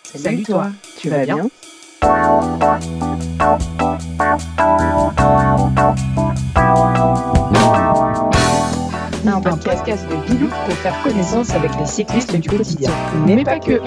Salut toi, tu vas bien ? Un podcast de Bilou pour faire connaissance avec les cyclistes du quotidien, mais pas que.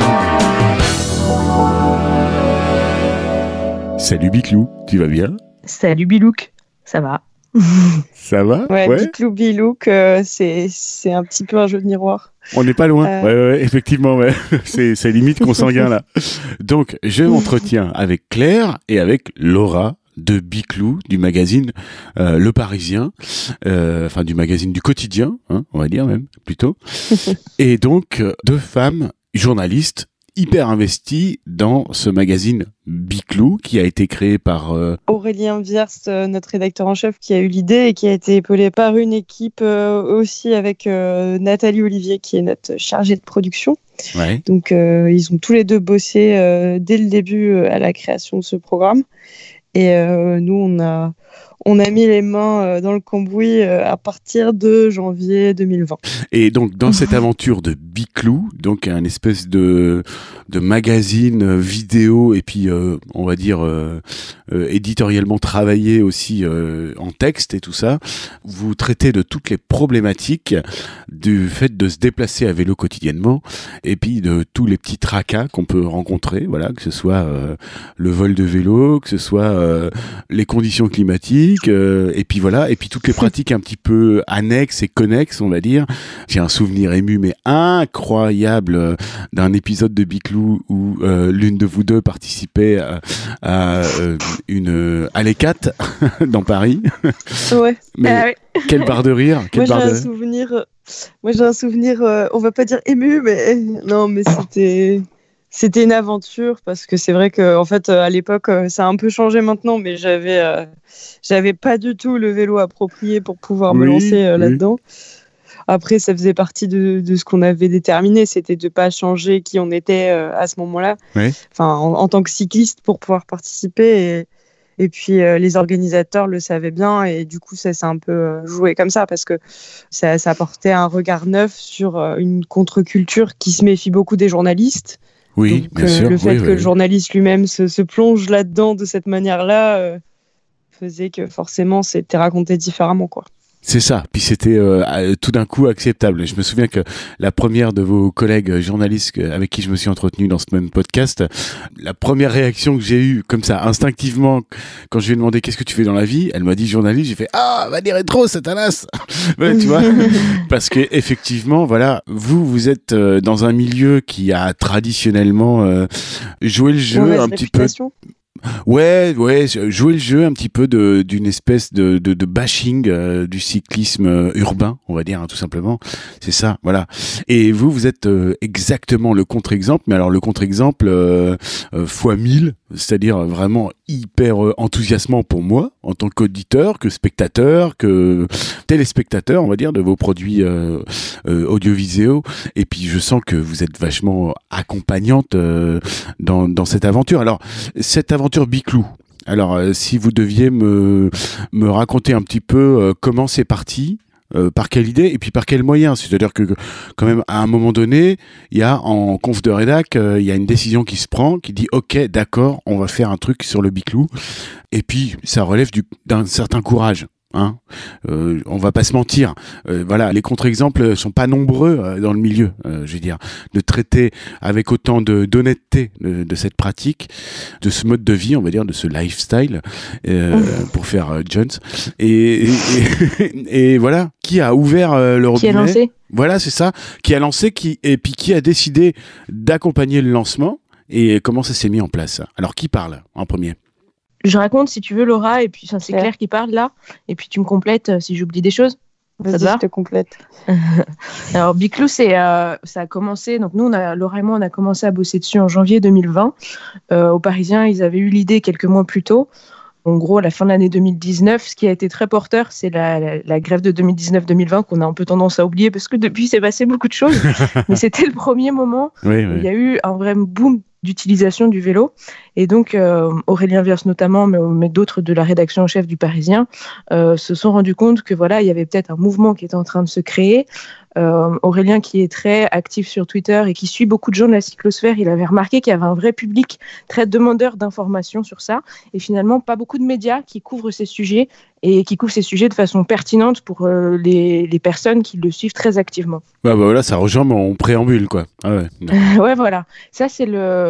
Salut Biclou, tu vas bien ? Salut Bilouk, ça va ? Ça va ? Ouais. Biclou Bilouk, c'est un petit peu un jeu de miroir. On n'est pas loin, ouais, effectivement, ouais. c'est limite consanguin là. Donc, je m'entretiens avec Claire et avec Laura de Biclou, du magazine Le Parisien, enfin du magazine du quotidien, hein, on va dire même, plutôt. Et donc, deux femmes journalistes hyper investies dans ce magazine Biclou qui a été créé par Aurélien Viers, notre rédacteur en chef, qui a eu l'idée et qui a été épaulé par une équipe aussi avec Nathalie Olivier qui est notre chargée de production. Ouais. Donc ils ont tous les deux bossé dès le début à la création de ce programme et nous on a mis les mains dans le cambouis à partir de janvier 2020. Et donc, dans cette aventure de Biclou, donc un espèce de magazine vidéo et puis, on va dire, éditorialement travaillé aussi en texte et tout ça, vous traitez de toutes les problématiques du fait de se déplacer à vélo quotidiennement et puis de tous les petits tracas qu'on peut rencontrer, voilà, que ce soit le vol de vélo, que ce soit les conditions climatiques, et puis voilà, et puis toutes les pratiques un petit peu annexes et connexes, on va dire. J'ai un souvenir ému mais incroyable d'un épisode de Biclou où l'une de vous deux participait à une Allez-4 dans Paris. Ouais. Mais ouais. Quelle barre de rire. Moi j'ai un souvenir, on va pas dire ému, mais non, mais c'était une aventure parce que c'est vrai que en fait à l'époque ça a un peu changé maintenant, mais j'avais pas du tout le vélo approprié pour pouvoir me lancer là-dedans. Après ça faisait partie de ce qu'on avait déterminé, c'était de pas changer qui on était à ce moment-là. Oui. Enfin en tant que cycliste pour pouvoir participer et puis les organisateurs le savaient bien et du coup ça s'est un peu joué comme ça parce que ça apportait un regard neuf sur une contre-culture qui se méfie beaucoup des journalistes. Oui, donc, bien sûr. Le fait que le journaliste lui-même se plonge là-dedans de cette manière-là faisait que forcément c'était raconté différemment, quoi. C'est ça. Puis c'était tout d'un coup acceptable. Je me souviens que la première de vos collègues journalistes avec qui je me suis entretenu dans ce même podcast, la première réaction que j'ai eue comme ça, instinctivement, quand je lui ai demandé qu'est-ce que tu fais dans la vie, elle m'a dit journaliste. J'ai fait va dire rétro, Satanas. Ouais, tu vois, parce que effectivement, voilà, vous êtes dans un milieu qui a traditionnellement joué le jeu un petit peu. Ouais, jouer le jeu un petit peu d'une espèce de bashing du cyclisme urbain, on va dire, hein, tout simplement. C'est ça, voilà. Et vous êtes exactement le contre-exemple, mais alors le contre-exemple fois 1000, c'est-à-dire vraiment hyper enthousiasmant pour moi, en tant qu'auditeur, que spectateur, que téléspectateur, on va dire, de vos produits audiovisuels. Et puis je sens que vous êtes vachement accompagnante dans cette aventure. Alors, cette aventure Biclou. Alors, si vous deviez me raconter un petit peu comment c'est parti, par quelle idée et puis par quels moyens. C'est-à-dire que quand même, à un moment donné, il y a en conf de rédac, il y a une décision qui se prend, qui dit « Ok, d'accord, on va faire un truc sur le Biclou ». Et puis, ça relève d'un certain courage. Hein, on va pas se mentir. Voilà, les contre-exemples sont pas nombreux dans le milieu. Je veux dire, de traiter avec autant d'honnêteté de cette pratique, de ce mode de vie, on va dire, de ce lifestyle, pour faire Jones. Et voilà, qui a ouvert le robinet. Qui a lancé ? Voilà, c'est ça. Qui a lancé, et puis qui a décidé d'accompagner le lancement et comment ça s'est mis en place. Alors, qui parle en premier ? Je raconte si tu veux, Laura, et puis c'est Claire qui parle là, et puis tu me complètes si j'oublie des choses. Vas-y, je te complète. Alors Biclou, ça a commencé, donc nous, Laura et moi, on a commencé à bosser dessus en janvier 2020. Aux Parisiens, ils avaient eu l'idée quelques mois plus tôt. En gros, à la fin de l'année 2019, ce qui a été très porteur, c'est la grève de 2019-2020 qu'on a un peu tendance à oublier parce que depuis, s'est passé beaucoup de choses. Mais c'était le premier moment où il y a eu un vrai boom d'utilisation du vélo. Et donc, Aurélien Viers notamment, mais d'autres de la rédaction en chef du Parisien, se sont rendus compte que voilà, il y avait peut-être un mouvement qui était en train de se créer. Aurélien, qui est très actif sur Twitter et qui suit beaucoup de gens de la cyclosphère, il avait remarqué qu'il y avait un vrai public très demandeur d'informations sur ça, et finalement pas beaucoup de médias qui couvrent ces sujets et qui couvrent ces sujets de façon pertinente pour les personnes qui le suivent très activement. Voilà, ça rejoint mon préambule, quoi. Ah ouais. Ouais, voilà. Ça, c'est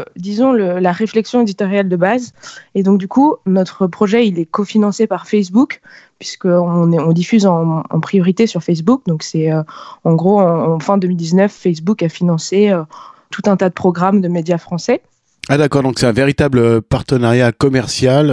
la réflexion éditoriale de base. Et donc, du coup, notre projet, il est cofinancé par Facebook, puisqu'on diffuse en priorité sur Facebook. Donc, c'est en gros, en fin 2019, Facebook a financé tout un tas de programmes de médias français. Ah d'accord, donc c'est un véritable partenariat commercial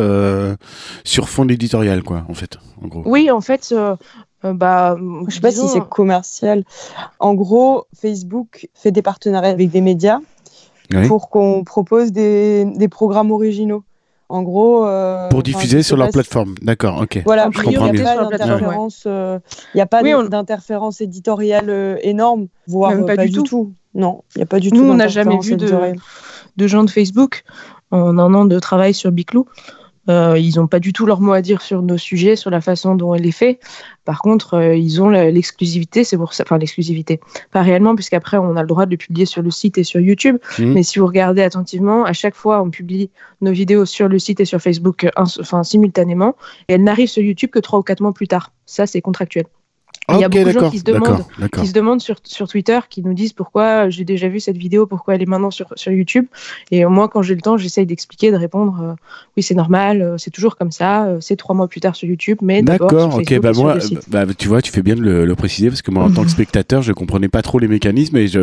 sur fond éditorial, quoi, en fait, en gros. Oui, en fait... je sais pas si c'est commercial. En gros, Facebook fait des partenariats avec des médias pour qu'on propose des programmes originaux. En gros, pour diffuser sur leur plateforme. D'accord, ok. Voilà, je comprends mieux. Il n'y a pas d'interférence éditoriale énorme, voire même pas du tout. Non, il n'y a pas du tout. Nous, on n'a jamais vu de gens de Facebook en un an de travail sur Biclou. Ils n'ont pas du tout leur mot à dire sur nos sujets, sur la façon dont elle est faite. Par contre, ils ont l'exclusivité, c'est pour ça, enfin l'exclusivité, pas réellement, puisqu'après on a le droit de le publier sur le site et sur YouTube. Mais si vous regardez attentivement, à chaque fois on publie nos vidéos sur le site et sur Facebook simultanément, et elles n'arrivent sur YouTube que 3 ou 4 mois plus tard. Ça, c'est contractuel. Il y a beaucoup de gens qui se demandent sur Twitter, qui nous disent pourquoi j'ai déjà vu cette vidéo, pourquoi elle est maintenant sur YouTube. Et moi, quand j'ai le temps, j'essaye d'expliquer, de répondre oui, c'est normal, c'est toujours comme ça, c'est 3 mois plus tard sur YouTube, mais d'abord sur Facebook et sur le site. Tu vois, tu fais bien de le préciser, parce que moi, en tant que spectateur, je comprenais pas trop les mécanismes et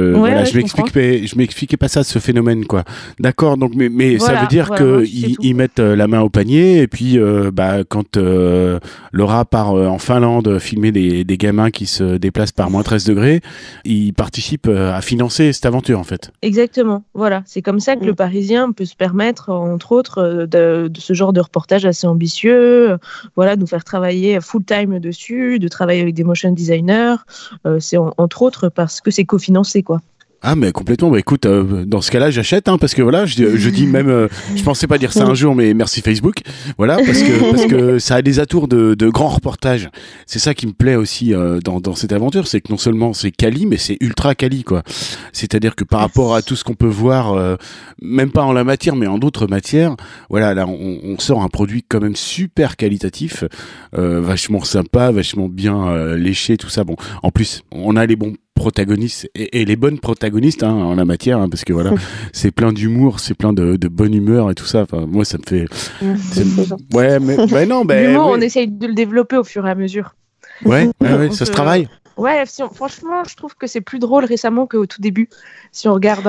je m'expliquais pas ça, ce phénomène, quoi. D'accord, donc mais voilà, ça veut dire qu'ils mettent la main au panier, et puis quand Laura part en Finlande filmer des gamins qui se déplacent par moins 13 degrés, ils participent à financer cette aventure, en fait. Exactement, voilà. C'est comme ça que le Parisien peut se permettre, entre autres, de ce genre de reportage assez ambitieux, voilà, de nous faire travailler full-time dessus, de travailler avec des motion designers. C'est entre autres parce que c'est cofinancé, quoi. Ah mais complètement, écoute, dans ce cas-là j'achète, parce que voilà, je dis même, je pensais pas dire ça un jour, mais merci Facebook, voilà, parce que ça a des atours de grands reportages. C'est ça qui me plaît aussi dans cette aventure, c'est que non seulement c'est quali, mais c'est ultra quali, quoi. C'est-à-dire que par rapport à tout ce qu'on peut voir, même pas en la matière, mais en d'autres matières, voilà, là on sort un produit quand même super qualitatif, vachement sympa, vachement bien léché, tout ça. Bon, en plus on a les bons protagonistes et les bonnes protagonistes en la matière, parce que voilà, c'est plein d'humour, c'est plein de bonne humeur et tout ça. Enfin, moi ça me fait l'humour, on essaye de le développer au fur et à mesure. Ça se travaille. Ouais, franchement, je trouve que c'est plus drôle récemment qu'au tout début. Si on regarde,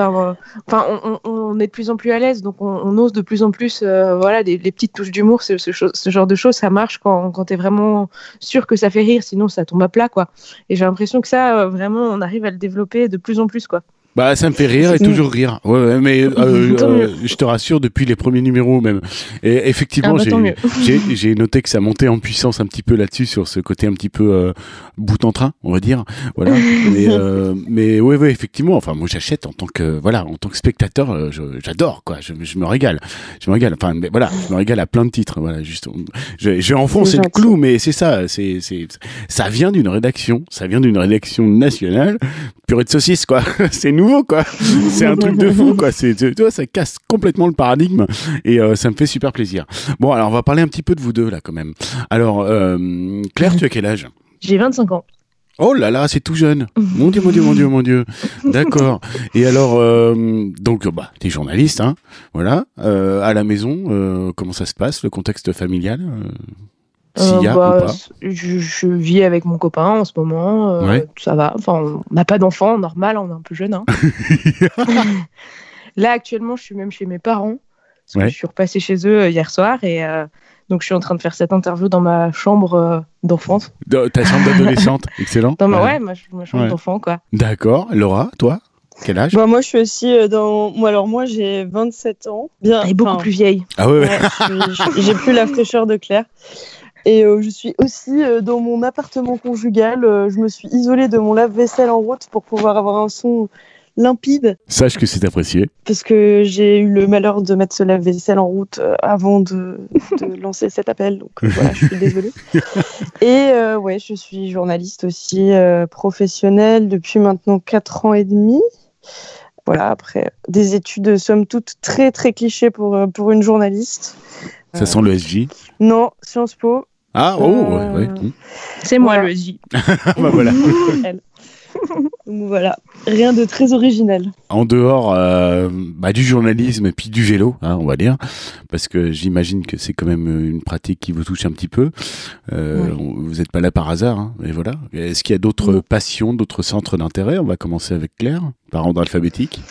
on est de plus en plus à l'aise, donc on ose de plus en plus, les petites touches d'humour, ce genre de choses, ça marche quand t'es vraiment sûr que ça fait rire, sinon ça tombe à plat, quoi. Et j'ai l'impression que ça, vraiment, on arrive à le développer de plus en plus, quoi. Bah, ça me fait rire et toujours rire. Ouais, mais je te rassure, depuis les premiers numéros même. Et effectivement, j'ai noté que ça montait en puissance un petit peu là-dessus, sur ce côté un petit peu bout en train, on va dire. Voilà. mais ouais, effectivement. Enfin, moi, j'achète en tant que spectateur. J'adore, quoi. Je me régale. Enfin, mais voilà, je me régale à plein de titres. Voilà, juste. Je enfonce le clou, mais c'est ça. Ça vient d'une rédaction. Ça vient d'une rédaction nationale. Purée de saucisse, quoi. C'est nouveau, quoi. C'est un truc de fou, quoi. Tu vois, ça casse complètement le paradigme et ça me fait super plaisir. Bon, alors on va parler un petit peu de vous deux là, quand même. Alors, Claire, tu as quel âge ? J'ai 25 ans. Oh là là, c'est tout jeune. Mon Dieu. D'accord. Et alors, donc, t'es journaliste, voilà. À la maison, comment ça se passe, le contexte familial s'il y a ou pas. Je vis avec mon copain en ce moment, ça va. Enfin, on n'a pas d'enfant, normal, on est un peu jeune. Là, actuellement, je suis même chez mes parents, parce que je suis repassée chez eux hier soir, et donc je suis en train de faire cette interview dans ma chambre d'enfance. Ta chambre d'adolescente, excellent. Ma chambre d'enfant, quoi. D'accord. Laura, toi ? Quel âge ? Moi, je suis aussi moi, j'ai 27 ans. Elle est beaucoup plus vieille. Ah ouais. J'ai plus la fraîcheur de Claire. Et je suis aussi dans mon appartement conjugal. Je me suis isolée de mon lave-vaisselle en route pour pouvoir avoir un son limpide. Sache que c'est apprécié. Parce que j'ai eu le malheur de mettre ce lave-vaisselle en route avant de lancer cet appel. Donc voilà, je suis désolée. Et ouais, je suis journaliste aussi professionnelle depuis maintenant 4 ans et demi. Voilà, après des études somme toute très très clichés pour une journaliste. Ça sent le SJ? Non, Sciences Po. Ah, ouais. C'est moi le SJ. Bah voilà. Donc voilà, rien de très original. En dehors du journalisme et puis du vélo, on va dire, parce que j'imagine que c'est quand même une pratique qui vous touche un petit peu. Vous n'êtes pas là par hasard, et voilà. Est-ce qu'il y a d'autres passions, d'autres centres d'intérêt? On va commencer avec Claire, par ordre alphabétique.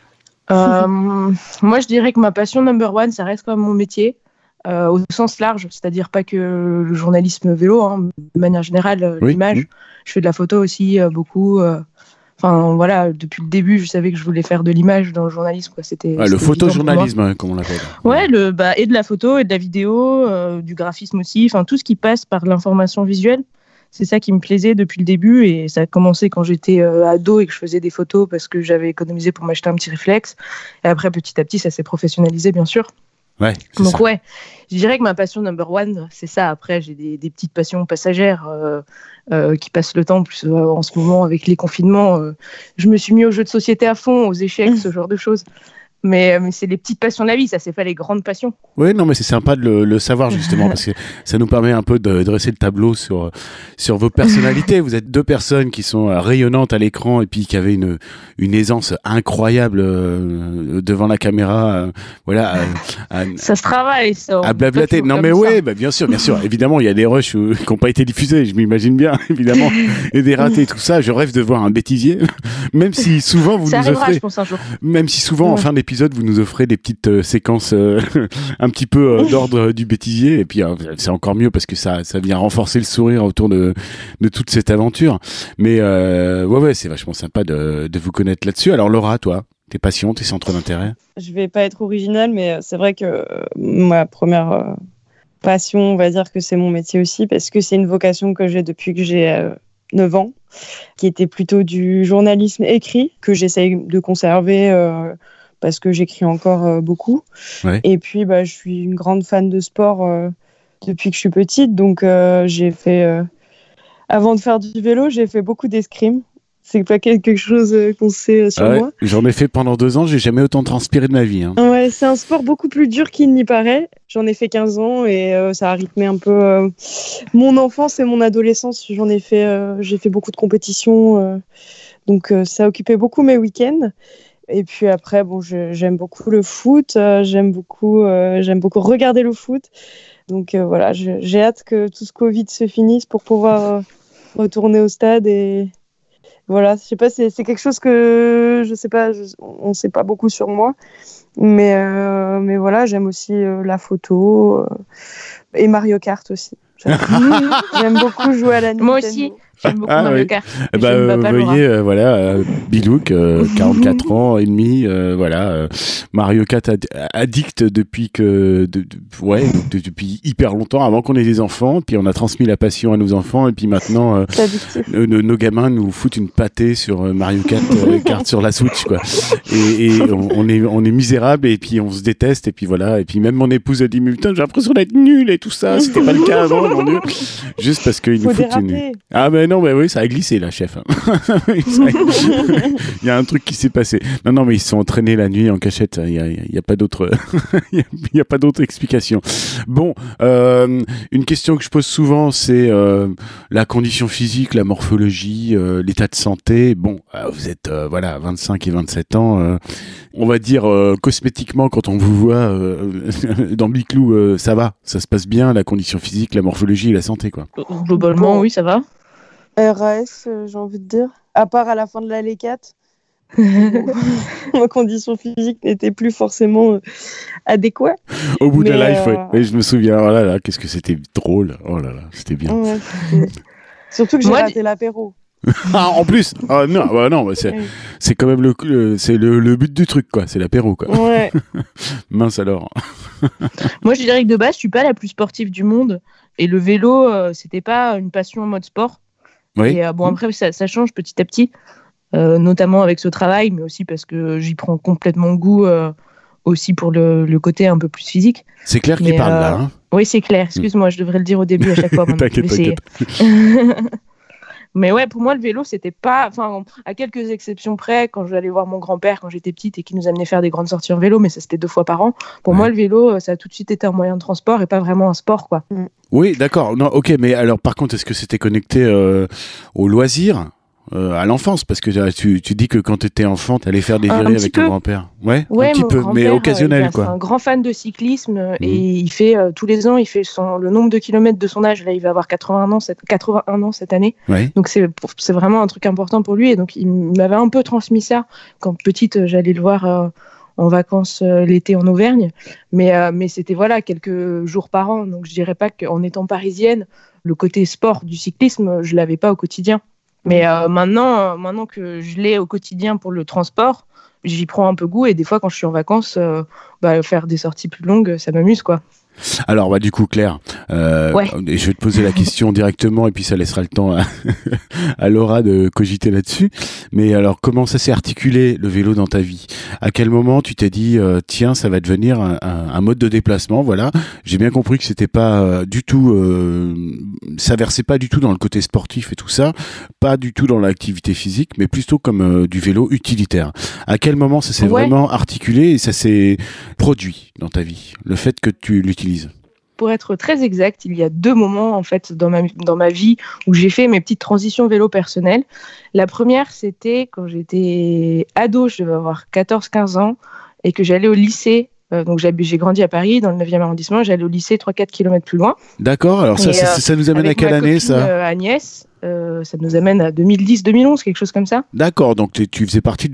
Moi, je dirais que ma passion number one, ça reste quand même mon métier. Au sens large, c'est-à-dire pas que le journalisme vélo, de manière générale, l'image. Je fais de la photo aussi, beaucoup. Enfin, voilà, depuis le début, je savais que je voulais faire de l'image dans le journalisme. C'était le photojournalisme, comme on l'appelle. Ouais, et de la photo, et de la vidéo, du graphisme aussi, enfin, tout ce qui passe par l'information visuelle. C'est ça qui me plaisait depuis le début, et ça a commencé quand j'étais ado et que je faisais des photos parce que j'avais économisé pour m'acheter un petit réflexe. Et après, petit à petit, ça s'est professionnalisé, bien sûr. Ouais, donc ouais, je dirais que ma passion number one, c'est ça. Après, j'ai des petites passions passagères qui passent le temps. Plus en ce moment, avec les confinements, je me suis mis aux jeux de société à fond, aux échecs, ce genre de choses. Mais c'est les petites passions de la vie, ça, c'est pas les grandes passions. Oui, non, mais c'est sympa de le savoir, justement, parce que ça nous permet un peu de dresser le tableau sur vos personnalités. Vous êtes deux personnes qui sont rayonnantes à l'écran et puis qui avaient une aisance incroyable devant la caméra. Ça se travaille, ça. À blablater. Non, mais oui, bien sûr. Évidemment, il y a des rushs qui n'ont pas été diffusés, je m'imagine bien, évidemment. Et des ratés, tout ça. Je rêve de voir un bêtisier. Même si souvent, vous ça nous arrivera, offrez. Je pense, un jour. Même si souvent, en fin d'épisode, vous nous offrez des petites séquences un petit peu d'ordre du bêtisier, et puis c'est encore mieux parce que ça vient renforcer le sourire autour de toute cette aventure. Mais ouais, c'est vachement sympa de vous connaître là-dessus. Alors Laura, toi, tes passions, tes centres d'intérêt? Je vais pas être originale, mais c'est vrai que ma première passion, on va dire que c'est mon métier aussi, parce que c'est une vocation que j'ai depuis que j'ai 9 ans, qui était plutôt du journalisme écrit, que j'essaye de conserver parce que j'écris encore beaucoup. Ouais. Et puis, je suis une grande fan de sport depuis que je suis petite. Donc, j'ai fait... avant de faire du vélo, j'ai fait beaucoup d'escrime. C'est pas quelque chose qu'on sait sur moi. J'en ai fait pendant 2 ans. J'ai jamais autant transpiré de ma vie. Ouais, c'est un sport beaucoup plus dur qu'il n'y paraît. J'en ai fait 15 ans et ça a rythmé un peu mon enfance et mon adolescence. J'ai fait beaucoup de compétitions. Donc, ça occupait beaucoup mes week-ends. Et puis après, j'aime beaucoup le foot, j'aime beaucoup regarder le foot. Donc voilà, j'ai hâte que tout ce Covid se finisse pour pouvoir retourner au stade. Et voilà, je sais pas, c'est quelque chose que je sais pas, on sait pas beaucoup sur moi. Mais voilà, j'aime aussi la photo et Mario Kart aussi. J'aime beaucoup jouer à la Nintendo. Moi aussi. J'aime beaucoup Mario Kart. Vous voyez, Bilouk, 44 ans et demi, Mario Kart addict depuis depuis hyper longtemps, avant qu'on ait des enfants, puis on a transmis la passion à nos enfants, et puis maintenant, nos gamins nous foutent une pâtée sur Mario Kart sur la Switch, quoi. Et on est misérables, et puis on se déteste, et puis voilà, et puis même mon épouse a dit, mais putain, j'ai l'impression d'être nul et tout ça, c'était pas le cas avant, mon Dieu. Juste parce qu'ils nous foutent une... Ah ben non, oui, ça a glissé là, chef. Il y a un truc qui s'est passé. Non, mais ils se sont entraînés la nuit en cachette. Il y a pas d'autre, il y a pas d'autre explication. Bon, une question que je pose souvent, c'est la condition physique, la morphologie, l'état de santé. Bon, vous êtes 25 et 27 ans. On va dire cosmétiquement, quand on vous voit dans Biclou, ça va, ça se passe bien, la condition physique, la morphologie et la santé, quoi. Globalement, oui, ça va. RAS, j'ai envie de dire. À part à la fin de la L4, ma condition physique n'était plus forcément adéquate. Au bout de la life, oui. Je me souviens, oh là là, qu'est-ce que c'était drôle. Oh là là, c'était bien. Ouais, surtout que j'ai raté l'apéro. En plus, c'est quand même le but du truc, quoi. C'est l'apéro, quoi. Ouais. Mince alors. Moi, je dirais que de base, je suis pas la plus sportive du monde, et le vélo, c'était pas une passion en mode sport. Oui. Et après, ça change petit à petit. notamment avec ce travail, mais aussi parce que j'y prends complètement goût, aussi pour le côté un peu plus physique. C'est Claire qui parle là. Hein. Oui, c'est Claire. Excuse-moi, je devrais le dire au début à chaque fois. T'inquiète. Mais ouais, pour moi, le vélo, c'était pas... Enfin, à quelques exceptions près, quand j'allais voir mon grand-père quand j'étais petite et qu'il nous amenait faire des grandes sorties en vélo, mais ça, c'était 2 fois par an. Pour moi, le vélo, ça a tout de suite été un moyen de transport et pas vraiment un sport, quoi. Oui, d'accord. Non, ok, mais alors, par contre, est-ce que c'était connecté au loisir à l'enfance, parce que tu dis que quand tu étais enfant, tu allais faire des virées avec ton grand-père. Ouais, un petit peu, mais occasionnel, quoi. C'est un grand fan de cyclisme et il fait tous les ans, il fait le nombre de kilomètres de son âge. Là, il va avoir 81 ans cette année. Ouais. Donc c'est vraiment un truc important pour lui et donc il m'avait un peu transmis ça. Quand petite, j'allais le voir en vacances l'été en Auvergne, mais c'était voilà quelques jours par an. Donc je dirais pas qu'en étant parisienne, le côté sport du cyclisme, je l'avais pas au quotidien. Mais maintenant que je l'ai au quotidien pour le transport, j'y prends un peu goût et des fois quand je suis en vacances, faire des sorties plus longues, ça m'amuse, quoi. Alors, du coup, Claire, et je vais te poser la question directement et puis ça laissera le temps à Laura de cogiter là-dessus. Mais alors, comment ça s'est articulé, le vélo, dans ta vie ? À quel moment tu t'es dit, tiens, ça va devenir un mode de déplacement, voilà. J'ai bien compris que c'était pas du tout, ça versait pas du tout dans le côté sportif et tout ça, pas du tout dans l'activité physique, mais plutôt comme du vélo utilitaire. À quel moment ça s'est vraiment articulé et ça s'est produit dans ta vie, le fait que tu l'utilises? Pour être très exact, il y a 2 moments en fait dans ma vie où j'ai fait mes petites transitions vélo personnelles. La première, c'était quand j'étais ado, je devais avoir 14-15 ans et que j'allais au lycée. Donc j'ai grandi à Paris, dans le 9e arrondissement, j'allais au lycée 3-4 km plus loin. D'accord, alors ça nous amène à quelle année, ça ? Agnès, ça nous amène à 2010-2011, quelque chose comme ça. D'accord, donc tu faisais partie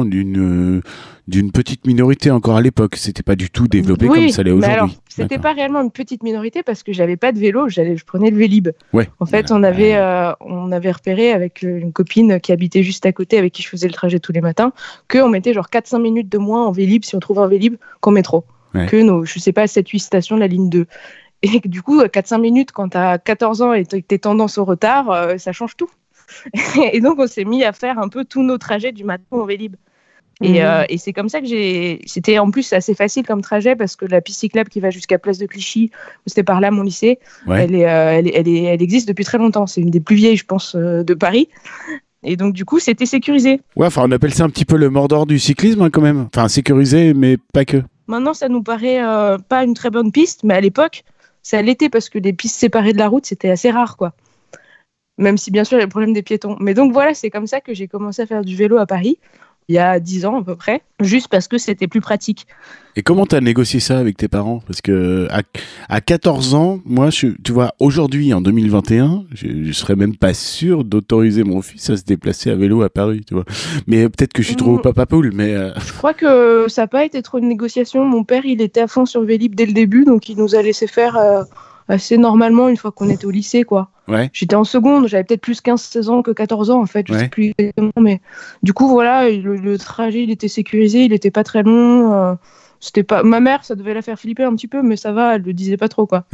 d'une petite minorité encore à l'époque, c'était pas du tout développé comme ça l'est aujourd'hui. Mais alors, c'était pas réellement une petite minorité parce que j'avais pas de vélo, je prenais le Vélib. Ouais. En fait, on avait repéré avec une copine qui habitait juste à côté, avec qui je faisais le trajet tous les matins, qu'on mettait genre 4-5 minutes de moins en Vélib si on trouve un Vélib qu'en métro. Ouais. Que nos, je sais pas, 7-8 stations de la ligne 2. Et du coup, 4-5 minutes quand t'as 14 ans et t'es tendance au retard, ça change tout. Et donc, on s'est mis à faire un peu tous nos trajets du matin en Vélib. Et c'est comme ça que c'était en plus assez facile comme trajet parce que la piste cyclable qui va jusqu'à Place de Clichy, où c'était par là mon lycée, elle existe depuis très longtemps. C'est une des plus vieilles, je pense, de Paris. Et donc, du coup, c'était sécurisé. Ouais, enfin, on appelle ça un petit peu le Mordor du cyclisme, hein, quand même. Enfin, sécurisé, mais pas que. Maintenant, ça nous paraît pas une très bonne piste, mais à l'époque, ça l'était parce que des pistes séparées de la route, c'était assez rare, quoi. Même si, bien sûr, il y a le problème des piétons. Mais donc, voilà, c'est comme ça que j'ai commencé à faire du vélo à Paris, il y a 10 ans à peu près, juste parce que c'était plus pratique. Et comment tu as négocié ça avec tes parents ? Parce que à 14 ans, moi, tu vois, aujourd'hui, en 2021, je serais même pas sûr d'autoriser mon fils à se déplacer à vélo à Paris, tu vois. Mais peut-être que je suis trop papa poule, mais... Je crois que ça n'a pas été trop une négociation. Mon père, il était à fond sur Vélib dès le début, donc il nous a laissé faire assez normalement une fois qu'on était au lycée, quoi. Ouais. J'étais en seconde, j'avais peut-être plus 15-16 ans que 14 ans en fait, je sais plus exactement, mais du coup voilà, le trajet il était sécurisé, il n'était pas très long, c'était pas... Ma mère, ça devait la faire flipper un petit peu, mais ça va, elle le disait pas trop, quoi.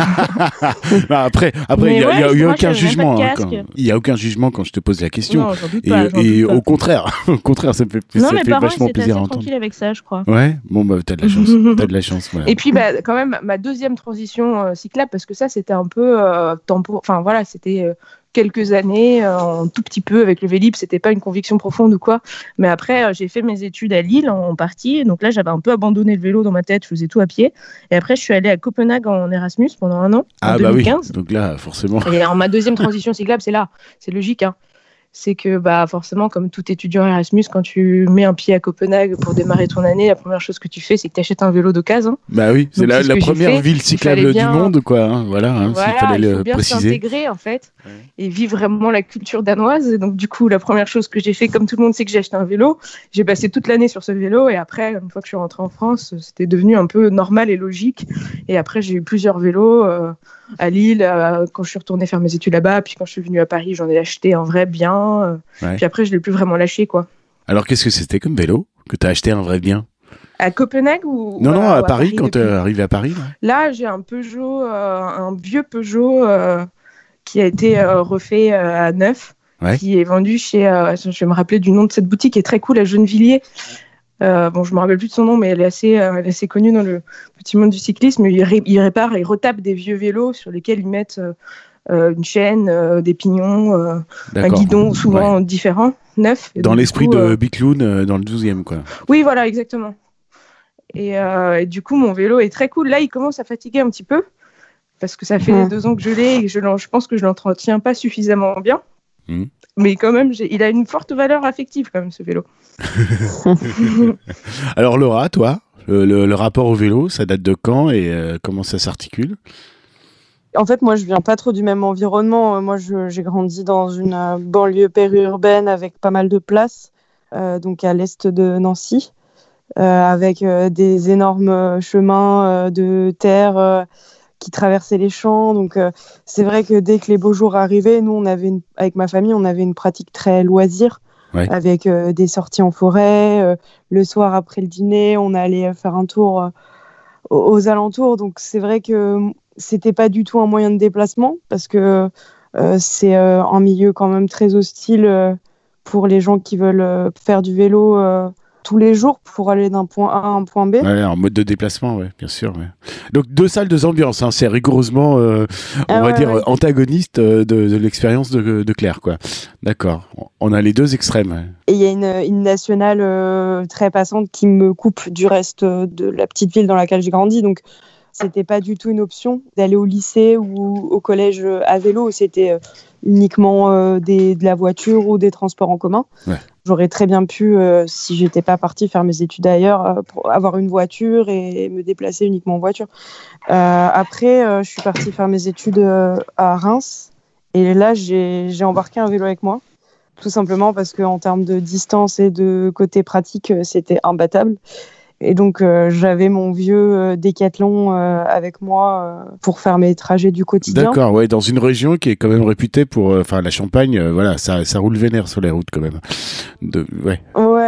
Bah après il y a aucun jugement, il y a aucun jugement quand je te pose la question. Non, j'en doute pas, et au contraire, ça me fait vachement plaisir à entendre. Tranquille avec ça, je crois. Ouais, bon bah t'as de la chance, voilà. Et puis quand même ma deuxième transition cyclable, parce que ça c'était un peu enfin voilà, c'était quelques années, un tout petit peu avec le Vélib, c'était pas une conviction profonde ou quoi, mais après j'ai fait mes études à Lille en partie, donc là j'avais un peu abandonné le vélo dans ma tête, je faisais tout à pied, et après je suis allée à Copenhague en Erasmus pendant 1 an, en 2015. Oui, donc là forcément. Et ma deuxième transition cyclable, c'est logique, hein. C'est que forcément, comme tout étudiant Erasmus, quand tu mets un pied à Copenhague pour démarrer ton année, la première chose que tu fais, c'est que tu achètes un vélo d'occasion. Bah oui, c'est la première ville cyclable du monde, quoi. Hein, voilà, s'il fallait le préciser. Il faut bien s'intégrer, en fait, et vivre vraiment la culture danoise. Et donc, du coup, la première chose que j'ai fait, comme tout le monde sait que j'ai acheté un vélo, j'ai passé toute l'année sur ce vélo. Et après, une fois que je suis rentrée en France, c'était devenu un peu normal et logique. Et après, j'ai eu plusieurs vélos à Lille, quand je suis retournée faire mes études là-bas, puis quand je suis venue à Paris, j'en ai acheté un vrai bien, puis après je l'ai plus vraiment lâché, quoi. Alors qu'est-ce que c'était comme vélo que tu as acheté un vrai bien ? À Copenhague ou Non, à Paris, quand tu es arrivé à Paris là, j'ai un Peugeot, un vieux Peugeot qui a été refait à neuf, qui est vendu chez, je vais me rappeler du nom de cette boutique, qui est très cool, à Gennevilliers. Bon, je me rappelle plus de son nom, mais elle est assez connue dans le petit monde du cyclisme. Il répare et retape des vieux vélos sur lesquels ils mettent une chaîne, des pignons, un guidon souvent différent, neuf. Dans l'esprit de Bicloun, dans le 12e, quoi. Oui, voilà, exactement. Et du coup, mon vélo est très cool. Là, il commence à fatiguer un petit peu parce que ça fait 2 ans que je l'ai et je pense que je l'entretiens pas suffisamment bien. Mais quand même, il a une forte valeur affective, quand même, ce vélo. Alors Laura, toi, le rapport au vélo, ça date de quand et comment ça s'articule ? En fait, moi, je viens pas trop du même environnement. Moi, j'ai grandi dans une banlieue périurbaine avec pas mal de places, donc à l'est de Nancy, avec des énormes chemins de terre qui traversaient les champs. Donc, c'est vrai que dès que les beaux jours arrivaient, nous, avec ma famille, on avait une pratique très loisir, avec des sorties en forêt. Le soir, après le dîner, on allait faire un tour aux alentours. Donc, c'est vrai que c'était pas du tout un moyen de déplacement parce que c'est un milieu quand même très hostile pour les gens qui veulent faire du vélo tous les jours pour aller d'un point A à un point B. Ouais, en mode de déplacement, ouais, bien sûr. Ouais. Donc 2 salles, 2 ambiances, hein, c'est rigoureusement, on va dire, antagoniste de l'expérience de Claire, quoi. D'accord, on a les 2 extrêmes. Ouais. Et il y a une nationale très passante qui me coupe du reste de la petite ville dans laquelle j'ai grandi, donc c'était pas du tout une option d'aller au lycée ou au collège à vélo. C'était uniquement de la voiture ou des transports en commun. Ouais. J'aurais très bien pu, si j'étais pas partie faire mes études ailleurs, pour avoir une voiture et me déplacer uniquement en voiture. Après, je suis partie faire mes études à Reims. Et là, j'ai embarqué un vélo avec moi. Tout simplement parce qu'en termes de distance et de côté pratique, c'était imbattable. Et donc, j'avais mon vieux Décathlon avec moi pour faire mes trajets du quotidien. D'accord, ouais, dans une région qui est quand même réputée pour... la Champagne, voilà, ça roule vénère sur les routes quand même. Ouais.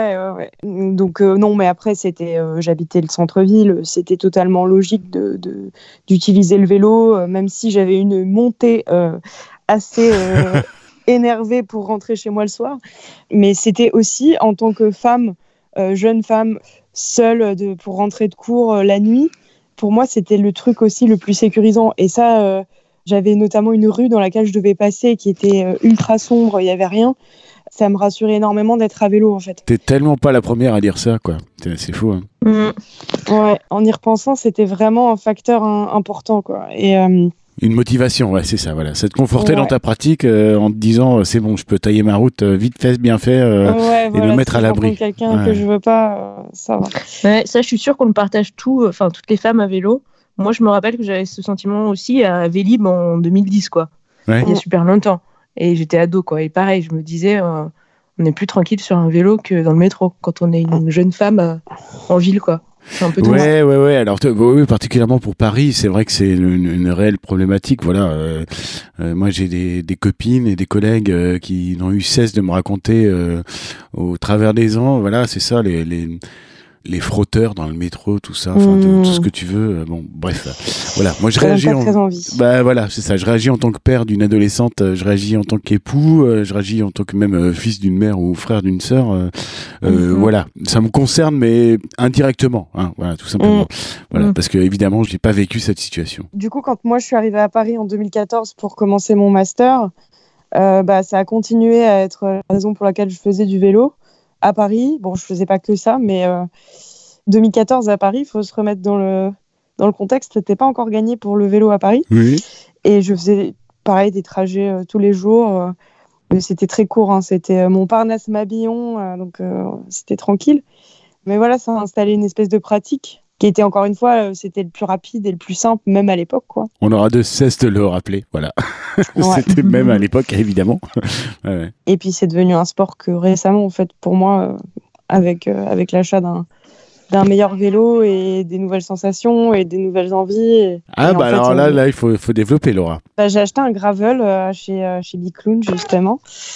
Donc, non, mais après, j'habitais le centre-ville. C'était totalement logique d'utiliser le vélo, même si j'avais une montée assez... énervée pour rentrer chez moi le soir. Mais c'était aussi, en tant que femme, jeune femme, seule pour rentrer de cours la nuit, pour moi c'était le truc aussi le plus sécurisant. Et ça, j'avais notamment une rue dans laquelle je devais passer qui était ultra sombre, il n'y avait rien. Ça me rassurait énormément d'être à vélo en fait. T'es tellement pas la première à dire ça, quoi. C'est fou, hein. Ouais, en y repensant, c'était vraiment un facteur important, quoi. Et une motivation, ouais, c'est ça, voilà. Ça te confortait dans ta pratique en te disant c'est bon, je peux tailler ma route vite fait, bien fait et le mettre à l'abri. Quelqu'un que je veux pas, ça va. Ouais, ça, je suis sûre qu'on le partage toutes les femmes à vélo. Moi, je me rappelle que j'avais ce sentiment aussi à Vélib en 2010, quoi. Ouais. Il y a super longtemps. Et j'étais ado, quoi. Et pareil, je me disais, on est plus tranquille sur un vélo que dans le métro quand on est une jeune femme en ville, quoi. C'est un peu ouais. Alors, oui, particulièrement pour Paris, c'est vrai que c'est une réelle problématique. Voilà. Moi, j'ai des copines et des collègues qui n'ont eu cesse de me raconter au travers des ans. Voilà, c'est ça, les frotteurs dans le métro, tout ça, tout ce que tu veux. Bon, bref. Voilà. Moi, je réagis voilà, c'est ça. Je réagis en tant que père d'une adolescente. Je réagis en tant qu'époux. Je réagis en tant que même fils d'une mère ou frère d'une sœur. Voilà. Ça me concerne, mais indirectement. Hein, voilà, tout simplement. Voilà, parce que évidemment, je n'ai pas vécu cette situation. Du coup, quand moi je suis arrivée à Paris en 2014 pour commencer mon master, ça a continué à être la raison pour laquelle je faisais du vélo. À Paris, bon, je faisais pas que ça, mais 2014 à Paris, il faut se remettre dans le contexte, c'était pas encore gagné pour le vélo à Paris. Oui. Et je faisais pareil des trajets tous les jours, mais c'était très court, hein. C'était Montparnasse-Mabillon, donc c'était tranquille. Mais voilà, ça a installé une espèce de pratique qui était encore une fois, c'était le plus rapide et le plus simple, même à l'époque, quoi. On aura de cesse de le rappeler, voilà. C'était même à l'époque, évidemment. Ouais. Et puis c'est devenu un sport que récemment, en fait, pour moi, avec l'achat d'un meilleur vélo et des nouvelles sensations et des nouvelles envies. Alors là, il faut développer, Laura. J'ai acheté un gravel chez Bicloun, justement.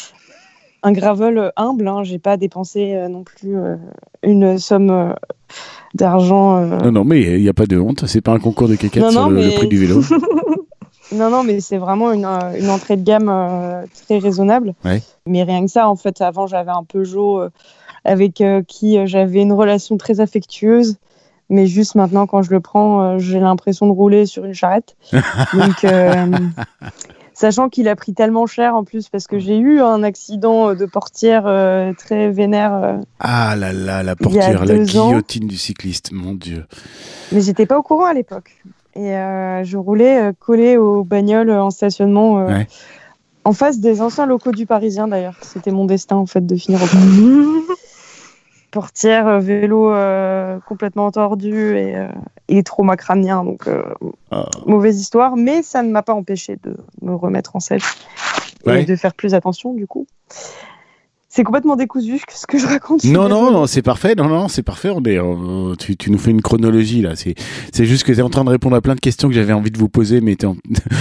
Un gravel humble, hein, j'ai pas dépensé non plus une somme d'argent. Non, mais il n'y a pas de honte, c'est pas un concours de caquettes sur le prix du vélo. Non, mais c'est vraiment une entrée de gamme très raisonnable. Ouais. Mais rien que ça, en fait, avant, j'avais un Peugeot avec qui j'avais une relation très affectueuse. Mais juste maintenant, quand je le prends, j'ai l'impression de rouler sur une charrette. Donc, sachant qu'il a pris tellement cher en plus, parce que j'ai eu un accident de portière très vénère. Ah là là, la portière, la guillotine du cycliste, mon Dieu. Mais j'étais pas au courant à l'époque. Et je roulais collé aux bagnoles en stationnement, en face des anciens locaux du Parisien d'ailleurs. C'était mon destin en fait de finir au Parisien. Portière, vélo complètement tordu et trauma crânien, donc mauvaise histoire, mais ça ne m'a pas empêché de me remettre en selle et de faire plus attention du coup. C'est complètement décousu ce que je raconte. Non, c'est parfait. Non, c'est parfait. Tu nous fais une chronologie là. C'est juste que t'es en train de répondre à plein de questions que j'avais envie de vous poser, mais t'as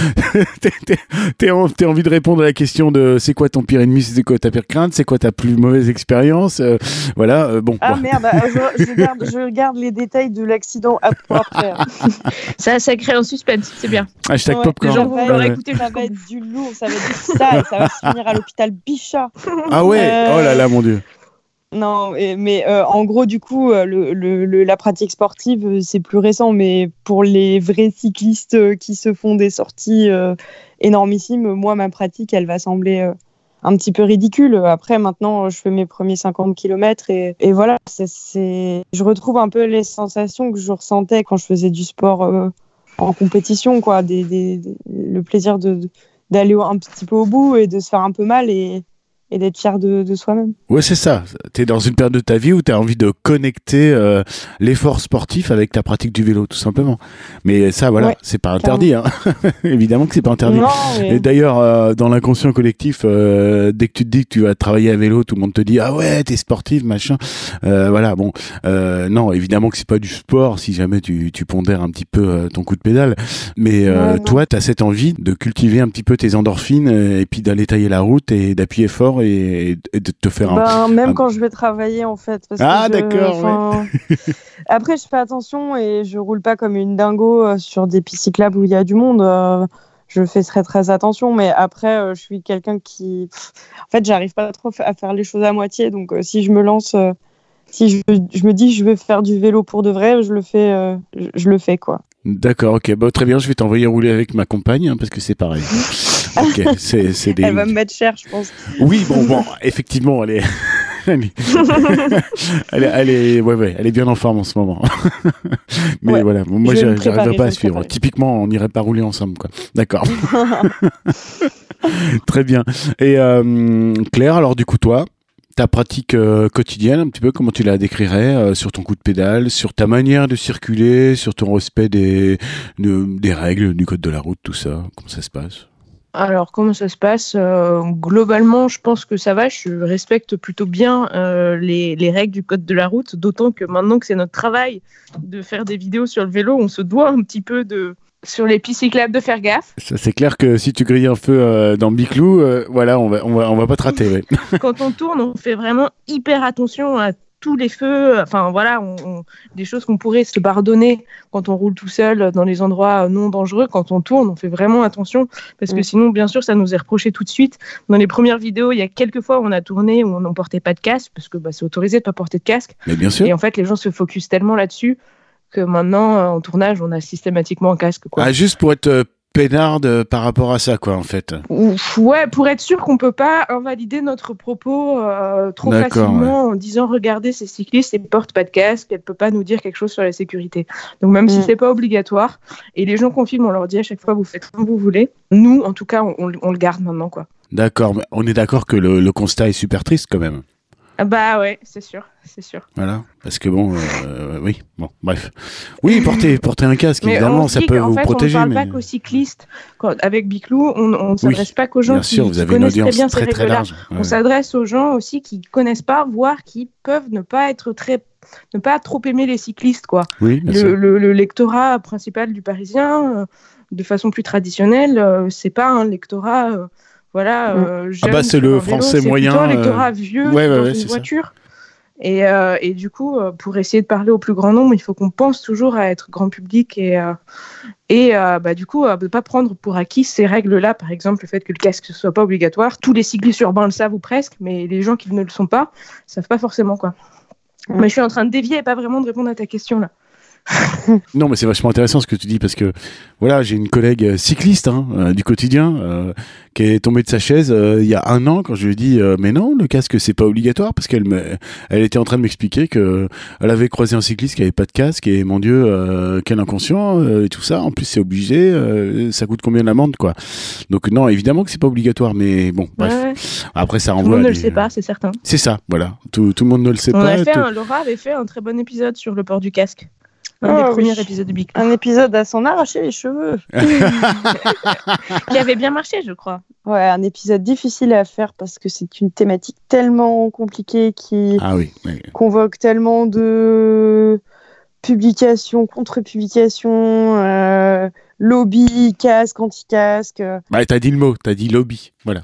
envie de répondre à la question de c'est quoi ton pire ennemi, c'est quoi ta pire crainte, c'est quoi ta plus mauvaise expérience. Voilà. Bon. Ah merde, je garde les détails de l'accident après. Ça crée un suspense, c'est bien. Hashtag popcorn. Les gens vont écouter, ça va être du lourd, ça va être ça, et ça va se finir à l'hôpital Bichat. Ah ouais. Oh là là, mon Dieu. Non, mais en gros, du coup, la pratique sportive, c'est plus récent, mais pour les vrais cyclistes qui se font des sorties énormissimes, moi, ma pratique, elle va sembler un petit peu ridicule. Après, maintenant, je fais mes premiers 50 km et voilà, je retrouve un peu les sensations que je ressentais quand je faisais du sport en compétition, quoi. Le plaisir d'aller un petit peu au bout et de se faire un peu mal et d'être fier de soi-même. Ouais, c'est ça. T'es dans une période de ta vie où t'as envie de connecter l'effort sportif avec ta pratique du vélo, tout simplement. Mais ça, voilà, c'est pas interdit. Hein. Évidemment que c'est pas interdit. Non, mais... Et d'ailleurs, dans l'inconscient collectif, dès que tu te dis que tu vas travailler à vélo, tout le monde te dit « Ah ouais, t'es sportif, machin. » Voilà, bon. Non, évidemment que c'est pas du sport si jamais tu pondères un petit peu ton coup de pédale. Mais toi, t'as cette envie de cultiver un petit peu tes endorphines et puis d'aller tailler la route et d'appuyer fort et de te faire quand je vais travailler en fait d'accord. Après je fais attention et je roule pas comme une dingo sur des pistes cyclables où il y a du monde, je fais très très attention, mais après je suis quelqu'un qui en fait j'arrive pas trop à faire les choses à moitié, donc si je me lance si je me dis je vais faire du vélo pour de vrai, je le fais quoi. D'accord, ok, très bien, je vais t'envoyer rouler avec ma compagne parce que c'est pareil. Ok, c'est des... Elle va me mettre cher, je pense. Oui, bon, effectivement, elle est... elle est bien en forme en ce moment. Mais voilà, moi, j'arriverai pas à suivre. Typiquement, on n'irait pas rouler ensemble, quoi. D'accord. Très bien. Et Claire, alors du coup, toi, ta pratique quotidienne, un petit peu, comment tu la décrirais sur ton coup de pédale, sur ta manière de circuler, sur ton respect des règles du code de la route, tout ça, comment ça se passe ? Alors, comment ça se passe ? Globalement, je pense que ça va. Je respecte plutôt bien les règles du code de la route, d'autant que maintenant que c'est notre travail de faire des vidéos sur le vélo, on se doit un petit peu sur les pistes cyclables de faire gaffe. Ça, c'est clair que si tu grilles un feu dans Biclou, voilà, on va pas te rater. Ouais. Quand on tourne, on fait vraiment hyper attention à tous les feux, enfin voilà, des choses qu'on pourrait se pardonner quand on roule tout seul dans les endroits non dangereux. Quand on tourne, on fait vraiment attention parce que sinon, bien sûr, ça nous est reproché tout de suite. Dans les premières vidéos, il y a quelques fois où on a tourné où on n'en portait pas de casque parce que c'est autorisé de pas porter de casque. Mais bien sûr. Et en fait, les gens se focusent tellement là-dessus que maintenant, en tournage, on a systématiquement un casque, quoi. Ah, juste pour être peinarde par rapport à ça, quoi, en fait. Ouais, pour être sûr qu'on peut pas invalider notre propos trop facilement en disant regardez, ces cyclistes, ils portent pas de casque, elle peut pas nous dire quelque chose sur la sécurité. Donc même si c'est pas obligatoire, et les gens qu'on filme, on leur dit à chaque fois vous faites comme vous voulez. Nous, en tout cas, on le garde maintenant, quoi. D'accord, mais on est d'accord que le constat est super triste quand même. Bah ouais, c'est sûr. Voilà, parce que oui, bon, bref. Oui, porter un casque, mais évidemment, ça peut vous protéger. On ne parle pas qu'aux cyclistes. Avec Biclou, on ne s'adresse pas qu'aux gens qui connaissent très bien ces règles-là. On s'adresse aux gens aussi qui ne connaissent pas, voire qui peuvent ne pas trop aimer les cyclistes, quoi. Oui, le lectorat principal du Parisien, de façon plus traditionnelle, c'est pas un lectorat... jeune, c'est le français moyen. C'est plutôt un lectorat vieux dans une voiture. Et du coup, pour essayer de parler au plus grand nombre, il faut qu'on pense toujours à être grand public du coup, ne pas prendre pour acquis ces règles-là. Par exemple, le fait que le casque ne soit pas obligatoire. Tous les cyclistes urbains le savent ou presque, mais les gens qui ne le sont pas ne savent pas forcément, quoi. Mais je suis en train de dévier et pas vraiment de répondre à ta question, là. Non, mais c'est vachement intéressant ce que tu dis parce que voilà, j'ai une collègue cycliste du quotidien qui est tombée de sa chaise il y a 1 an quand je lui ai dit mais non, le casque c'est pas obligatoire parce elle était en train de m'expliquer que elle avait croisé un cycliste qui avait pas de casque et mon Dieu quel inconscient et tout ça. En plus c'est obligé, ça coûte combien l'amende quoi. Donc non, évidemment que c'est pas obligatoire, mais bon bref. Ouais. Après ça renvoie. Tout le monde ne le sait pas, c'est certain. C'est ça, voilà. Tout le monde ne le sait pas. Laura avait fait un très bon épisode sur le port du casque. Un des premiers épisodes de Big Club. Un épisode à s'en arracher les cheveux. Qui avait bien marché, je crois. Ouais, un épisode difficile à faire parce que c'est une thématique tellement compliquée qui convoque tellement de publications, contre-publications, lobby, casque, anti-casque. Bah, t'as dit le mot, t'as dit lobby. Voilà.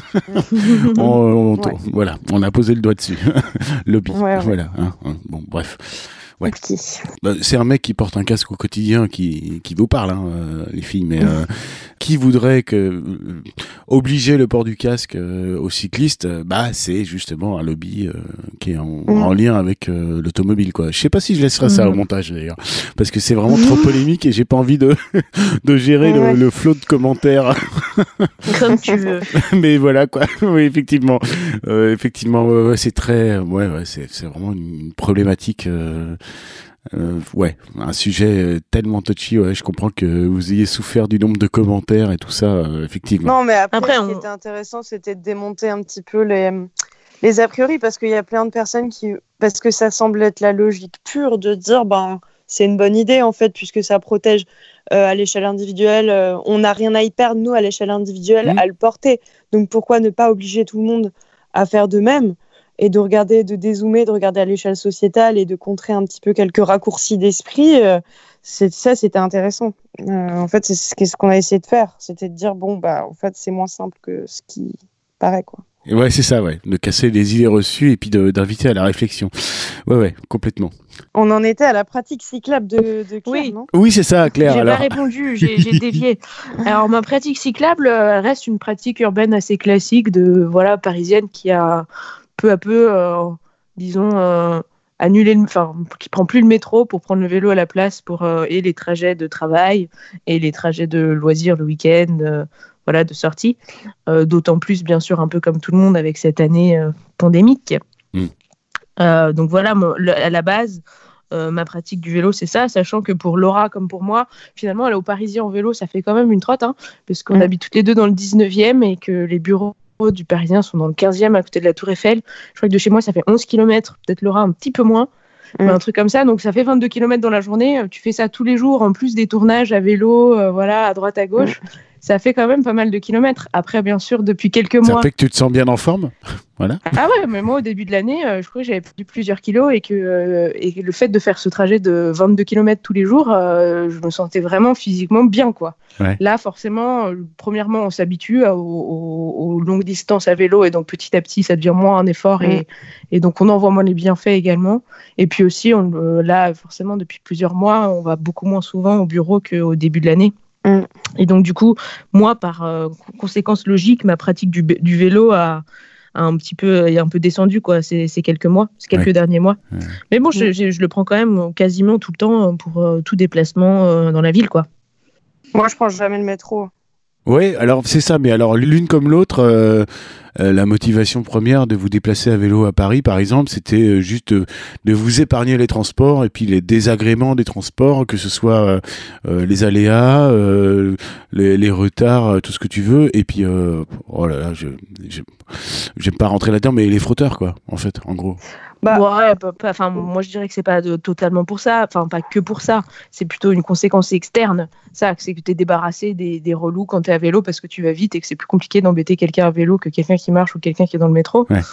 Voilà, on a posé le doigt dessus. Lobby. Ouais. Voilà. Bon, bref. Ouais. Okay. Bah, c'est un mec qui porte un casque au quotidien qui vous parle, les filles, mais qui voudrait obliger le port du casque aux cyclistes, c'est justement un lobby qui est en lien avec l'automobile, quoi. Je sais pas si je laisserai ça au montage d'ailleurs, parce que c'est vraiment trop polémique et j'ai pas envie de gérer le flot de commentaires. Comme tu veux. Mais voilà quoi. Oui, effectivement, c'est très, c'est vraiment une problématique. Un sujet tellement touchy, je comprends que vous ayez souffert du nombre de commentaires et tout ça, effectivement. Non, mais après ce qui était intéressant, c'était de démonter un petit peu les a priori, parce qu'il y a plein de personnes parce que ça semble être la logique pure de dire, c'est une bonne idée, en fait, puisque ça protège à l'échelle individuelle. On n'a rien à y perdre, nous, à l'échelle individuelle, à le porter. Donc, pourquoi ne pas obliger tout le monde à faire de même ? Et de regarder, de dézoomer, de regarder à l'échelle sociétale et de contrer un petit peu quelques raccourcis d'esprit, c'était intéressant. En fait, c'est ce qu'on a essayé de faire. C'était de dire, en fait, c'est moins simple que ce qui paraît, quoi. Et ouais, c'est ça, de casser les idées reçues et puis d'inviter à la réflexion. Ouais, complètement. On en était à la pratique cyclable de Claire, non ? Oui, c'est ça, Claire. J'ai pas répondu, j'ai dévié. Alors, ma pratique cyclable reste une pratique urbaine assez classique parisienne qui a peu à peu, qui prend plus le métro pour prendre le vélo à la place et les trajets de travail et les trajets de loisirs le week-end, de sortie. D'autant plus, bien sûr, un peu comme tout le monde avec cette année pandémique. Donc voilà, à la base, ma pratique du vélo, c'est ça, sachant que pour Laura comme pour moi, finalement, aller au Parisien en vélo, ça fait quand même une trotte, parce qu'on habite toutes les deux dans le 19e et que les bureaux du Parisien sont dans le 15e à côté de la Tour Eiffel. Je crois que de chez moi ça fait 11 km, peut-être Laura un petit peu moins, mais un truc comme ça, donc ça fait 22 km dans la journée. Tu fais ça tous les jours, en plus des tournages à vélo, à droite à gauche. Ça fait quand même pas mal de kilomètres. Après, bien sûr, depuis quelques mois... Ça fait que tu te sens bien en forme ? Voilà. Ah ouais, mais moi, au début de l'année, je crois que j'avais perdu plusieurs kilos et que le fait de faire ce trajet de 22 km tous les jours, je me sentais vraiment physiquement bien, quoi. Ouais. Là, forcément, premièrement, on s'habitue aux longues distances à vélo et donc petit à petit, ça devient moins un effort et donc on en voit moins les bienfaits également. Et puis aussi, là, forcément, depuis plusieurs mois, on va beaucoup moins souvent au bureau qu'au début de l'année. Et donc, du coup, moi, par conséquence logique, ma pratique du vélo a un peu descendu, quoi, ces quelques derniers mois. Mais bon, je le prends quand même quasiment tout le temps pour tout déplacement dans la ville, quoi. Moi, je prends jamais le métro. Oui, alors c'est ça, mais alors l'une comme l'autre, la motivation première de vous déplacer à vélo à Paris, par exemple, c'était juste de vous épargner les transports et puis les désagréments des transports, que ce soit les aléas, les retards, tout ce que tu veux, et puis j'aime pas rentrer là-dedans, mais les frotteurs, quoi, en fait, en gros. Moi je dirais que c'est pas totalement pour ça, enfin pas que pour ça, c'est plutôt une conséquence externe. Ça, c'est que tu es débarrassé des relous quand tu es à vélo parce que tu vas vite et que c'est plus compliqué d'embêter quelqu'un à vélo que quelqu'un qui marche ou quelqu'un qui est dans le métro. Ouais.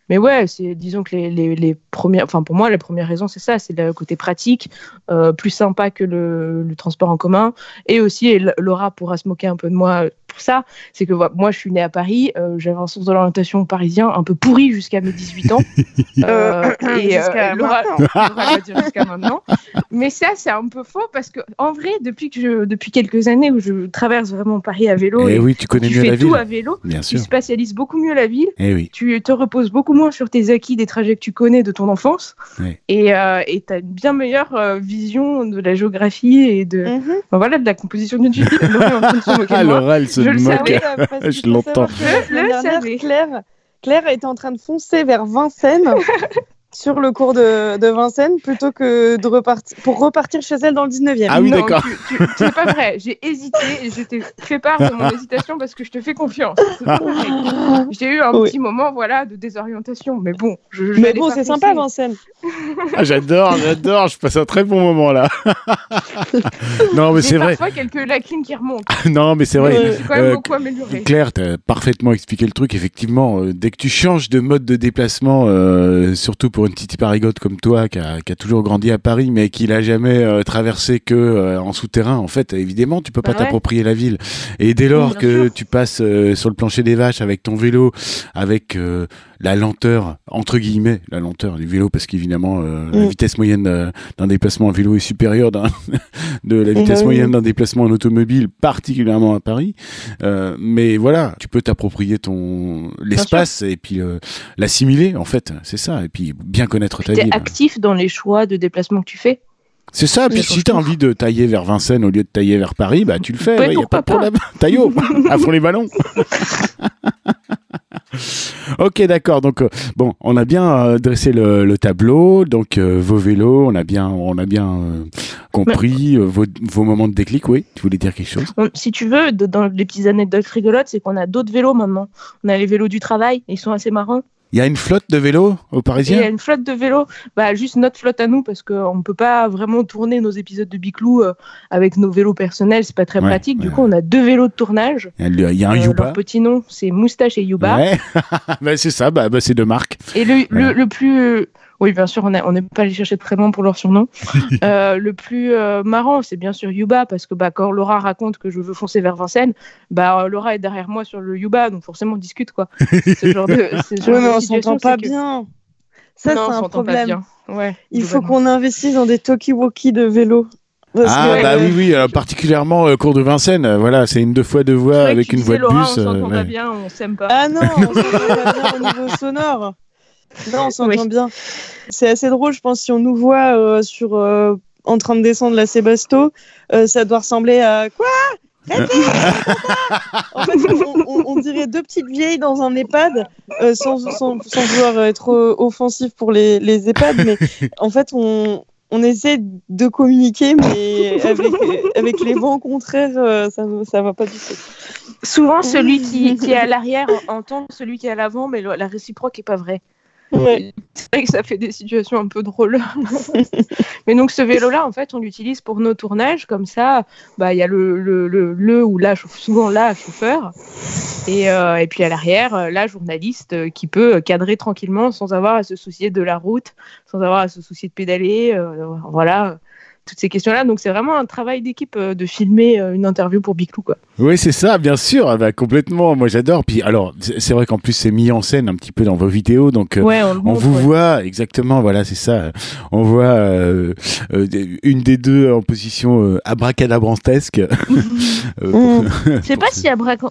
Mais ouais, disons que les premières, enfin pour moi, la première raison, c'est ça, c'est le côté pratique, plus sympa que le transport en commun. Et aussi, et Laura pourra se moquer un peu de moi pour ça, c'est que moi, je suis née à Paris, j'avais un sens de l'orientation parisien un peu pourri jusqu'à mes 18 ans. Et Laura va dire jusqu'à maintenant. Mais ça, c'est un peu faux parce que en vrai, depuis quelques années où je traverse vraiment Paris à vélo, oui, tu connais mieux la ville. Tu fais tout à vélo, tu spatialises beaucoup mieux la ville, tu te reposes beaucoup moins sur tes acquis des trajets que tu connais de ton enfance, et tu as une bien meilleure vision de la géographie et de la composition d'une ville. Laura, elle se moque. Je l'entends. Claire était en train de foncer vers Vincennes sur le cours de Vincennes plutôt que pour repartir chez elle dans le 19e. Ah oui, d'accord. C'est pas vrai. J'ai hésité et je t'ai fait part de mon hésitation parce que je te fais confiance. J'ai eu un petit moment de désorientation. Mais bon, c'est sympa, Vincennes. J'adore. Je passe un très bon moment là. Non, mais c'est vrai. Parfois, quelques lacunes qui remontent. Non, mais c'est vrai. J'ai quand même beaucoup amélioré. Claire, tu as parfaitement expliqué le truc. Effectivement, dès que tu changes de mode de déplacement, surtout pour une petite parigote comme toi qui a toujours grandi à Paris mais qui l'a jamais traversé que en souterrain, en fait, évidemment, tu peux pas t'approprier la ville. Et dès lors que tu passes sur le plancher des vaches avec ton vélo, avec la lenteur, entre guillemets, la lenteur du vélo, parce qu'évidemment, la vitesse moyenne d'un déplacement en vélo est supérieure de la vitesse moyenne d'un déplacement en automobile, particulièrement à Paris. Mais voilà, tu peux t'approprier l'espace et puis l'assimiler, en fait, c'est ça. Et puis bien connaître ta ville. Tu es actif dans les choix de déplacement que tu fais. C'est ça, puis si tu as envie de tailler vers Vincennes au lieu de tailler vers Paris, bah tu le fais, il n'y a pas de problème. Taillot, à fond les ballons. Ok, d'accord. Donc bon, on a bien dressé le tableau. Donc vos vélos, on a bien compris vos moments de déclic. Oui, tu voulais dire quelque chose? Si tu veux, dans les petites anecdotes rigolotes, c'est qu'on a d'autres vélos maintenant. On a les vélos du travail, ils sont assez marrants. Il y a une flotte de vélos aux Parisiens? Il y a une flotte de vélos, juste notre flotte à nous, parce qu'on ne peut pas vraiment tourner nos épisodes de Biclou avec nos vélos personnels, c'est pas très pratique. Du coup, on a 2 vélos de tournage. Il y a un Yuba. Leur petit nom, c'est Moustache et Yuba. Ouais. C'est ça, c'est 2 marques. Et le plus... Oui, bien sûr, on n'est pas allé chercher très loin pour leur surnom. Le plus marrant, c'est bien sûr Yuba, parce que quand Laura raconte que je veux foncer vers Vincennes, Laura est derrière moi sur le Yuba, donc forcément on discute, quoi. Ce genre de mais on s'entend pas bien. Ça, c'est un problème. Ouais, il faut qu'on investisse dans des talkie-walkie de vélo. Oui, particulièrement cours de Vincennes, voilà, c'est une 2x2 voies avec une voie de bus. On s'entend pas bien, on s'aime pas. Ah non, on s'entend pas bien au niveau sonore. Non, on s'entend bien. C'est assez drôle, je pense, si on nous voit en train de descendre la Sébasto, ça doit ressembler à quoi? En fait, on dirait 2 petites vieilles dans un EHPAD, sans vouloir être offensif pour les EHPAD, mais en fait, on essaie de communiquer, mais avec les vents contraires, ça va pas du tout. Souvent, celui qui est à l'arrière entend celui qui est à l'avant, mais la réciproque est pas vraie. Ouais. C'est vrai que ça fait des situations un peu drôles. Mais donc ce vélo-là, en fait, on l'utilise pour nos tournages. Comme ça, il y a le ou la, souvent la chauffeur. Et puis à l'arrière, la journaliste qui peut cadrer tranquillement sans avoir à se soucier de la route, sans avoir à se soucier de pédaler. Voilà. Toutes ces questions-là. Donc, c'est vraiment un travail d'équipe de filmer une interview pour Biclou, quoi. Oui, c'est ça, bien sûr. Complètement. Moi, j'adore. Puis, alors, c'est vrai qu'en plus, c'est mis en scène un petit peu dans vos vidéos. Donc, on vous voit exactement. Voilà, c'est ça. On voit une des deux en position abracadabrantesque. Je sais pas si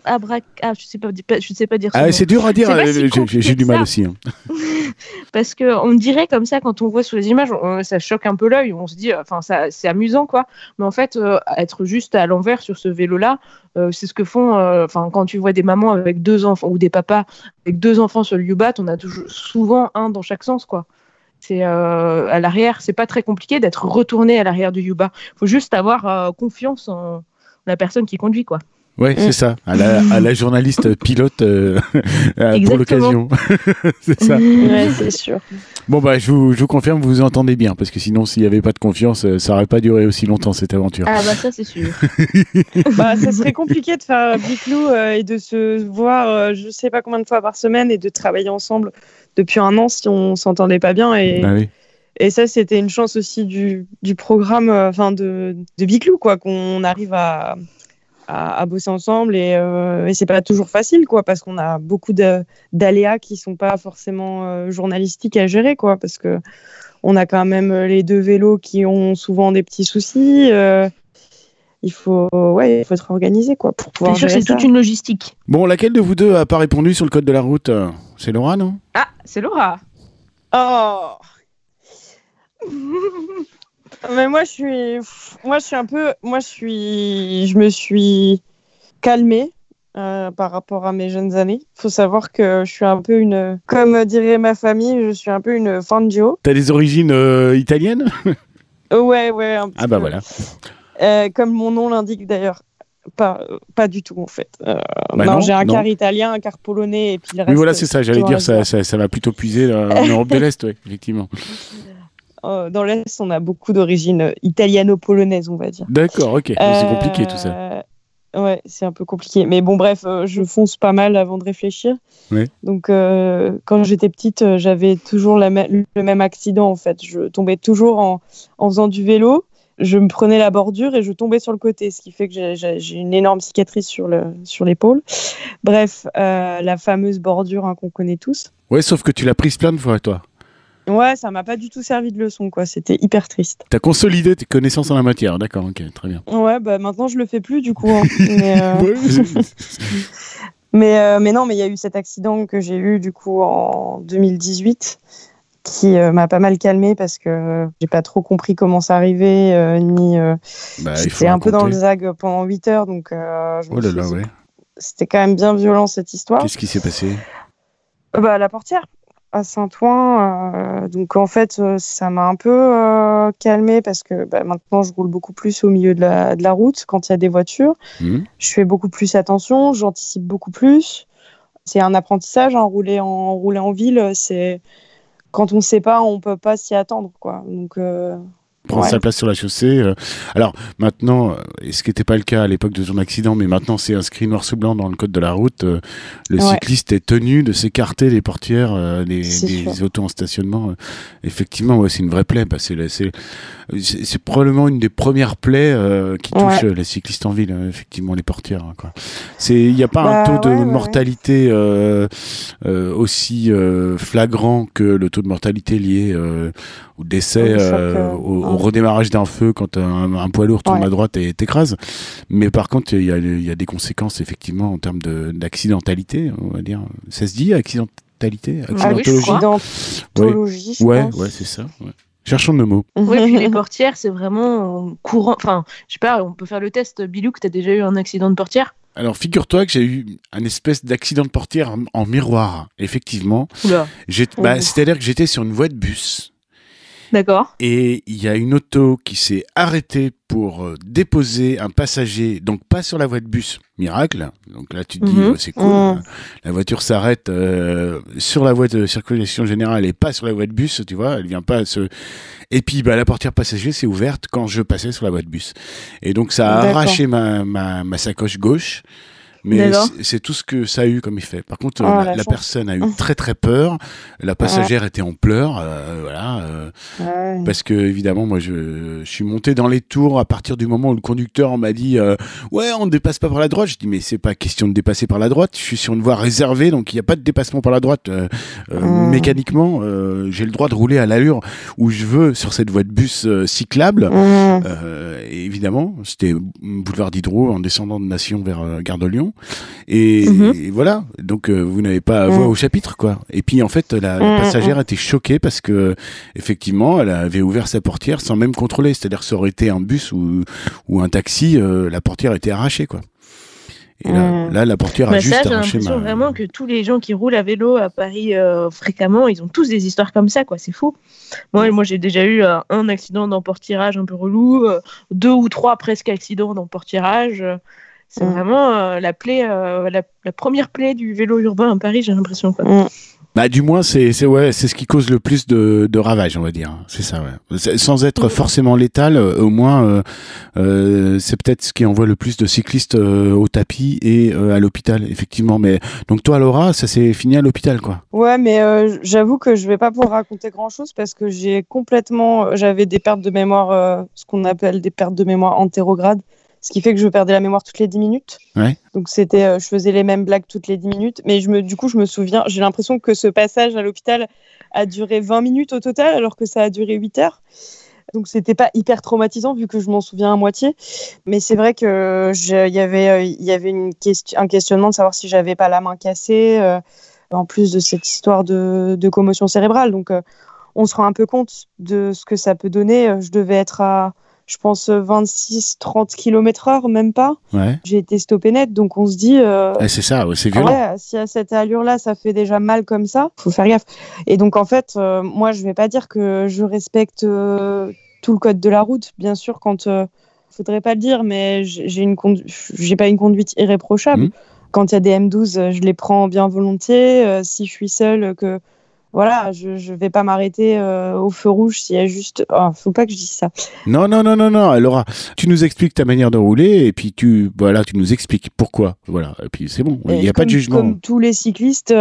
je sais pas dire. C'est dur à dire. J'ai du mal aussi. Hein. Parce que on dirait comme ça quand on voit sur les images, ça choque un peu l'œil. On se dit, c'est amusant, quoi. Mais en fait, être juste à l'envers sur ce vélo-là, c'est ce que font. Quand tu vois des mamans avec 2 enfants ou des papas avec 2 enfants sur le Yubat, on a souvent un dans chaque sens, quoi. C'est à l'arrière, c'est pas très compliqué d'être retourné à l'arrière du Yuba. Faut juste avoir confiance en la personne qui conduit, quoi. Ouais, c'est ça. À la journaliste pilote pour l'occasion. C'est ça. Ouais, c'est sûr. Bon, bah, je vous confirme, vous vous entendez bien, parce que sinon, s'il n'y avait pas de confiance, ça n'aurait pas duré aussi longtemps, cette aventure. Ah, bah, ça, c'est sûr. Bah, ça serait compliqué de faire Biclou et de se voir, je sais pas combien de fois par semaine et de travailler ensemble depuis un an si on s'entendait pas bien. Ah oui. Et ça, c'était une chance aussi du programme, de Biclou, quoi, qu'on arrive à bosser ensemble et c'est pas toujours facile, quoi, parce qu'on a beaucoup d'aléas qui sont pas forcément journalistiques à gérer, quoi, parce que on a quand même les 2 vélos qui ont souvent des petits soucis. Il faut être organisé, quoi, pour pouvoir C'est sûr, gérer c'est ça. toute une logistique. Bon, laquelle de vous deux a pas répondu sur le code de la route? C'est Laura, non? Ah, c'est Laura. Oh. Mais moi, je me suis calmée par rapport à mes jeunes années. Il faut savoir que je suis un peu comme dirait ma famille, je suis un peu une fangio. T'as des origines italiennes? Ouais, un petit Ah bah peu. voilà. Comme mon nom l'indique d'ailleurs. Pas du tout en fait. Bah non, j'ai un non. quart italien, un quart polonais et puis le reste. Oui, voilà, c'est ça. J'allais dire, ça va plutôt puiser en Europe de l'Est, ouais, effectivement. Dans l'Est, on a beaucoup d'origine italiano-polonaise, on va dire. D'accord, ok. C'est compliqué tout ça. Ouais, c'est un peu compliqué. Mais bon, bref, je fonce pas mal avant de réfléchir. Oui. Donc, quand j'étais petite, j'avais toujours le même accident, en fait. Je tombais toujours en faisant du vélo. Je me prenais la bordure et je tombais sur le côté, ce qui fait que j'ai une énorme cicatrice sur l'épaule. Bref, la fameuse bordure qu'on connaît tous. Ouais, sauf que tu l'as prise plein de fois, toi. Ouais, ça m'a pas du tout servi de leçon, quoi. C'était hyper triste. T'as consolidé tes connaissances en la matière, d'accord, ok, très bien. Ouais, bah maintenant je le fais plus du coup. Hein. Ouais, mais non, mais il y a eu cet accident que j'ai eu du coup en 2018 qui m'a pas mal calmée parce que j'ai pas trop compris comment ça arrivait, j'étais un peu dans le zag pendant 8 heures, donc c'était quand même bien violent cette histoire. Qu'est-ce qui s'est passé? La portière à Saint-Ouen, donc en fait ça m'a un peu calmée parce que maintenant je roule beaucoup plus au milieu de la route quand il y a des voitures. Je fais beaucoup plus attention, j'anticipe beaucoup plus. C'est un apprentissage, rouler en ville, c'est quand on ne sait pas, on peut pas s'y attendre, quoi. Donc prendre sa place sur la chaussée. Alors maintenant, ce qui n'était pas le cas à l'époque de ton accident, mais maintenant c'est inscrit noir sur blanc dans le code de la route, le cycliste est tenu de s'écarter des portières des autos en stationnement. Effectivement, c'est une vraie plaie. C'est probablement une des premières plaies qui touche les cyclistes en ville, effectivement, les portières. Il n'y a pas un taux de mortalité aussi flagrant que le taux de mortalité lié au décès, au redémarrage d'un feu quand un poids lourd tourne à droite et t'écrase. Mais par contre, il y a des conséquences effectivement en termes d'accidentalité, on va dire. Ça se dit accidentalité, accidentologie. Accidentologie, je pense. Ouais, c'est ça. Ouais. Cherchons le mot. Oui, puis les portières, c'est vraiment courant. Enfin, je sais pas, on peut faire le test. Bilou, que t'as déjà eu un accident de portière? Alors, figure-toi que j'ai eu un espèce d'accident de portière en miroir, effectivement. Oula. C'est-à-dire que j'étais sur une voie de bus. D'accord. Et il y a une auto qui s'est arrêtée pour déposer un passager, donc pas sur la voie de bus, miracle. Donc là, tu te dis, c'est cool. La voiture s'arrête sur la voie de circulation générale et pas sur la voie de bus, tu vois. Elle vient pas Et puis, la portière passager s'est ouverte quand je passais sur la voie de bus. Et donc, ça a arraché ma sacoche gauche. Mais c'est tout ce que ça a eu comme effet. Par contre, la personne a eu très très peur. La passagère était en pleurs, parce que évidemment, moi, je suis monté dans les tours à partir du moment où le conducteur m'a dit ouais, on ne dépasse pas par la droite. Je dis mais c'est pas question de dépasser par la droite. Je suis sur une voie réservée, donc il n'y a pas de dépassement par la droite. Mécaniquement, j'ai le droit de rouler à l'allure où je veux sur cette voie de bus cyclable. Et évidemment, c'était boulevard Diderot en descendant de Nation vers Gare de Lyon. Et voilà, donc vous n'avez pas voix au chapitre, quoi. Et puis en fait, la passagère était choquée parce que effectivement, elle avait ouvert sa portière sans même contrôler. C'est-à-dire que ça aurait été un bus ou un taxi, la portière était arrachée, quoi. Et là, la portière a juste arraché. J'ai l'impression vraiment que tous les gens qui roulent à vélo à Paris fréquemment, ils ont tous des histoires comme ça, quoi. C'est fou. Moi, j'ai déjà eu un accident d'emportirage un peu relou, 2 ou 3 presque accidents d'emportirage. C'est vraiment la plaie, la première plaie du vélo urbain à Paris, j'ai l'impression. Quoi. Bah, du moins, c'est ce qui cause le plus de ravages, on va dire. C'est ça, ouais. Sans être forcément létal, au moins, c'est peut-être ce qui envoie le plus de cyclistes au tapis et à l'hôpital, effectivement. Mais donc toi, Laura, ça s'est fini à l'hôpital, quoi. Ouais, mais j'avoue que je vais pas pouvoir raconter grand-chose parce que j'avais des pertes de mémoire, ce qu'on appelle des pertes de mémoire antérogrades. Ce qui fait que je perdais la mémoire toutes les 10 minutes. Ouais. Donc, je faisais les mêmes blagues toutes les 10 minutes. Mais du coup, je me souviens, j'ai l'impression que ce passage à l'hôpital a duré 20 minutes au total, alors que ça a duré 8 heures. Donc, c'était pas hyper traumatisant vu que je m'en souviens à moitié. Mais c'est vrai que il y avait un questionnement de savoir si j'avais pas la main cassée, en plus de cette histoire de commotion cérébrale. Donc, on se rend un peu compte de ce que ça peut donner. Je devais être à, je pense, 26-30 km/h, même pas. Ouais. J'ai été stoppée net, donc on se dit... c'est ça, c'est violent. Ouais, si à cette allure-là, ça fait déjà mal comme ça, faut faire gaffe. Et donc, en fait, moi, je vais pas dire que je respecte tout le code de la route. Bien sûr, faudrait pas le dire, mais j'ai pas une conduite irréprochable. Quand il y a des M12, je les prends bien volontiers. Si je suis seule, voilà, je vais pas m'arrêter au feu rouge s'il y a juste... Oh, faut pas que je dise ça. Non, Laura, tu nous expliques ta manière de rouler et puis tu nous expliques pourquoi. Voilà, et puis c'est bon, il n'y a pas de jugement. Comme tous les cyclistes,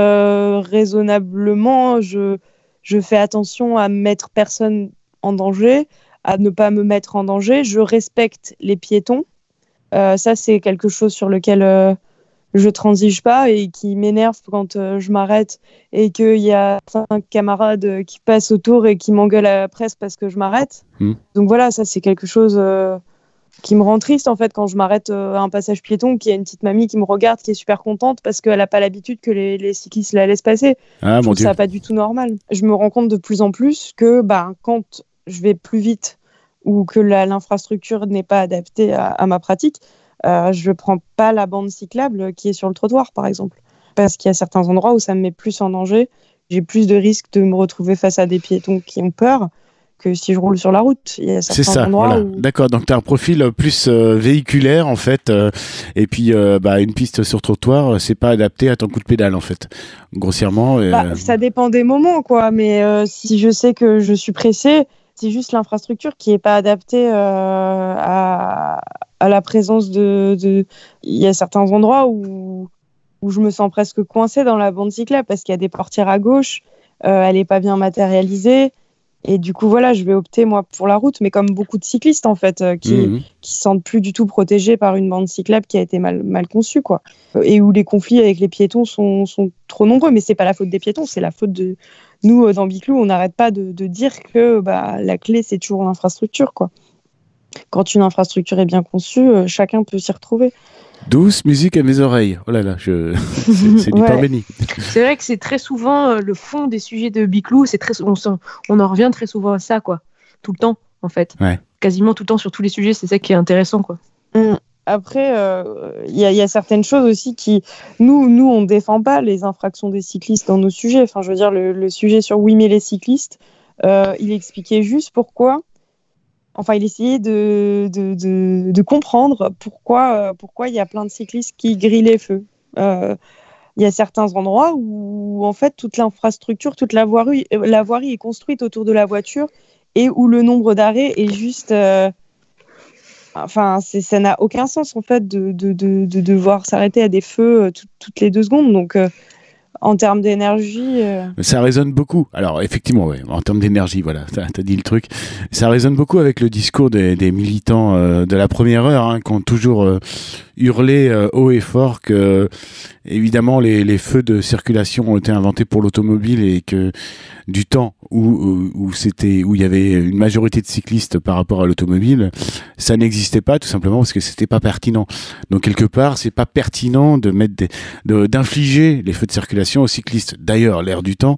raisonnablement, je fais attention à mettre personne en danger, à ne pas me mettre en danger. Je respecte les piétons. Ça, c'est quelque chose sur lequel... je transige pas et qui m'énerve quand je m'arrête et qu'il y a 5 camarades qui passent autour et qui m'engueulent presque parce que je m'arrête. Donc voilà, ça c'est quelque chose qui me rend triste en fait quand je m'arrête à un passage piéton, qu'il y a une petite mamie qui me regarde, qui est super contente parce qu'elle n'a pas l'habitude que les cyclistes la laissent passer. Je trouve ça pas du tout normal. Je me rends compte de plus en plus que quand je vais plus vite ou que l'infrastructure n'est pas adaptée à ma pratique, je ne prends pas la bande cyclable qui est sur le trottoir, par exemple. Parce qu'il y a certains endroits où ça me met plus en danger. J'ai plus de risques de me retrouver face à des piétons qui ont peur que si je roule sur la route. Il y a certains c'est ça, endroits voilà. Où... D'accord, donc tu as un profil plus véhiculaire, en fait. Et puis, une piste sur trottoir, c'est pas adapté à ton coup de pédale, en fait. Grossièrement. Ça dépend des moments, quoi. Mais si je sais que je suis pressée, c'est juste l'infrastructure qui n'est pas adaptée à la présence il y a certains endroits où je me sens presque coincée dans la bande cyclable parce qu'il y a des portières à gauche, elle n'est pas bien matérialisée et du coup voilà, je vais opter moi pour la route, mais comme beaucoup de cyclistes en fait qui se sentent plus du tout protégés par une bande cyclable qui a été mal conçue quoi, et où les conflits avec les piétons sont trop nombreux, mais c'est pas la faute des piétons, c'est la faute de nous dans Biclou, on n'arrête pas de dire que la clé c'est toujours l'infrastructure quoi. Quand une infrastructure est bien conçue, chacun peut s'y retrouver. Douce musique à mes oreilles. Oh là là, c'est du pain béni. C'est vrai que c'est très souvent le fond des sujets de Biclou. On en revient très souvent à ça, quoi. Tout le temps, en fait. Ouais. Quasiment tout le temps sur tous les sujets, c'est ça qui est intéressant, quoi. Après, y a certaines choses aussi qui... Nous, on ne défend pas les infractions des cyclistes dans nos sujets. Enfin, je veux dire, le sujet sur Oui, mais les cyclistes, il expliquait juste pourquoi... Enfin, il essayait de comprendre pourquoi il y a plein de cyclistes qui grillent les feux. Il y a certains endroits où, en fait, toute l'infrastructure, toute la voirie est construite autour de la voiture et où le nombre d'arrêts est juste... ça n'a aucun sens, en fait, de devoir s'arrêter à des feux toutes les 2 secondes. Donc... en termes d'énergie... Ça résonne beaucoup. Alors, effectivement, ouais, en termes d'énergie, voilà, t'as dit le truc. Ça résonne beaucoup avec le discours des militants de la première heure, qui ont toujours hurlé haut et fort que, évidemment, les feux de circulation ont été inventés pour l'automobile et que du temps où il y avait une majorité de cyclistes par rapport à l'automobile, ça n'existait pas, tout simplement parce que c'était pas pertinent. Donc, quelque part, c'est pas pertinent de d'infliger les feux de circulation aux cyclistes. D'ailleurs, l'air du temps,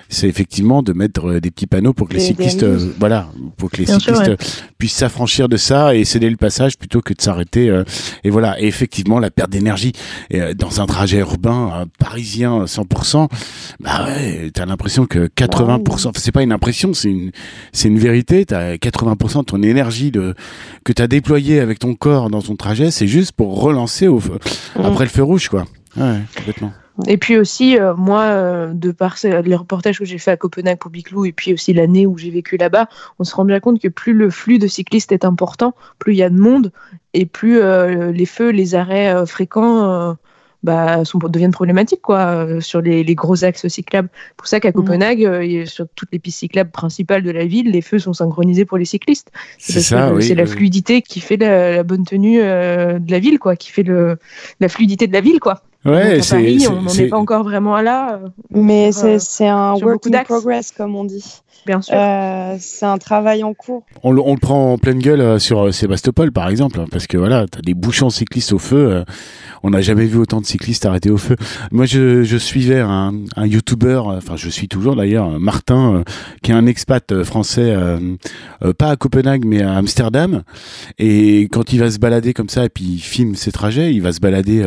c'est effectivement de mettre des petits panneaux pour que les cyclistes, pour que les Bien cyclistes sûr, puissent s'affranchir de ça et céder le passage plutôt que de s'arrêter. Et voilà. Et effectivement, la perte d'énergie dans un trajet urbain parisien 100%, bah ouais, t'as l'impression que 80%, c'est pas une impression, c'est une vérité. T'as 80% de ton énergie que t'as déployé avec ton corps dans ton trajet, c'est juste pour relancer après le feu rouge, quoi. Ouais, complètement. Et puis aussi, moi, de par les reportages que j'ai fait à Copenhague pour Biclou et puis aussi l'année où j'ai vécu là-bas, on se rend bien compte que plus le flux de cyclistes est important, plus il y a de monde et plus les feux, les arrêts fréquents deviennent problématiques quoi, sur les gros axes cyclables. C'est pour ça qu'à Copenhague, sur toutes les pistes cyclables principales de la ville, les feux sont synchronisés pour les cyclistes. C'est la fluidité qui fait la bonne tenue de la ville, quoi, qui fait la fluidité de la ville, quoi. Ouais, donc à Paris, on n'en est pas encore vraiment là. Mais c'est un work in progress, comme on dit. Bien sûr. C'est un travail en cours. On le prend en pleine gueule sur Sébastopol, par exemple, parce que voilà, t'as des bouchons cyclistes au feu. On n'a jamais vu autant de cyclistes arrêtés au feu. Moi, je suivais un youtubeur, enfin, je suis toujours d'ailleurs, Martin, qui est un expat français, pas à Copenhague, mais à Amsterdam. Et quand il va se balader comme ça, et puis il filme ses trajets, il va se balader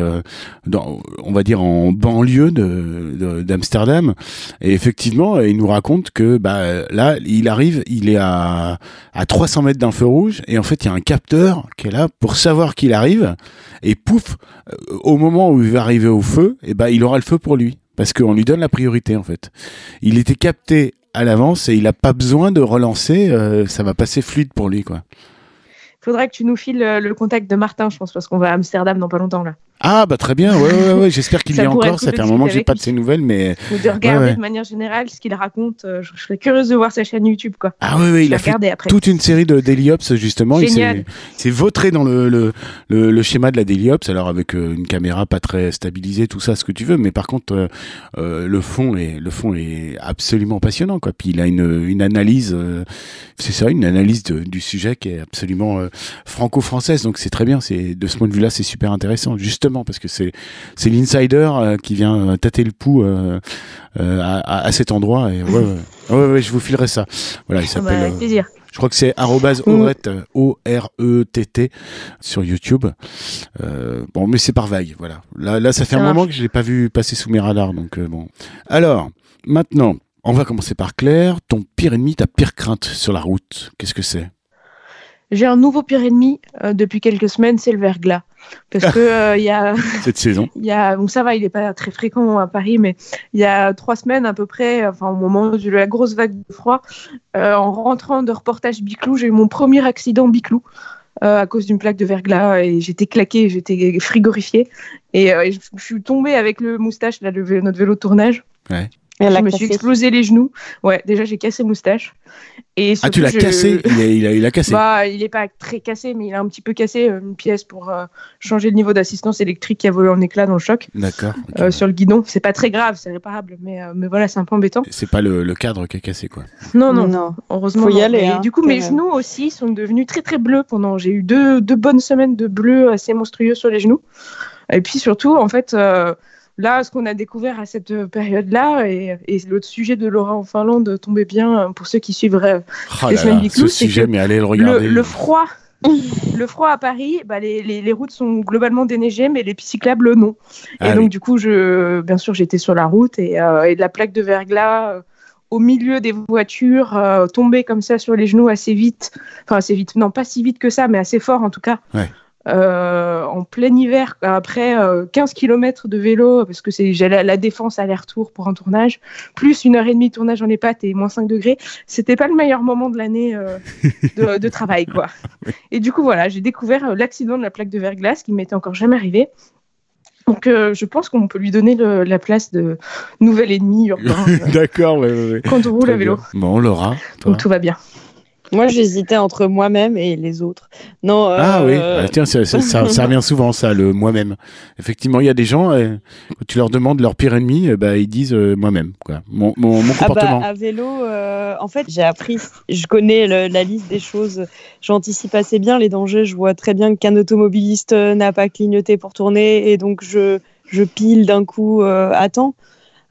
on va dire en banlieue d'Amsterdam. Et effectivement, il nous raconte que là, il est à 300 mètres d'un feu rouge, et en fait, il y a un capteur qui est là pour savoir qu'il arrive, et pouf, au moment où il va arriver au feu, il aura le feu pour lui, parce qu'on lui donne la priorité, en fait. Il était capté à l'avance, et il n'a pas besoin de relancer, ça va passer fluide pour lui, quoi. Faudrait que tu nous files le contact de Martin, je pense, parce qu'on va à Amsterdam dans pas longtemps, là. Ah, bah très bien, ouais, j'espère qu'il y est encore, ça fait un moment que j'ai pas de ses nouvelles, mais... Ou de regarder de manière générale ce qu'il raconte, je serais curieuse de voir sa chaîne YouTube, quoi. Ah oui, il a fait toute une série de Daily Ops, justement. Génial. Il s'est vautré dans le schéma de la Daily Ops, alors avec une caméra pas très stabilisée, tout ça, ce que tu veux, mais par contre, le fond est absolument passionnant, quoi. Puis il a une analyse, c'est ça, une analyse du sujet qui est absolument franco-française, donc c'est très bien, de ce point de vue-là, c'est super intéressant, justement, parce que c'est l'insider qui vient tâter le pouls à cet endroit. Et ouais, je vous filerai ça. Voilà, il s'appelle. Avec plaisir. Je crois que c'est @Orett, ORETT sur YouTube. Bon, mais c'est par vague. Voilà. Là, ça fait un moment que je l'ai pas vu passer sous mes radars. Donc bon. Alors, maintenant, on va commencer par Claire. Ton pire ennemi, ta pire crainte sur la route, qu'est-ce que c'est ? J'ai un nouveau pire ennemi depuis quelques semaines, c'est le verglas. Parce que il y a cette saison. Bon, ça va, il n'est pas très fréquent à Paris, mais il y a 3 semaines à peu près, au moment de la grosse vague de froid, en rentrant de reportage Biclou, j'ai eu mon premier accident Biclou à cause d'une plaque de verglas et j'étais claquée, j'étais frigorifiée et je suis tombée avec le moustache, là, notre vélo de tournage. Ouais. Je me suis explosé les genoux. Ouais, déjà j'ai cassé moustache. Et surtout, tu l'as cassé ? Il a cassé. Il est pas très cassé, mais il a un petit peu cassé une pièce pour changer le niveau d'assistance électrique qui a volé en éclats dans le choc. D'accord. Okay. Sur le guidon, c'est pas très grave, c'est réparable, mais voilà, c'est un peu embêtant. C'est pas le cadre qui est cassé, quoi. Non. Heureusement. Faut y aller. Et du coup, mes genoux aussi sont devenus très très bleus j'ai eu deux bonnes semaines de bleu assez monstrueux sur les genoux. Et puis surtout, en fait. Là, ce qu'on a découvert à cette période-là, et l'autre sujet de Laura en Finlande tombait bien pour ceux qui suivraient les semaines Biclou, c'est sujet, mais allez le regarder. Le froid à Paris, les routes sont globalement déneigées, mais les pistes cyclables, non. Et donc, du coup, bien sûr, j'étais sur la route et de la plaque de verglas au milieu des voitures, tombée comme ça sur les genoux assez vite. Enfin, assez vite, non, pas si vite que ça, mais assez fort en tout cas. Ouais. En plein hiver, après 15 km de vélo, parce que j'ai la Défense aller-retour pour un tournage, plus 1h30 de tournage en les pattes et moins 5 degrés, c'était pas le meilleur moment de l'année de travail, quoi. Et du coup, voilà, j'ai découvert l'accident de la plaque de verglas qui m'était encore jamais arrivé. Donc, je pense qu'on peut lui donner la place de nouvel ennemi urbain. D'accord, ouais. Quand on roule à vélo. Bon, Laura, toi. Donc, tout va bien. Moi, j'hésitais entre moi-même et les autres. Non. Oui, tiens, ça revient souvent, ça, le moi-même. Effectivement, il y a des gens, quand tu leur demandes leur pire ennemi, ils disent moi-même, quoi. Mon comportement. À vélo, en fait, j'ai appris, je connais la liste des choses, j'anticipe assez bien les dangers, je vois très bien qu'un automobiliste n'a pas clignoté pour tourner et donc je pile d'un coup à temps.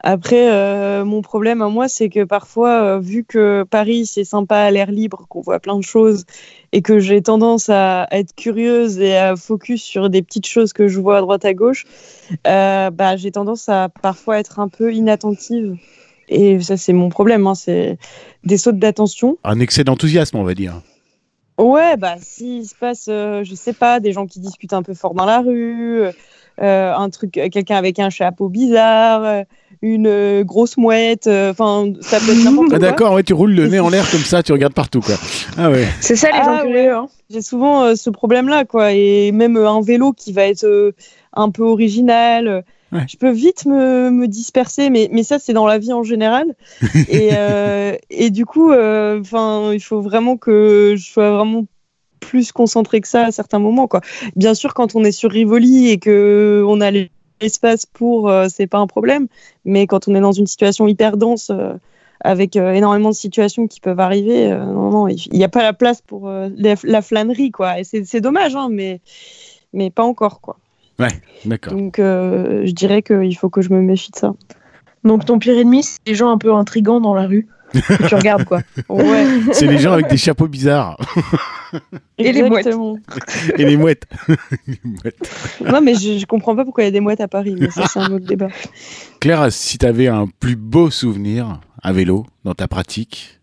Après, mon problème à moi, c'est que parfois, vu que Paris, c'est sympa à l'air libre, qu'on voit plein de choses, et que j'ai tendance à être curieuse et à focus sur des petites choses que je vois à droite à gauche, j'ai tendance à parfois être un peu inattentive. Et ça, c'est mon problème, hein, c'est des sautes d'attention. Un excès d'enthousiasme, on va dire. Ouais, s'il se passe, je sais pas, des gens qui discutent un peu fort dans la rue, quelqu'un avec un chapeau bizarre, une grosse mouette, ça peut être n'importe quoi. D'accord, ouais, tu roules le nez en l'air comme ça, tu regardes partout, quoi. Ah ouais. C'est ça les gens curieux. Ouais. Hein. J'ai souvent ce problème-là, quoi. Et même un vélo qui va être un peu original. Ouais. Je peux vite me disperser, mais ça, c'est dans la vie en général. Et du coup, il faut vraiment que je sois vraiment plus concentrée que ça à certains moments, quoi. Bien sûr, quand on est sur Rivoli et qu'on a l'espace pour, c'est pas un problème. Mais quand on est dans une situation hyper dense, avec énormément de situations qui peuvent arriver, non, il n'y a pas la place pour la flânerie, quoi. Et c'est dommage, hein, mais pas encore, quoi. Ouais, d'accord. Donc, je dirais qu'il faut que je me méfie de ça. Donc, ton pire ennemi, c'est les gens un peu intrigants dans la rue que tu regardes, quoi. Ouais. C'est les gens avec des chapeaux bizarres. Et les mouettes. Et les mouettes. Non, mais je comprends pas pourquoi il y a des mouettes à Paris, mais ça, c'est un autre débat. Claire, si tu avais un plus beau souvenir à vélo dans ta pratique,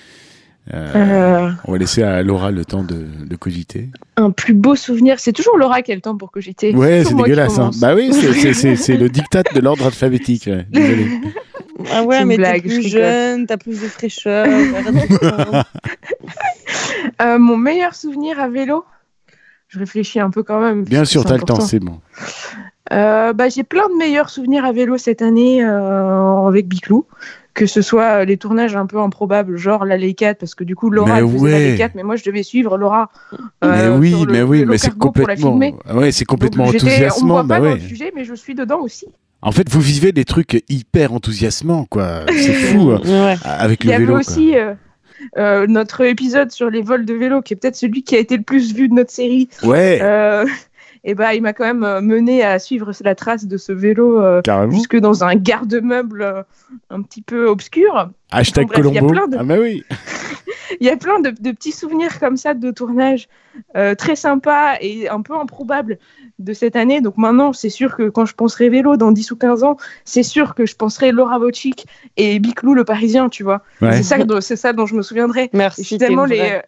on va laisser à Laura le temps de cogiter. Un plus beau souvenir, c'est toujours Laura qui a le temps pour cogiter. Ouais, c'est dégueulasse. Hein. Bah oui, c'est le dictat de l'ordre alphabétique. Ouais. Désolé. Ah ouais, mais t'es plus jeune, t'as plus de fraîcheur. Mon meilleur souvenir à vélo, je réfléchis un peu quand même. Bien sûr, t'as le temps, c'est bon. J'ai plein de meilleurs souvenirs à vélo cette année avec Biclou. Que ce soit les tournages un peu improbables, genre l'Allée 4, parce que du coup, Laura faisait l'Allée 4, mais moi, je devais suivre Laura. Mais c'est complètement, c'est complètement enthousiasmant. On ne voit pas dans le sujet, mais je suis dedans aussi. En fait, vous vivez des trucs hyper enthousiasmants, quoi. C'est fou, avec le vélo. Il y avait aussi notre épisode sur les vols de vélo, qui est peut-être celui qui a été le plus vu de notre série. Ouais. Et il m'a quand même mené à suivre la trace de ce vélo jusque dans un garde-meuble un petit peu obscur. Hashtag Colombo. Ah bah oui. Il y a plein de petits souvenirs comme ça de tournage très sympas et un peu improbables de cette année. Donc maintenant, c'est sûr que quand je penserai vélo dans 10 ou 15 ans, c'est sûr que je penserai Laura Wojcik et Biclou le Parisien, tu vois. Ouais. C'est ça dont je me souviendrai. Merci. Tellement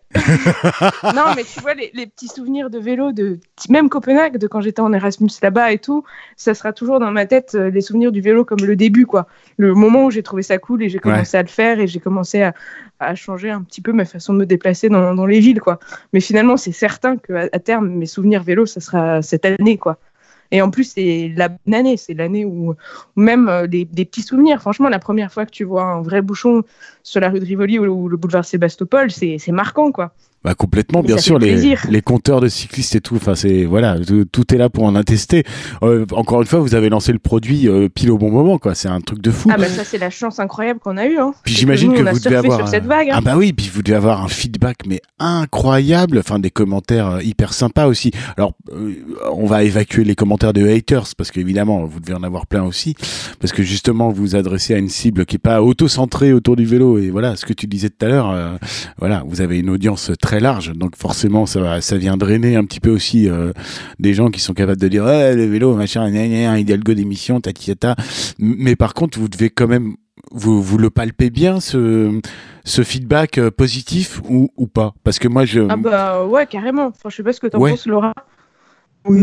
non, mais tu vois, les petits souvenirs de vélo, même Copenhague, de quand j'étais en Erasmus là-bas et tout, ça sera toujours dans ma tête les souvenirs du vélo comme le début, quoi. Le moment où j'ai trouvé ça cool et j'ai commencé à le faire et j'ai commencé à changer un petit peu ma façon de me déplacer dans les villes, quoi. Mais finalement, c'est certain qu'à terme, mes souvenirs vélo, ça sera cette année, quoi. Et en plus, c'est la bonne année, c'est l'année où même des petits souvenirs. Franchement, la première fois que tu vois un vrai bouchon sur la rue de Rivoli ou le boulevard Sébastopol, c'est marquant, quoi. Bah complètement, bien sûr, les compteurs de cyclistes et tout, enfin tout est là pour en attester. Encore une fois, vous avez lancé le produit pile au bon moment, quoi. C'est un truc de fou. Ah bah ça, c'est la chance incroyable qu'on a eue, hein. Puis j'imagine que vous devez avoir sur cette vague, hein. Ah bah oui, puis vous devez avoir un feedback mais incroyable, enfin des commentaires hyper sympas aussi. Alors on va évacuer les commentaires de haters parce qu'évidemment vous devez en avoir plein aussi, parce que justement vous vous adressez à une cible qui est pas auto-centrée autour du vélo et voilà ce que tu disais tout à l'heure. Voilà, vous avez une audience très large, donc forcément ça vient drainer un petit peu aussi des gens qui sont capables de dire le vélo machin, idéalgo d'émission, tata. Mais par contre vous devez quand même vous le palpez bien ce feedback positif ou pas, parce que moi ah bah ouais carrément. Enfin, je sais pas ce que t'en penses, Laura. Oui.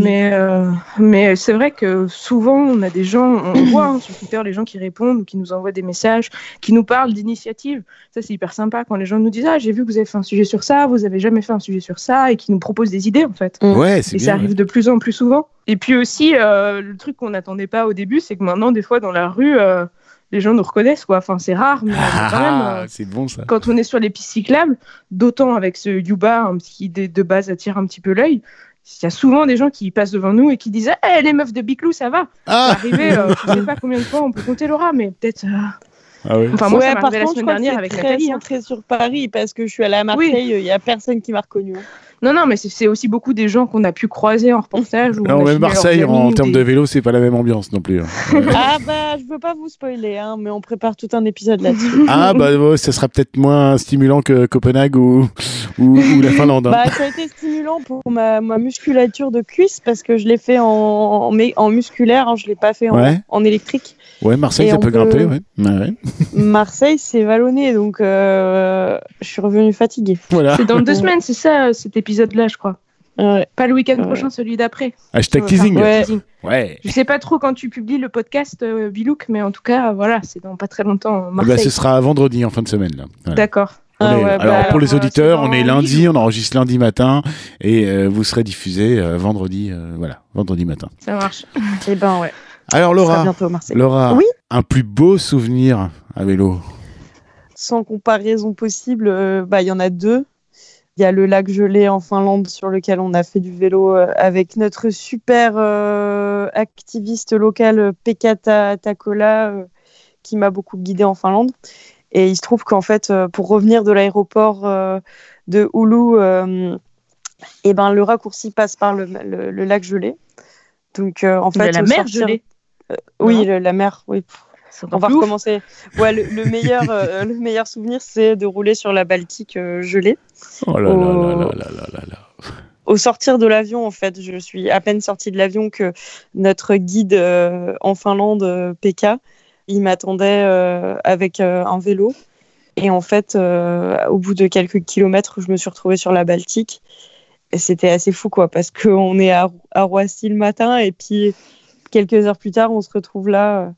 Mais c'est vrai que souvent on a des gens, on voit sur Twitter les gens qui répondent ou qui nous envoient des messages, qui nous parlent d'initiatives. Ça c'est hyper sympa quand les gens nous disent j'ai vu que vous avez fait un sujet sur ça, vous avez jamais fait un sujet sur ça, et qui nous proposent des idées en fait. Ouais, c'est et bien, ça arrive de plus en plus souvent. Et puis aussi le truc qu'on n'attendait pas au début, c'est que maintenant des fois dans la rue les gens nous reconnaissent, quoi. Enfin, c'est rare, mais quand même. C'est bon ça. Quand on est sur les pistes cyclables, d'autant avec ce Yuba qui de base attire un petit peu l'œil. Il y a souvent des gens qui passent devant nous et qui disent les meufs de Biclou, ça va. Ça arrivé, je sais pas combien de fois on peut compter Laura, mais peut-être. Ah oui. Enfin, moi, ça m'est par arrivé contre, la semaine dernière avec Nathalie. Nathalie. C'est très centré sur Paris parce que je suis allée à Marseille, il y a personne qui m'a reconnue. Non, mais c'est aussi beaucoup des gens qu'on a pu croiser en reportage. Non, même Marseille, en termes de vélo, c'est pas la même ambiance non plus. Ah bah, je veux pas vous spoiler, hein, mais on prépare tout un épisode là-dessus. Ah bah, ça sera peut-être moins stimulant que Copenhague ou la Finlande. Hein. Bah, ça a été stimulant pour ma musculature de cuisse parce que je l'ai fait en musculaire, hein, je l'ai pas fait en électrique. Ouais, Marseille, ça peut grimper, ouais. Marseille, c'est vallonné, donc je suis revenue fatiguée. Voilà. C'est dans 2 semaines, c'est ça, cet épisode-là, je crois. Pas le week-end prochain, celui d'après. #teasing. Ouais. Je sais pas trop quand tu publies le podcast, Bilouk, mais en tout cas, voilà, c'est dans pas très longtemps. Marseille. Ce sera vendredi, en fin de semaine. Là. Voilà. D'accord. Alors pour les auditeurs, on est lundi, on enregistre lundi matin et vous serez diffusé vendredi matin. Ça marche. Eh ben ouais. Alors Laura, oui, un plus beau souvenir à vélo? Sans comparaison possible, il y en a 2. Il y a le lac gelé en Finlande sur lequel on a fait du vélo avec notre super activiste local Pekka Takola qui m'a beaucoup guidée en Finlande. Et il se trouve qu'en fait, pour revenir de l'aéroport de Oulu, le raccourci passe par le lac gelé. Donc en fait, la mer gelée. Oui, la mer, oui. On va recommencer. Ouais, le meilleur souvenir, c'est de rouler sur la Baltique gelée. Oh là là. Au sortir de l'avion, en fait, je suis à peine sortie de l'avion que notre guide en Finlande, Pekka, il m'attendait avec un vélo. Et en fait, au bout de quelques kilomètres, je me suis retrouvée sur la Baltique. Et c'était assez fou, quoi, parce qu'on est à Roissy le matin et puis quelques heures plus tard, on se retrouve là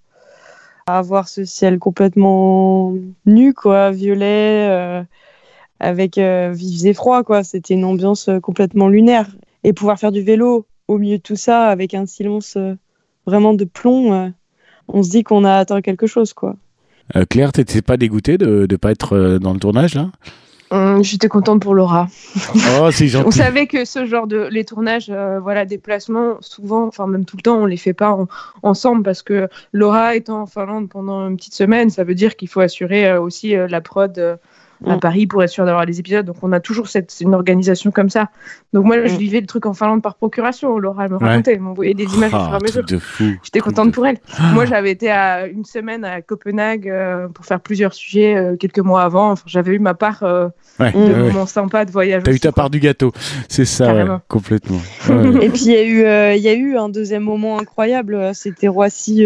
à voir ce ciel complètement nu, quoi, violet, avec vifs et froids, quoi. C'était une ambiance complètement lunaire. Et pouvoir faire du vélo au milieu de tout ça, avec un silence vraiment de plomb, on se dit qu'on a atteint quelque chose, quoi. Claire, t'étais pas dégoûtée de ne pas être dans le tournage, là? J'étais contente pour Laura. Oh, c'est gentil. On savait que ce genre les tournages, déplacements, souvent, enfin même tout le temps, on les fait pas ensemble parce que Laura étant en Finlande pendant une petite semaine, ça veut dire qu'il faut assurer aussi la prod à Paris pour être sûr d'avoir les épisodes. Donc on a toujours une organisation comme ça. Donc moi, je vivais le truc en Finlande par procuration. Laura me racontait, elle m'envoyait des images au fur et à mesure. J'étais contente pour elle. Moi, j'avais été à une semaine à Copenhague pour faire plusieurs sujets quelques mois avant. Enfin, j'avais eu ma part de moments sympas de voyage. T'as eu ta part du gâteau, c'est ça, complètement. Ouais. Et puis il y a eu un deuxième moment incroyable. C'était Roissy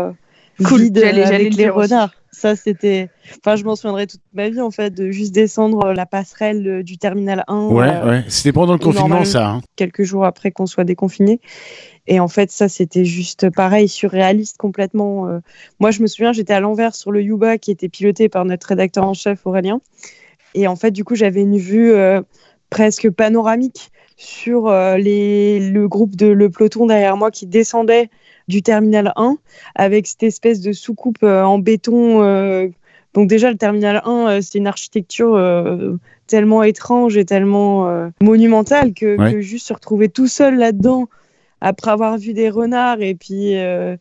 vide avec les renards. Ça, c'était... Enfin, je m'en souviendrai toute ma vie, en fait, de juste descendre la passerelle du terminal 1. Ouais. C'était pendant le confinement, ça. Hein. Quelques jours après qu'on soit déconfiné. Et en fait, ça, c'était juste pareil, surréaliste complètement. Moi, je me souviens, j'étais à l'envers sur le Yuba qui était piloté par notre rédacteur en chef, Aurélien. Et en fait, du coup, j'avais une vue presque panoramique sur le groupe le peloton derrière moi qui descendait du terminal 1 avec cette espèce de soucoupe en béton. Donc déjà, le terminal 1, c'est une architecture tellement étrange et tellement monumentale que juste se retrouver tout seul là-dedans après avoir vu des renards et puis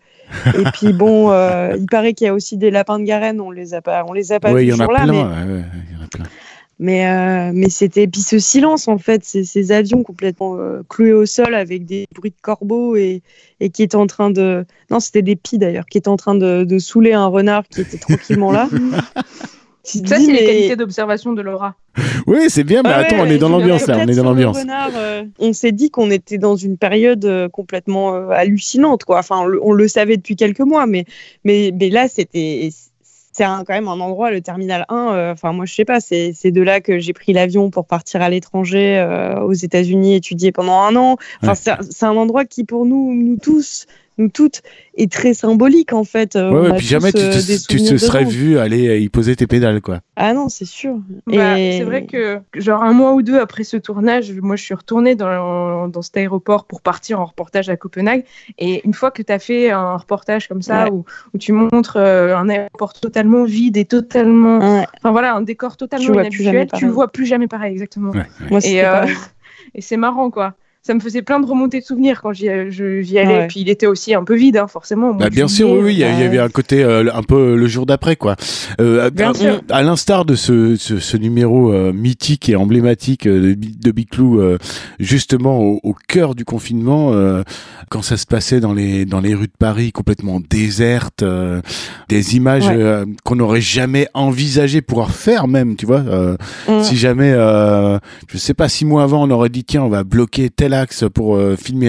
bon, il paraît qu'il y a aussi des lapins de Garenne, on les a pas vus ce jour-là. Il y en a plein. Mais c'était puis ce silence en fait, ces avions complètement cloués au sol avec des bruits de corbeaux et qui étaient en train de c'était des pies d'ailleurs qui étaient en train de saouler un renard qui était tranquillement là. Ça, c'est les qualités d'observation de Laura. Oui, c'est bien, mais attends, on est dans l'ambiance là, on est dans l'ambiance. On s'est dit qu'on était dans une période complètement hallucinante, quoi. Enfin, on le savait depuis quelques mois, mais là, c'est quand même un endroit, le terminal 1. Enfin, moi, je sais pas, c'est de là que j'ai pris l'avion pour partir à l'étranger, aux États-Unis, étudier pendant 1 an. Enfin, c'est un endroit qui, pour nous toutes, est très symbolique en fait. Ouais, puis jamais tu te serais vu aller y poser tes pédales, quoi. Ah non, c'est sûr. C'est vrai que, genre 1 mois ou 2 après ce tournage, moi je suis retournée dans cet aéroport pour partir en reportage à Copenhague. Et une fois que tu as fait un reportage comme ça, où tu montres un aéroport totalement vide et totalement. Enfin voilà, un décor totalement inhabituel, tu le vois plus jamais pareil, exactement. Moi, et c'est marrant, quoi. ça me faisait plein de remontées de souvenirs quand j'y allais. Ouais. Puis il était aussi un peu vide, hein, forcément. Au mois de Bien sûr, juillet, oui, il y avait un côté un peu le jour d'après, quoi. Bien sûr. À l'instar de ce numéro mythique et emblématique de Biclou, justement au cœur du confinement, quand ça se passait dans les rues de Paris complètement désertes, des images qu'on n'aurait jamais envisagé pouvoir faire même, tu vois. Si jamais, je sais pas, 6 mois avant, on aurait dit tiens, on va bloquer tel axe pour filmer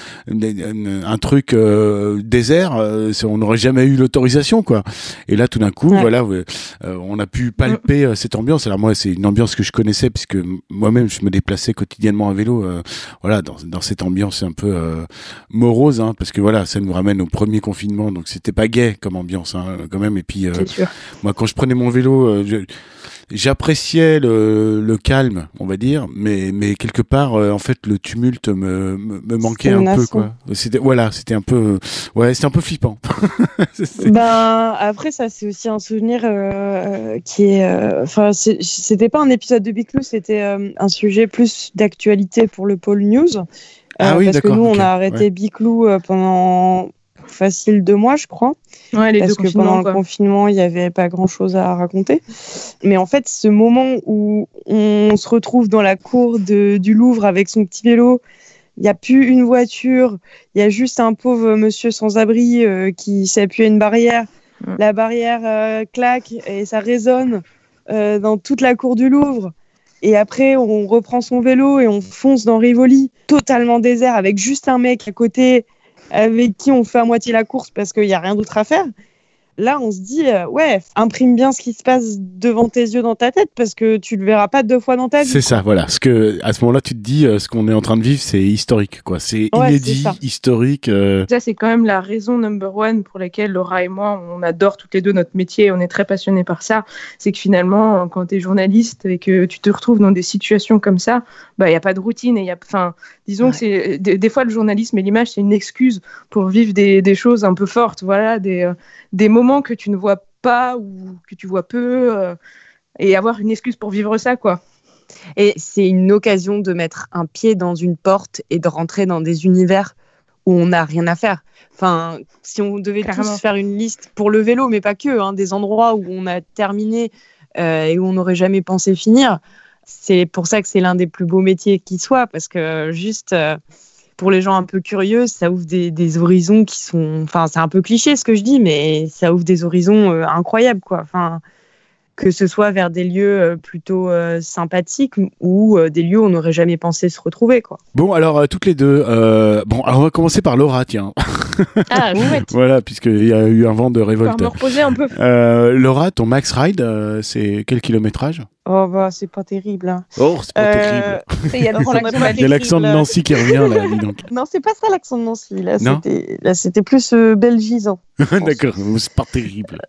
un truc désert, on n'aurait jamais eu l'autorisation, quoi. Et là, tout d'un coup, voilà, on a pu palper cette ambiance. Alors moi, c'est une ambiance que je connaissais puisque moi-même, je me déplaçais quotidiennement à vélo, voilà, dans cette ambiance un peu morose, hein, parce que voilà, ça nous ramène au premier confinement, donc c'était pas gai comme ambiance, hein, quand même. Et puis, moi, quand je prenais mon vélo, j'appréciais le calme, on va dire, mais quelque part, en fait, le tumulte me manquait un peu, quoi. C'était un peu, c'était un peu flippant. Ben après, ça c'est aussi un souvenir qui est, enfin, c'était pas un épisode de Biclou, c'était un sujet plus d'actualité pour le pôle news. Parce que nous, on a arrêté Biclou pendant facile 2 mois, je crois. Ouais, parce que pendant le confinement, il n'y avait pas grand-chose à raconter. Mais en fait, ce moment où on se retrouve dans la cour du Louvre avec son petit vélo, il n'y a plus une voiture, il y a juste un pauvre monsieur sans-abri qui s'appuie à une barrière. La barrière claque et ça résonne dans toute la cour du Louvre. Et après, on reprend son vélo et on fonce dans Rivoli, totalement désert, avec juste un mec à côté avec qui on fait à moitié la course parce qu'il n'y a rien d'autre à faire. Là, on se dit, imprime bien ce qui se passe devant tes yeux dans ta tête parce que tu le verras pas 2 fois dans ta vie. C'est ça, voilà. À ce moment-là, tu te dis, ce qu'on est en train de vivre, c'est historique, quoi. C'est inédit, historique. Ça, c'est quand même la raison number one pour laquelle Laura et moi, on adore toutes les deux notre métier, on est très passionnés par ça. C'est que finalement, quand tu es journaliste et que tu te retrouves dans des situations comme ça, il n'y a pas de routine. Disons que c'est, des fois, le journalisme et l'image, c'est une excuse pour vivre des choses un peu fortes, voilà, des moments que tu ne vois pas ou que tu vois peu et avoir une excuse pour vivre ça, quoi. Et c'est une occasion de mettre un pied dans une porte et de rentrer dans des univers où on n'a rien à faire. Enfin, si on devait tous faire une liste pour le vélo, mais pas que, des endroits où on a terminé et où on n'aurait jamais pensé finir, c'est pour ça que c'est l'un des plus beaux métiers qui soit, parce que juste... pour les gens un peu curieux, ça ouvre des horizons qui sont... Enfin, c'est un peu cliché ce que je dis, mais ça ouvre des horizons incroyables, quoi. Enfin, que ce soit vers des lieux plutôt sympathiques ou des lieux où on n'aurait jamais pensé se retrouver, quoi. Bon, alors, toutes les deux... alors on va commencer par Laura, tiens. Ah, chouette. Voilà, puisqu'il y a eu un vent de révolte. Je vais me reposer un peu. Laura, ton max ride, c'est quel kilométrage ? Oh, c'est pas terrible. Hein. Oh, c'est pas terrible. Il y a l'accent de Nancy qui revient, là, dis donc. Non, c'est pas ça l'accent de Nancy. Là, c'était plus belgisant. D'accord, c'est pas terrible.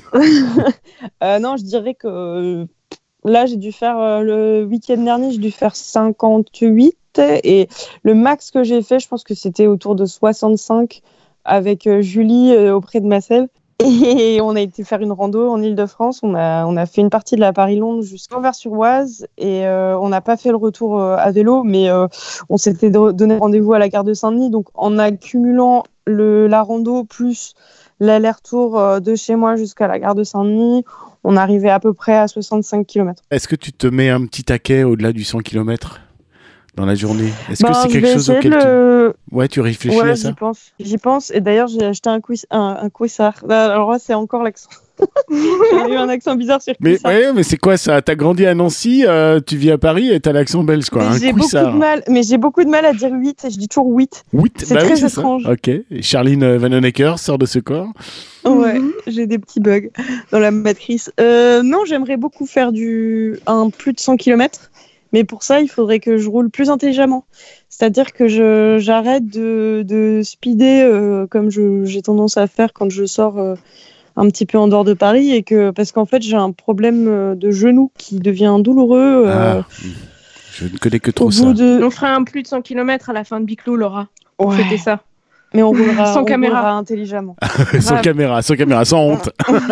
Non, je dirais que là, j'ai dû faire le week-end dernier, j'ai dû faire 58. Et le max que j'ai fait, je pense que c'était autour de 65 avec Julie auprès de Marcel. Et on a été faire une rando en Ile-de-France. On a fait une partie de la Paris-Londres jusqu'à Anvers-sur-Oise et on n'a pas fait le retour à vélo, mais on s'était donné rendez-vous à la gare de Saint-Denis. Donc en accumulant la rando plus l'aller-retour de chez moi jusqu'à la gare de Saint-Denis, on arrivait à peu près à 65 km. Est-ce que tu te mets un petit taquet au-delà du 100 km dans la journée? Est-ce que c'est quelque chose auquel tu réfléchis à ça? J'y pense. Et d'ailleurs, j'ai acheté un cuissard. Alors là, c'est encore l'accent. J'ai eu un accent bizarre sur cuissard. Mais c'est quoi ça? T'as grandi à Nancy, tu vis à Paris et t'as l'accent belge, quoi. J'ai beaucoup de mal à dire 8. Je dis toujours 8. 8? C'est très étrange. Ça. Ok. Et Charline Vanhoenacker sort de ce corps? Ouais, j'ai des petits bugs dans la matrice. Non, j'aimerais beaucoup faire plus de 100 km. Mais pour ça, il faudrait que je roule plus intelligemment. C'est-à-dire que j'arrête de speeder comme j'ai tendance à faire quand je sors un petit peu en dehors de Paris. Parce qu'en fait, j'ai un problème de genou qui devient douloureux. Je ne connais que trop ça. On fera un plus de 100 km à la fin de Biclou, Laura. C'était ça. Mais on roulera, sans caméra. Roulera intelligemment. sans caméra, sans honte.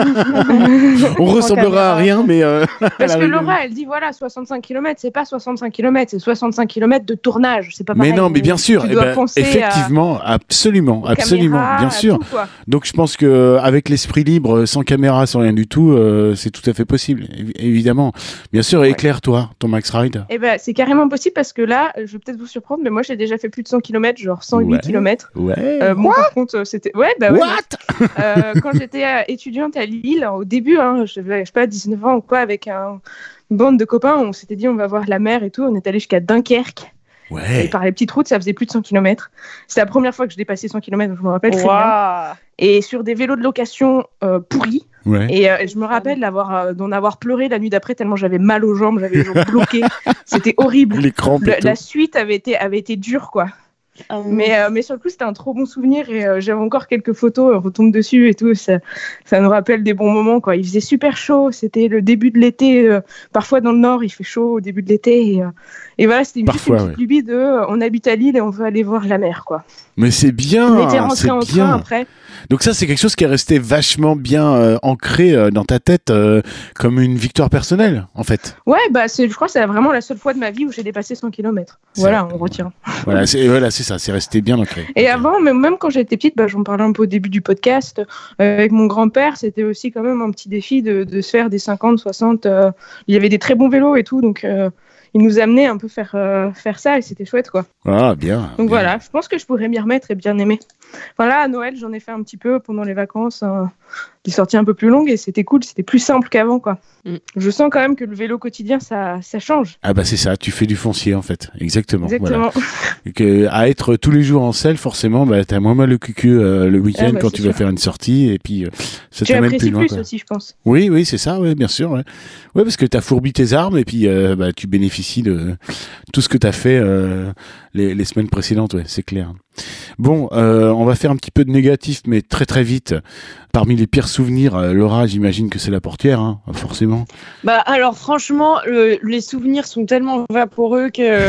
On ressemblera à rien, mais... Parce que Laura, elle dit, voilà, 65 km, c'est pas 65 km, c'est 65 km de tournage, c'est pas pareil. Mais non, mais bien sûr, effectivement, absolument, caméra, bien sûr. Tout, donc je pense qu'avec l'esprit libre, sans caméra, sans rien du tout, c'est tout à fait possible, évidemment. Bien sûr, et éclaire-toi, ton max ride. Eh ben, c'est carrément possible parce que là, je vais peut-être vous surprendre, mais moi j'ai déjà fait plus de 100 km, genre 108 km. Ouais. Moi, par contre, c'était. Ouais, bah ouais. Quand j'étais étudiante à Lille, au début, je sais pas, 19 ans ou quoi, avec une bande de copains, on s'était dit on va voir la mer et tout. On est allé jusqu'à Dunkerque. Ouais. Et par les petites routes, ça faisait plus de 100 km. C'était la première fois que je dépassais 100 km, je me rappelle très bien. Et sur des vélos de location pourris. Ouais. Et je me rappelle d'en avoir pleuré la nuit d'après tellement j'avais mal aux jambes, j'avais les jambes bloquées. C'était horrible. Les crampes la suite avait été dure, quoi. Mais sur le coup, c'était un trop bon souvenir et j'avais encore quelques photos, on retombe dessus et tout. Ça nous rappelle des bons moments, quoi. Il faisait super chaud, c'était le début de l'été. Parfois dans le nord, il fait chaud au début de l'été. Et voilà, c'était une petite lubie on habite à Lille et on veut aller voir la mer, quoi. Mais c'est bien. On était rentrés en train après. Donc ça, c'est quelque chose qui est resté vachement bien ancré dans ta tête comme une victoire personnelle, en fait. Ouais, je crois que c'est vraiment la seule fois de ma vie où j'ai dépassé 100 km. Voilà, on retient. Voilà, c'est ça, c'est resté bien ancré. Et avant, même quand j'étais petite, j'en parlais un peu au début du podcast, avec mon grand-père, c'était aussi quand même un petit défi de se faire des 50, 60. Il y avait des très bons vélos et tout, donc... il nous amenait un peu faire ça et c'était chouette, quoi. Ah, bien. Donc voilà, je pense que je pourrais m'y remettre et bien aimer. Voilà, à Noël, j'en ai fait un petit peu pendant les vacances, des sorties un peu plus longues et c'était cool, c'était plus simple qu'avant, quoi. Je sens quand même que le vélo quotidien, ça change. Ah c'est ça, tu fais du foncier en fait, exactement. Voilà. Et à être tous les jours en selle, forcément, t'as moins mal le cucu le week-end quand tu vas faire une sortie et puis ça t'amène plus loin. Tu apprécies plus aussi, je pense. Oui, c'est ça, ouais, bien sûr. Ouais, parce que t'as fourbi tes armes et puis tu bénéficies de tout ce que t'as fait les semaines précédentes, ouais, c'est clair. Bon, on va faire un petit peu de négatif, mais très très vite. Parmi les pires souvenirs, Laura, j'imagine que c'est la portière, hein, forcément. Alors franchement, les souvenirs sont tellement vaporeux que...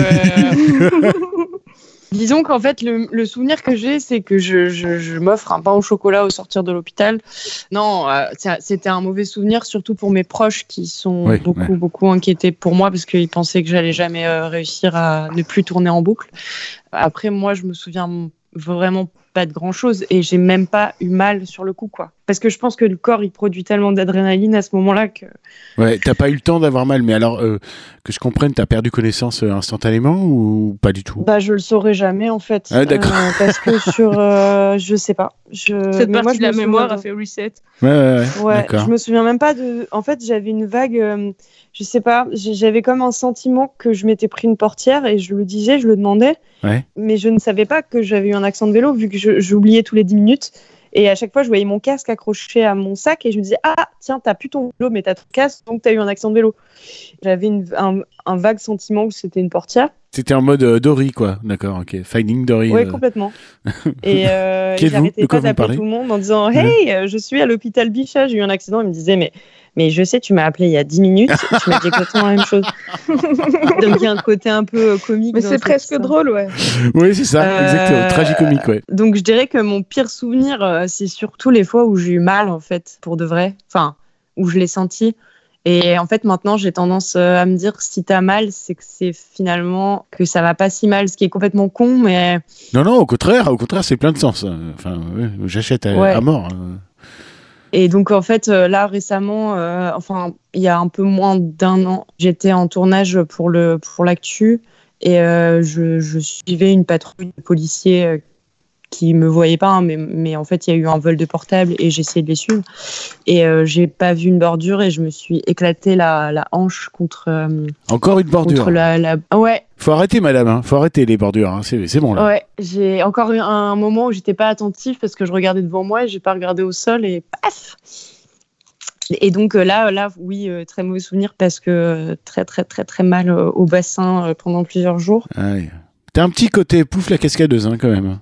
Disons qu'en fait, le souvenir que j'ai, c'est que je m'offre un pain au chocolat au sortir de l'hôpital. Non, c'était un mauvais souvenir, surtout pour mes proches qui sont beaucoup inquiétés pour moi parce qu'ils pensaient que j'allais jamais réussir à ne plus tourner en boucle. Après, moi, je me souviens vraiment pas de grand chose et j'ai même pas eu mal sur le coup, quoi. Parce que je pense que le corps, il produit tellement d'adrénaline à ce moment-là que... Ouais, t'as pas eu le temps d'avoir mal, mais alors, que je comprenne, t'as perdu connaissance instantanément ou pas du tout? Je le saurais jamais, en fait. Ah, d'accord. Parce que je sais pas. Cette partie de la mémoire a fait reset. Ouais, d'accord. Je me souviens même pas de... En fait, j'avais une vague... je sais pas, j'avais comme un sentiment que je m'étais pris une portière et je le disais, je le demandais. Ouais. Mais je ne savais pas que j'avais eu un accident de vélo vu que j'oubliais tous les 10 minutes. Et à chaque fois, je voyais mon casque accroché à mon sac et je me disais « Ah, tiens, t'as plus ton vélo, mais t'as ton casque, donc t'as eu un accident de vélo. » J'avais un vague sentiment que c'était une portière. C'était en mode Dory, quoi. D'accord, ok. Finding Dory. Oui, complètement. Et j'arrêtais pas d'appeler tout le monde en disant « Hey, je suis à l'hôpital Bichat, j'ai eu un accident. » Ils me disaient « Mais je sais, tu m'as appelé il y a 10 minutes, tu m'as dit exactement la même chose. » Donc il y a un côté un peu comique. Mais c'est presque drôle, ouais. Oui, c'est ça, exactement. Tragicomique, ouais. Donc je dirais que mon pire souvenir, c'est surtout les fois où j'ai eu mal, en fait, pour de vrai. Enfin, où je l'ai senti. Et en fait, maintenant, j'ai tendance à me dire si t'as mal, c'est que c'est finalement que ça va pas si mal, ce qui est complètement con, mais... Non, au contraire, c'est plein de sens. Enfin, j'achète à mort. Et donc, en fait, là, récemment, il y a un peu moins d'1 an, j'étais en tournage pour l'actu et je suivais une patrouille de policiers qui me voyaient pas, hein, mais en fait, il y a eu un vol de portable et j'ai essayé de les suivre. Et j'ai pas vu une bordure et je me suis éclaté la hanche contre... Encore une bordure contre Ouais. Faut arrêter, madame, hein. Faut arrêter les bordures, hein. C'est bon, là. Ouais, j'ai encore eu un moment où j'étais pas attentive parce que je regardais devant moi et j'ai pas regardé au sol et paf. Et donc là, oui, très mauvais souvenir parce que très, très, très, très mal au bassin pendant plusieurs jours. Aïe. T'as un petit côté pouf la cascadeuse, hein, quand même.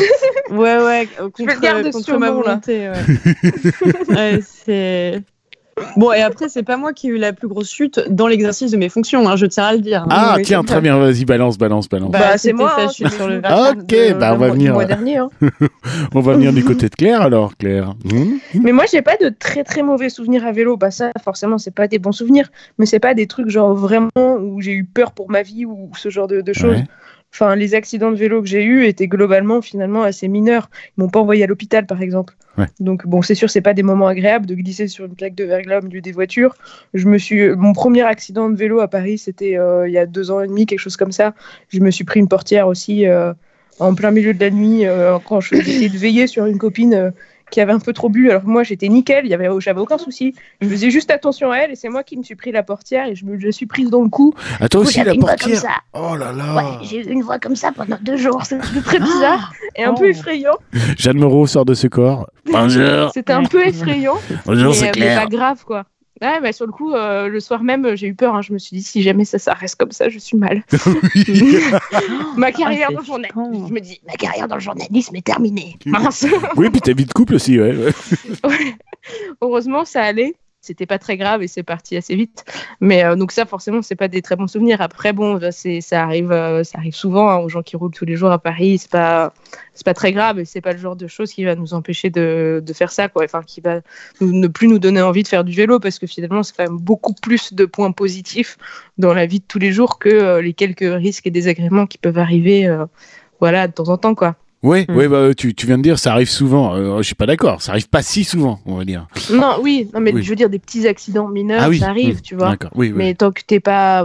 Ouais, contre ma volonté. Ouais, c'est... Bon, et après, c'est pas moi qui ai eu la plus grosse chute dans l'exercice de mes fonctions, hein, je tiens à le dire. Ah, tiens, très bien, vas-y, balance. Bah, c'est moi, ça, je suis sur le verre. Ok, on va venir. Du mois dernier, hein. On va venir du côté de Claire, alors, Claire. Mais moi, j'ai pas de très très mauvais souvenirs à vélo. Bah ça, forcément, c'est pas des bons souvenirs, mais c'est pas des trucs genre vraiment où j'ai eu peur pour ma vie ou ce genre de choses. Ouais. Enfin, les accidents de vélo que j'ai eus étaient globalement finalement assez mineurs. Ils m'ont pas envoyé à l'hôpital, par exemple. Ouais. Donc bon, c'est sûr, c'est pas des moments agréables de glisser sur une plaque de verglas au milieu des voitures. Mon premier accident de vélo à Paris, c'était il y a 2 ans et demi, quelque chose comme ça. Je me suis pris une portière aussi en plein milieu de la nuit quand j'essayais de veiller sur une copine qui avait un peu trop bu. Alors que moi, j'étais nickel, j'avais aucun souci. Je faisais juste attention à elle et c'est moi qui me suis pris la portière et je me suis prise dans le cou. Ah, toi aussi, la J'avais une voix comme portière. ça. Oh là là. Ouais, j'ai eu une voix comme ça pendant 2 jours. C'était très bizarre et un peu effrayant. Jeanne Moreau sort de ce corps. Bonjour. C'était un peu effrayant. Bonjour, c'est mais Claire. pas grave, quoi. Ouais, bah, sur le coup, le soir même, j'ai eu peur. Hein. Je me suis dit, si jamais ça reste comme ça, je suis mal. Ma carrière dans le journalisme, je me dis, ma carrière dans le journalisme est terminée. Mince. Oui, puis ta vie de couple aussi, ouais. Ouais. Heureusement, ça allait. C'était pas très grave et c'est parti assez vite. Mais donc ça, forcément, c'est pas des très bons souvenirs. Après, bon, ça arrive souvent hein, aux gens qui roulent tous les jours à Paris. C'est pas très grave et c'est pas le genre de chose qui va nous empêcher de faire ça, quoi. Enfin, qui va ne plus nous donner envie de faire du vélo parce que finalement, c'est quand même beaucoup plus de points positifs dans la vie de tous les jours que les quelques risques et désagréments qui peuvent arriver, voilà, de temps en temps, quoi. Oui, bah, tu viens de dire, ça arrive souvent. Je suis pas d'accord, ça arrive pas si souvent, on va dire. Non, mais Oui. je veux dire, des petits accidents mineurs, ça arrive, tu vois. D'accord, oui. Mais tant que tu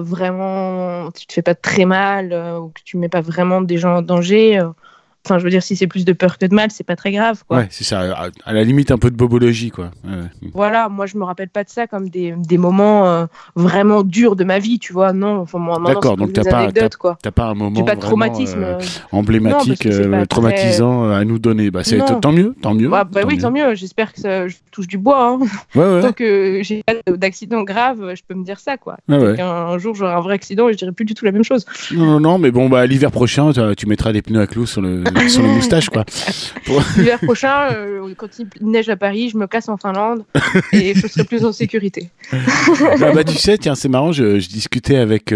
te fais pas très mal ou que tu mets pas vraiment des gens en danger, enfin, je veux dire, si c'est plus de peur que de mal, c'est pas très grave, quoi. Ouais, c'est ça. À la limite, un peu de bobologie, quoi. Ouais. Voilà, moi, je me rappelle pas de ça comme des moments vraiment durs de ma vie, tu vois. Non, enfin, moi, maintenant, D'accord, c'est donc comme des anecdotes, quoi. t'as pas un moment J'ai pas de vraiment, traumatisme. emblématique, Non, parce que c'est pas traumatisant à nous donner. Bah, c'est Non. tant mieux. Bah oui, tant mieux. J'espère que je touche du bois. Hein. Ouais. Tant que j'ai pas d'accident grave, je peux me dire ça, quoi. Ouais. Un jour, j'aurai un vrai accident et je dirai plus du tout la même chose. Non, mais bon, bah, l'hiver prochain, tu mettras des pneus à clous sur les moustaches, quoi. L'hiver prochain, quand il neige à Paris, je me casse en Finlande et je serai plus en sécurité. Bah, tu sais, tiens, c'est marrant, je discutais avec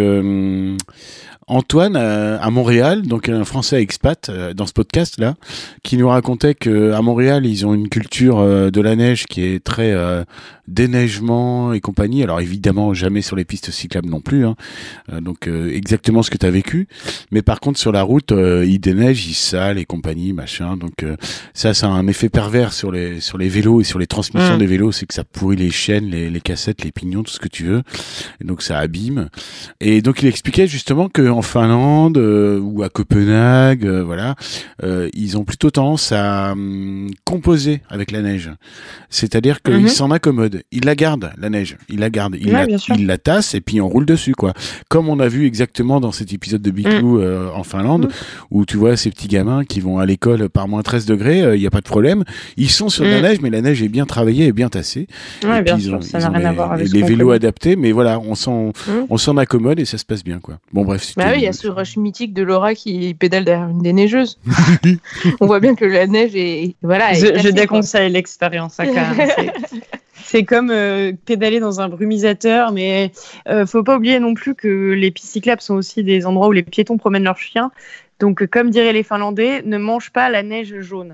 Antoine à Montréal, donc un Français expat dans ce podcast-là, qui nous racontait qu'à Montréal, ils ont une culture de la neige qui est très déneigement et compagnie. Alors évidemment, jamais sur les pistes cyclables non plus, hein. Donc exactement ce que tu as vécu. Mais par contre, sur la route, ils déneigent, ils salent et compagnie, machin. Donc ça a un effet pervers sur les vélos et sur les transmissions des vélos, c'est que ça pourrit les chaînes, les cassettes, les pignons, tout ce que tu veux. Et donc ça abîme. Et donc il expliquait justement qu'en Finlande ou à Copenhague, voilà, ils ont plutôt tendance à composer avec la neige. C'est-à-dire qu'ils s'en accommodent. Ils la gardent, la neige. Ils la gardent. Ils la tassent et puis on roule dessus, quoi. Comme on a vu exactement dans cet épisode de Biclou en Finlande, où tu vois ces petits gamins qui vont à l'école par moins 13 degrés, il n'y a pas de problème. Ils sont sur de la neige, mais la neige est bien travaillée et bien tassée. Ouais, bien sûr, ça n'a rien à voir avec les vélos adaptés, mais voilà, on s'en accommode et ça se passe bien, quoi. Bon, bref. Bah oui, il y a ce rush mythique de Laura qui pédale derrière une déneigeuse. On voit bien que la neige est, voilà. Je déconseille l'expérience, quand même. C'est comme pédaler dans un brumisateur, mais faut pas oublier non plus que les pistes cyclables sont aussi des endroits où les piétons promènent leurs chiens. Donc, comme diraient les Finlandais, ne mange pas la neige jaune.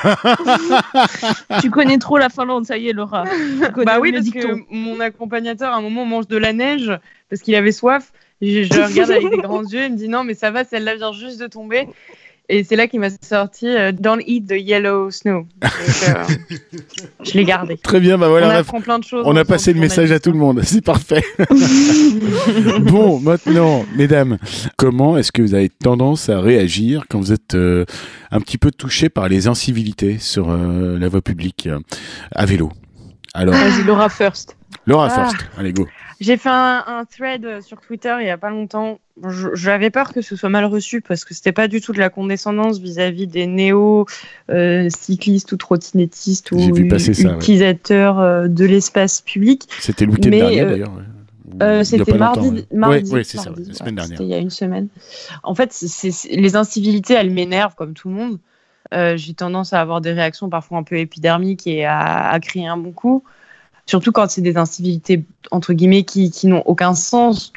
Tu connais trop la Finlande, ça y est, Laura. Bah oui, parce que mon accompagnateur, à un moment, mange de la neige parce qu'il avait soif. Je le regarde avec des grands yeux, il me dit non, mais ça va, celle-là vient juste de tomber. Et c'est là qu'il m'a sorti Don't eat the yellow snow. Donc, je l'ai gardé. Très bien, bah voilà. On apprend plein de choses. On a passé le message à tout le monde. C'est parfait. Bon, maintenant, mesdames, comment est-ce que vous avez tendance à réagir quand vous êtes un petit peu touché par les incivilités sur la voie publique à vélo? Alors, vas-y, Laura first. Laura first. Allez, go. J'ai fait un thread sur Twitter il y a pas longtemps. J'avais peur que ce soit mal reçu parce que c'était pas du tout de la condescendance vis-à-vis des cyclistes ou trottinettistes ou utilisateurs de l'espace public. C'était le week-end dernier d'ailleurs. C'était mardi. Oui, c'est ça, la semaine dernière. C'était il y a une semaine. En fait, les incivilités, elles m'énervent comme tout le monde. J'ai tendance à avoir des réactions parfois un peu épidermiques et à crier un bon coup. surtout quand c'est des incivilités entre guillemets qui n'ont aucun sens.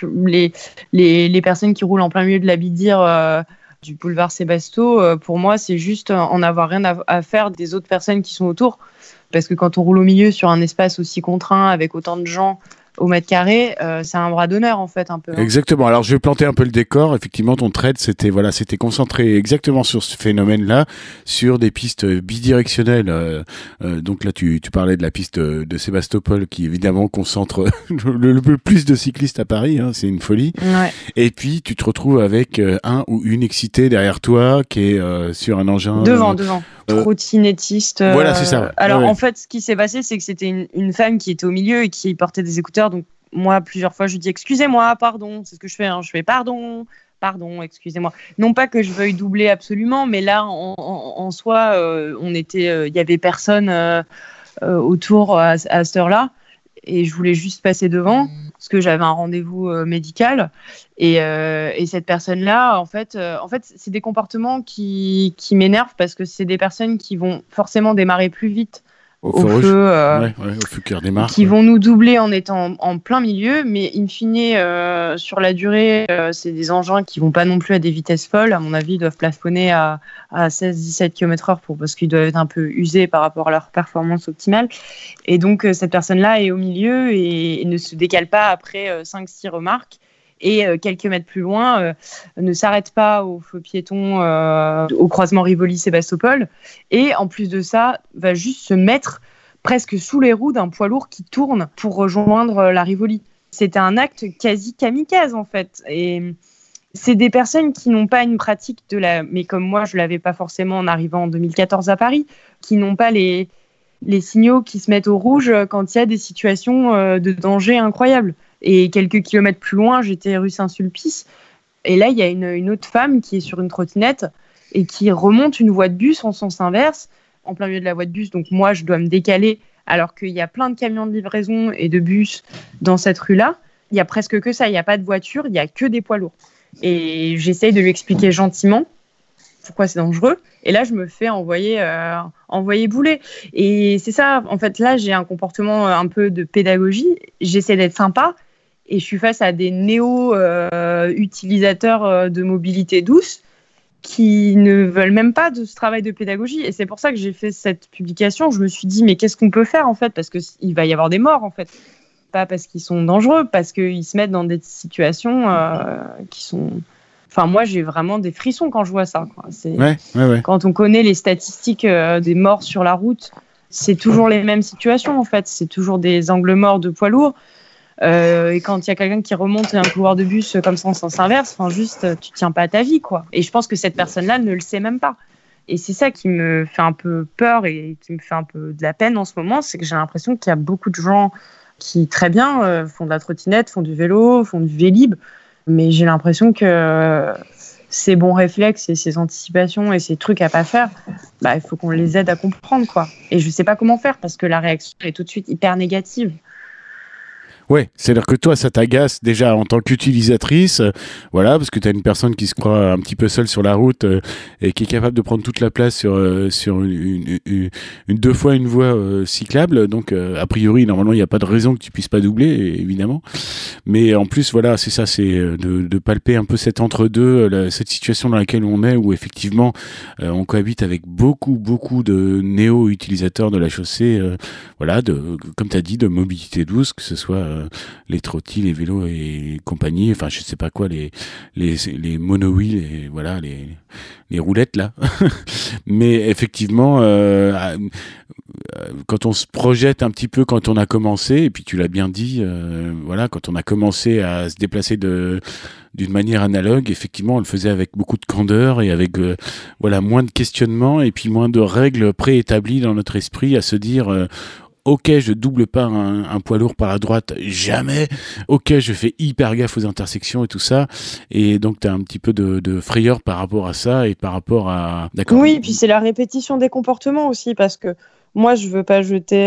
Les personnes qui roulent en plein milieu de la Bidire du boulevard Sébasto, pour moi, c'est juste en avoir rien à faire des autres personnes qui sont autour. Parce que quand on roule au milieu sur un espace aussi contraint, avec autant de gens au mètre carré, c'est un bras d'honneur en fait un peu. Exactement. Alors je vais planter un peu le décor. Effectivement, ton trade c'était concentré exactement sur ce phénomène-là, sur des pistes bidirectionnelles. Donc là, tu parlais de la piste de Sébastopol qui évidemment concentre le plus de cyclistes à Paris. Hein, c'est une folie. Ouais. Et puis tu te retrouves avec un ou une excitée derrière toi qui est sur un engin. Devant. Trottinettiste. Voilà, c'est ça. Alors ouais. En fait, ce qui s'est passé, c'est que c'était une femme qui était au milieu et qui portait des écouteurs. Donc moi, plusieurs fois, je lui dis excusez-moi, pardon. C'est ce que je fais. Hein. Je fais pardon, excusez-moi. Non pas que je veuille doubler absolument, mais là, en soi, il y avait personne autour à cette heure-là. Et je voulais juste passer devant parce que j'avais un rendez-vous médical. Et cette personne-là, en fait, c'est des comportements qui m'énervent parce que c'est des personnes qui vont forcément démarrer plus vite au feu, au feu qui redémarre, qui vont nous doubler en étant en plein milieu, mais in fine, sur la durée, c'est des engins qui vont pas non plus à des vitesses folles. À mon avis, ils doivent plafonner à 16-17 km/h parce qu'ils doivent être un peu usés par rapport à leur performance optimale. Et donc, cette personne-là est au milieu et ne se décale pas après 5-6 remarques. Et quelques mètres plus loin, ne s'arrête pas au feu piéton au croisement Rivoli-Sébastopol. Et en plus de ça, va juste se mettre presque sous les roues d'un poids lourd qui tourne pour rejoindre la Rivoli. C'était un acte quasi kamikaze, en fait. Et c'est des personnes qui n'ont pas une pratique mais comme moi, je ne l'avais pas forcément en arrivant en 2014 à Paris, qui n'ont pas les signaux qui se mettent au rouge quand il y a des situations de danger incroyables. Et quelques kilomètres plus loin, j'étais rue Saint-Sulpice. Et là, il y a une autre femme qui est sur une trottinette et qui remonte une voie de bus en sens inverse, en plein milieu de la voie de bus. Donc moi, je dois me décaler alors qu'il y a plein de camions de livraison et de bus dans cette rue-là. Il y a presque que ça. Il n'y a pas de voiture, il n'y a que des poids lourds. Et j'essaye de lui expliquer gentiment pourquoi c'est dangereux. Et là, je me fais envoyer bouler. Et c'est ça, en fait, là, j'ai un comportement un peu de pédagogie. J'essaie d'être sympa. Et je suis face à des néo-utilisateurs de mobilité douce qui ne veulent même pas de ce travail de pédagogie. Et c'est pour ça que j'ai fait cette publication. Je me suis dit, mais qu'est-ce qu'on peut faire, en fait ? Parce qu'il va y avoir des morts, en fait. Pas parce qu'ils sont dangereux, parce qu'ils se mettent dans des situations qui sont... Enfin, moi, j'ai vraiment des frissons quand je vois ça, quoi. Ouais. Quand on connaît les statistiques des morts sur la route, c'est toujours les mêmes situations, en fait. C'est toujours des angles morts de poids lourds. Et quand il y a quelqu'un qui remonte un couloir de bus comme ça en sens inverse, juste, tu tiens pas à ta vie, quoi. Et je pense que cette personne-là ne le sait même pas. Et c'est ça qui me fait un peu peur et qui me fait un peu de la peine en ce moment, c'est que j'ai l'impression qu'il y a beaucoup de gens qui, très bien, font de la trottinette, font du vélo, font du vélib, mais j'ai l'impression que ces bons réflexes et ces anticipations et ces trucs à pas faire, il faut qu'on les aide à comprendre, quoi. Et je sais pas comment faire parce que la réaction est tout de suite hyper négative. Ouais, c'est-à-dire que toi, ça t'agace déjà en tant qu'utilisatrice, voilà, parce que tu as une personne qui se croit un petit peu seule sur la route et qui est capable de prendre toute la place sur une deux fois une voie cyclable. Donc, a priori, normalement, il n'y a pas de raison que tu puisses pas doubler, évidemment. Mais en plus, voilà, c'est ça, c'est de palper un peu cet entre-deux, cette situation dans laquelle on est, où effectivement, on cohabite avec beaucoup de néo-utilisateurs de la chaussée, voilà, comme tu as dit, de mobilité douce, que ce soit les trottis, les vélos et compagnie, enfin je sais pas quoi, les monowheels et voilà, les roulettes là. Mais effectivement, quand on se projette un petit peu, quand on a commencé, et puis tu l'as bien dit, voilà, quand on a commencé à se déplacer d'une manière analogue, effectivement, on le faisait avec beaucoup de candeur et avec voilà, moins de questionnements et puis moins de règles préétablies dans notre esprit à se dire ok, je double pas un poids lourd par la droite, jamais. Ok, je fais hyper gaffe aux intersections et tout ça. Et donc, tu as un petit peu de frayeur par rapport à ça et par rapport à... D'accord. Oui, puis c'est la répétition des comportements aussi, parce que moi, je veux pas jeter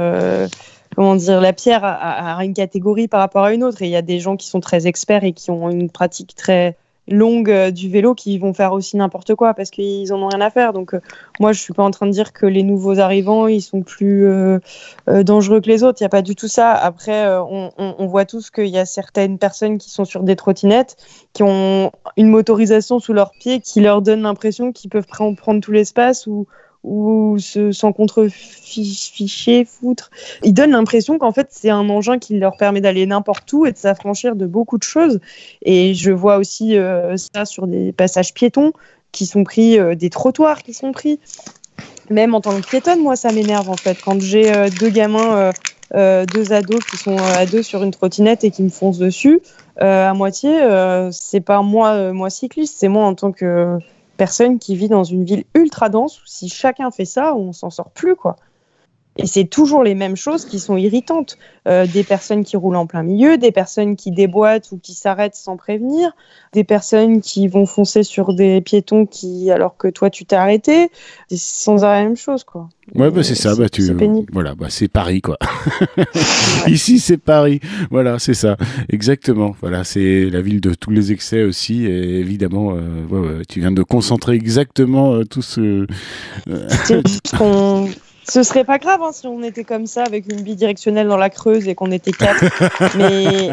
la pierre à une catégorie par rapport à une autre. Et il y a des gens qui sont très experts et qui ont une pratique très longue du vélo qui vont faire aussi n'importe quoi parce qu'ils en ont rien à faire. Donc moi, je suis pas en train de dire que les nouveaux arrivants, ils sont plus dangereux que les autres. Il y a pas du tout ça. Après, on voit tous qu'il y a certaines personnes qui sont sur des trottinettes, qui ont une motorisation sous leurs pieds, qui leur donne l'impression qu'ils peuvent prendre tout l'espace ou s'en contreficher, foutre. Ils donnent l'impression qu'en fait, c'est un engin qui leur permet d'aller n'importe où et de s'affranchir de beaucoup de choses. Et je vois aussi ça sur des passages piétons qui sont pris, des trottoirs qui sont pris. Même en tant que piétonne, moi, ça m'énerve en fait. Quand j'ai deux gamins, deux ados qui sont à deux sur une trottinette et qui me foncent dessus, à moitié, c'est pas moi cycliste, c'est moi en tant que personne qui vit dans une ville ultra dense où si chacun fait ça, on s'en sort plus, quoi. Et c'est toujours les mêmes choses qui sont irritantes. Des personnes qui roulent en plein milieu, des personnes qui déboîtent ou qui s'arrêtent sans prévenir, des personnes qui vont foncer sur des piétons alors que toi tu t'es arrêté. C'est sans arrêt la même chose, quoi. Ouais, bah c'est ça. C'est pénible. Voilà, c'est Paris, quoi. Ouais. Ici, c'est Paris. Voilà, c'est ça. Exactement. Voilà, c'est la ville de tous les excès aussi. Et évidemment, tu viens de concentrer exactement tout ce. C'est juste qu'on. Ce serait pas grave si on était comme ça avec une bidirectionnelle dans la Creuse et qu'on était 4. Mais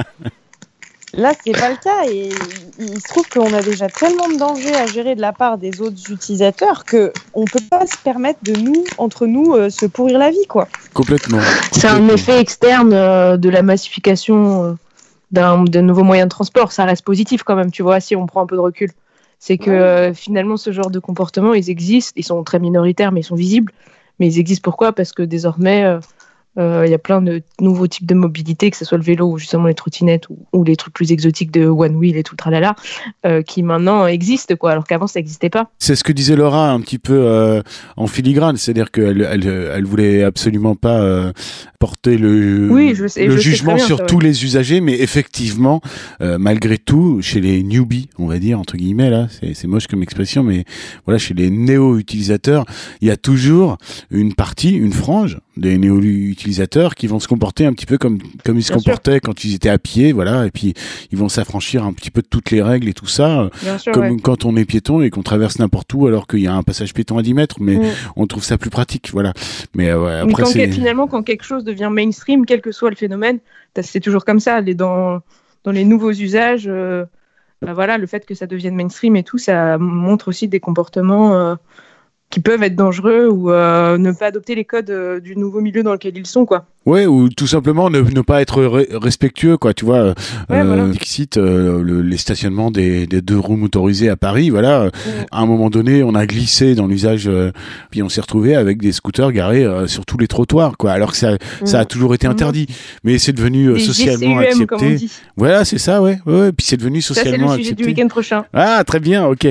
là, c'est pas le cas. Et il se trouve qu'on a déjà tellement de dangers à gérer de la part des autres utilisateurs qu'on peut pas se permettre entre nous, se pourrir la vie, quoi. Complètement. C'est un effet externe de la massification d'un nouveau moyen de transport. Ça reste positif quand même, tu vois, si on prend un peu de recul. C'est que finalement, ce genre de comportement, ils existent. Ils sont très minoritaires, mais ils sont visibles. Mais ils existent pourquoi ? Parce que désormais, il y a plein de nouveaux types de mobilité, que ce soit le vélo ou justement les trottinettes ou les trucs plus exotiques de one wheel et tout le tralala, qui maintenant existent, quoi, alors qu'avant ça n'existait pas. C'est ce que disait Laura un petit peu en filigrane, c'est-à-dire qu'elle elle voulait absolument pas porter le jugement bien, sur tous les usagers, mais effectivement, malgré tout, chez les newbies, on va dire entre guillemets là, c'est moche comme expression, mais voilà, chez les néo-utilisateurs, il y a toujours une frange des néo-utilisateurs qui vont se comporter un petit peu comme ils se comportaient quand ils étaient à pied, voilà, et puis ils vont s'affranchir un petit peu de toutes les règles et tout ça, comme quand on est piéton et qu'on traverse n'importe où alors qu'il y a un passage piéton à 10 mètres, mais on trouve ça plus pratique, voilà. Mais après, finalement, quand quelque chose devient mainstream, quel que soit le phénomène, c'est toujours comme ça, dans les nouveaux usages, voilà, le fait que ça devienne mainstream et tout, ça montre aussi des comportements qui peuvent être dangereux ou ne pas adopter les codes du nouveau milieu dans lequel ils sont, quoi. Ouais, ou tout simplement ne pas être respectueux, quoi, tu vois. Voilà. Cite les stationnements des deux roues motorisées à Paris, voilà. À un moment donné, on a glissé dans l'usage, puis on s'est retrouvé avec des scooters garés sur tous les trottoirs, quoi. Alors que ça a toujours été interdit, mais c'est devenu socialement GCUM, accepté. Comme on dit. Voilà, c'est ça, ouais. Puis c'est devenu socialement accepté. Ça, c'est le sujet du week-end prochain. Ah, très bien, ok.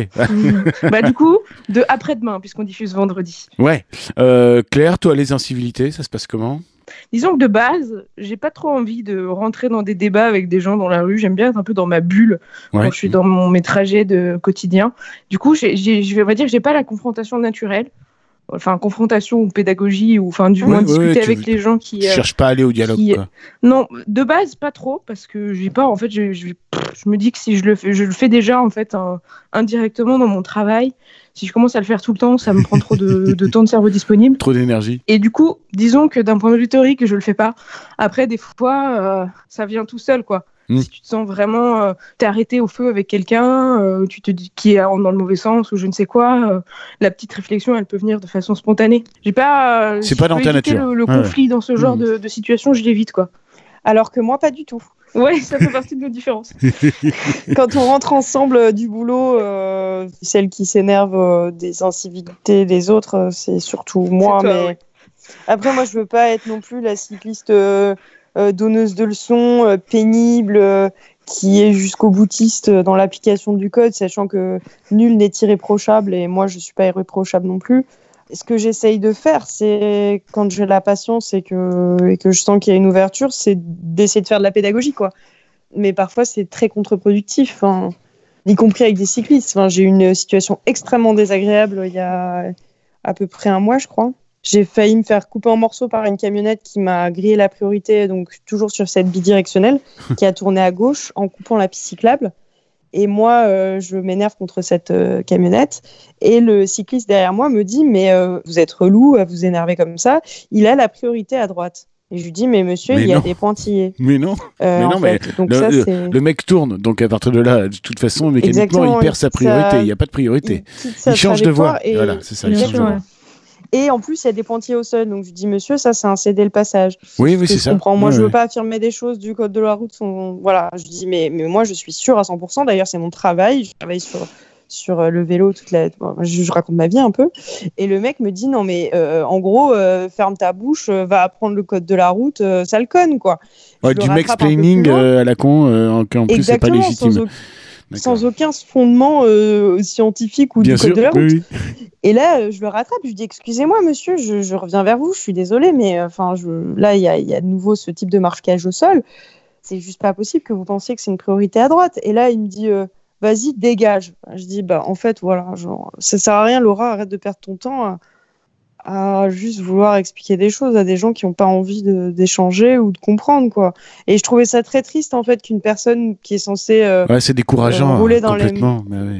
Du coup, de après-demain, puisqu'on diffuse vendredi. Ouais. Claire, toi, les incivilités, ça se passe comment ? Disons que de base, j'ai pas trop envie de rentrer dans des débats avec des gens dans la rue. J'aime bien être un peu dans ma bulle quand je suis dans mes trajets de quotidien. Du coup, je vais dire que j'ai pas la confrontation naturelle. Enfin, confrontation ou pédagogie, ou enfin, du moins discuter avec les gens qui. Tu cherches pas à aller au dialogue, quoi. Non, de base, pas trop, parce que j'ai pas. En fait, je me dis que si je le fais déjà, en fait, indirectement dans mon travail. Si je commence à le faire tout le temps, ça me prend trop de temps de cerveau disponible. Trop d'énergie. Et du coup, disons que d'un point de vue théorique, je le fais pas. Après, des fois, ça vient tout seul, quoi. Si tu te sens vraiment, t'es arrêté au feu avec quelqu'un, tu te dis qui est dans le mauvais sens ou je ne sais quoi, la petite réflexion, elle peut venir de façon spontanée. J'ai pas. C'est pas dans ta nature. Le conflit dans ce genre de situation, je l'évite, quoi. Alors que moi, pas du tout. Ouais, ça fait partie de nos différences. Quand on rentre ensemble du boulot, celle qui s'énerve des incivilités des autres, c'est surtout moi. C'est toi, mais après, moi, je veux pas être non plus la cycliste donneuse de leçons, pénible, qui est jusqu'au boutiste dans l'application du code, sachant que nul n'est irréprochable et moi, je suis pas irréprochable non plus. Ce que j'essaye de faire, c'est quand j'ai la patience et que je sens qu'il y a une ouverture, c'est d'essayer de faire de la pédagogie, quoi. Mais parfois, c'est très contre-productif, y compris avec des cyclistes. J'ai eu une situation extrêmement désagréable il y a à peu près un mois, je crois. J'ai failli me faire couper en morceaux par une camionnette qui m'a grillé la priorité, donc toujours sur cette bidirectionnelle, qui a tourné à gauche en coupant la piste cyclable. Et moi, je m'énerve contre cette camionnette. Et le cycliste derrière moi me dit, mais vous êtes relou à vous énerver comme ça. Il a la priorité à droite. Et je lui dis, mais monsieur, il y a des pointillés. Mais non, donc le mec tourne. Donc à partir de là, de toute façon, mécaniquement, il perd sa priorité. Il n'y a pas de priorité. Il change de voie. Voilà, c'est ça. Il change de voie. Et en plus, il y a des pointillés au sol. Donc, je dis, monsieur, ça, c'est un céder le passage. Oui, c'est ça. Je comprends. Moi, je veux pas affirmer des choses du code de la route. Voilà. Je dis, mais moi, je suis sûre à 100%. D'ailleurs, c'est mon travail. Je travaille sur le vélo je raconte ma vie un peu. Et le mec me dit, non, mais en gros, ferme ta bouche, va apprendre le code de la route, ça le conne, quoi. Ouais, du mansplaining à la con, en plus, c'est pas légitime. Sans aucun fondement scientifique ou du code de la route. Oui. Et là, je le rattrape, je lui dis, excusez-moi, monsieur, je reviens vers vous, je suis désolée, mais là, il y a de nouveau ce type de marquage au sol. C'est juste pas possible que vous pensiez que c'est une priorité à droite. Et là, il me dit, vas-y, dégage. Je dis, en fait, voilà, ça sert à rien, Laura, arrête de perdre ton temps à juste vouloir expliquer des choses à des gens qui n'ont pas envie d'échanger ou de comprendre, quoi. Et je trouvais ça très triste, en fait, qu'une personne qui est censée c'est décourageant, rouler complètement.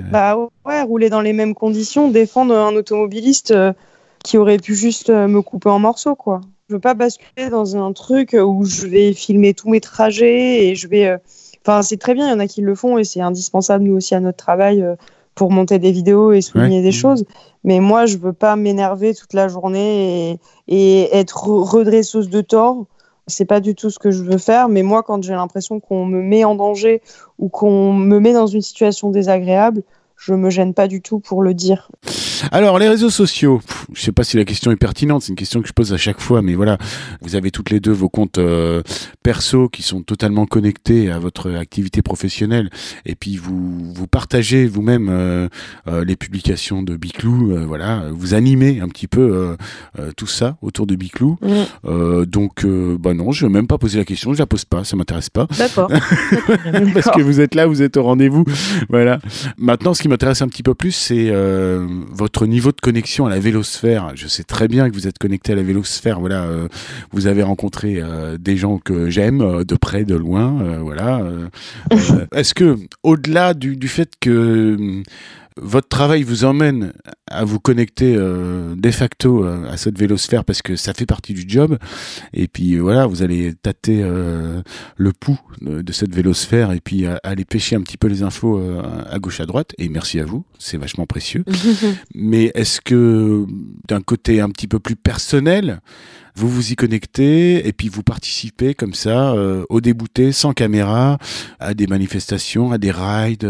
Rouler dans les mêmes conditions, défendre un automobiliste qui aurait pu juste me couper en morceaux, quoi. Je veux pas basculer dans un truc où je vais filmer tous mes trajets et je vais... c'est très bien, il y en a qui le font et c'est indispensable, nous aussi, à notre travail, pour monter des vidéos et souligner des choses. Mais moi, je veux pas m'énerver toute la journée et être redresseuse de tort. C'est pas du tout ce que je veux faire. Mais moi, quand j'ai l'impression qu'on me met en danger ou qu'on me met dans une situation désagréable, je me gêne pas du tout pour le dire. Alors, les réseaux sociaux, je sais pas si la question est pertinente, c'est une question que je pose à chaque fois, mais voilà, vous avez toutes les deux vos comptes perso qui sont totalement connectés à votre activité professionnelle, et puis vous partagez vous-même les publications de Biclou, voilà, vous animez un petit peu tout ça autour de Biclou. Donc, non, je vais même pas poser la question, je la pose pas, ça m'intéresse pas. D'accord. Parce que vous êtes là, vous êtes au rendez-vous, voilà. Maintenant, ce qui m'intéresse un petit peu plus, c'est votre niveau de connexion à la vélosphère. Je sais très bien que vous êtes connecté à la vélosphère. Voilà, vous avez rencontré des gens que j'aime, de près, de loin. Voilà. Est-ce que, au-delà du fait que votre travail vous emmène à vous connecter de facto à cette vélosphère parce que ça fait partie du job, et puis voilà, vous allez tâter le pouls de cette vélosphère et puis aller pêcher un petit peu les infos à gauche à droite, et merci à vous, c'est vachement précieux. Mais est-ce que d'un côté un petit peu plus personnel, vous vous y connectez et puis vous participez comme ça, au débouté, sans caméra, à des manifestations, à des rides,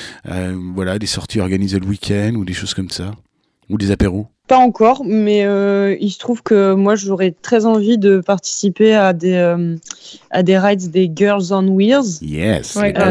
voilà, des sorties organisées le week-end ou des choses comme ça, ou des apéros? Pas encore, mais il se trouve que moi j'aurais très envie de participer à des rides des Girls on Wheels. Yes.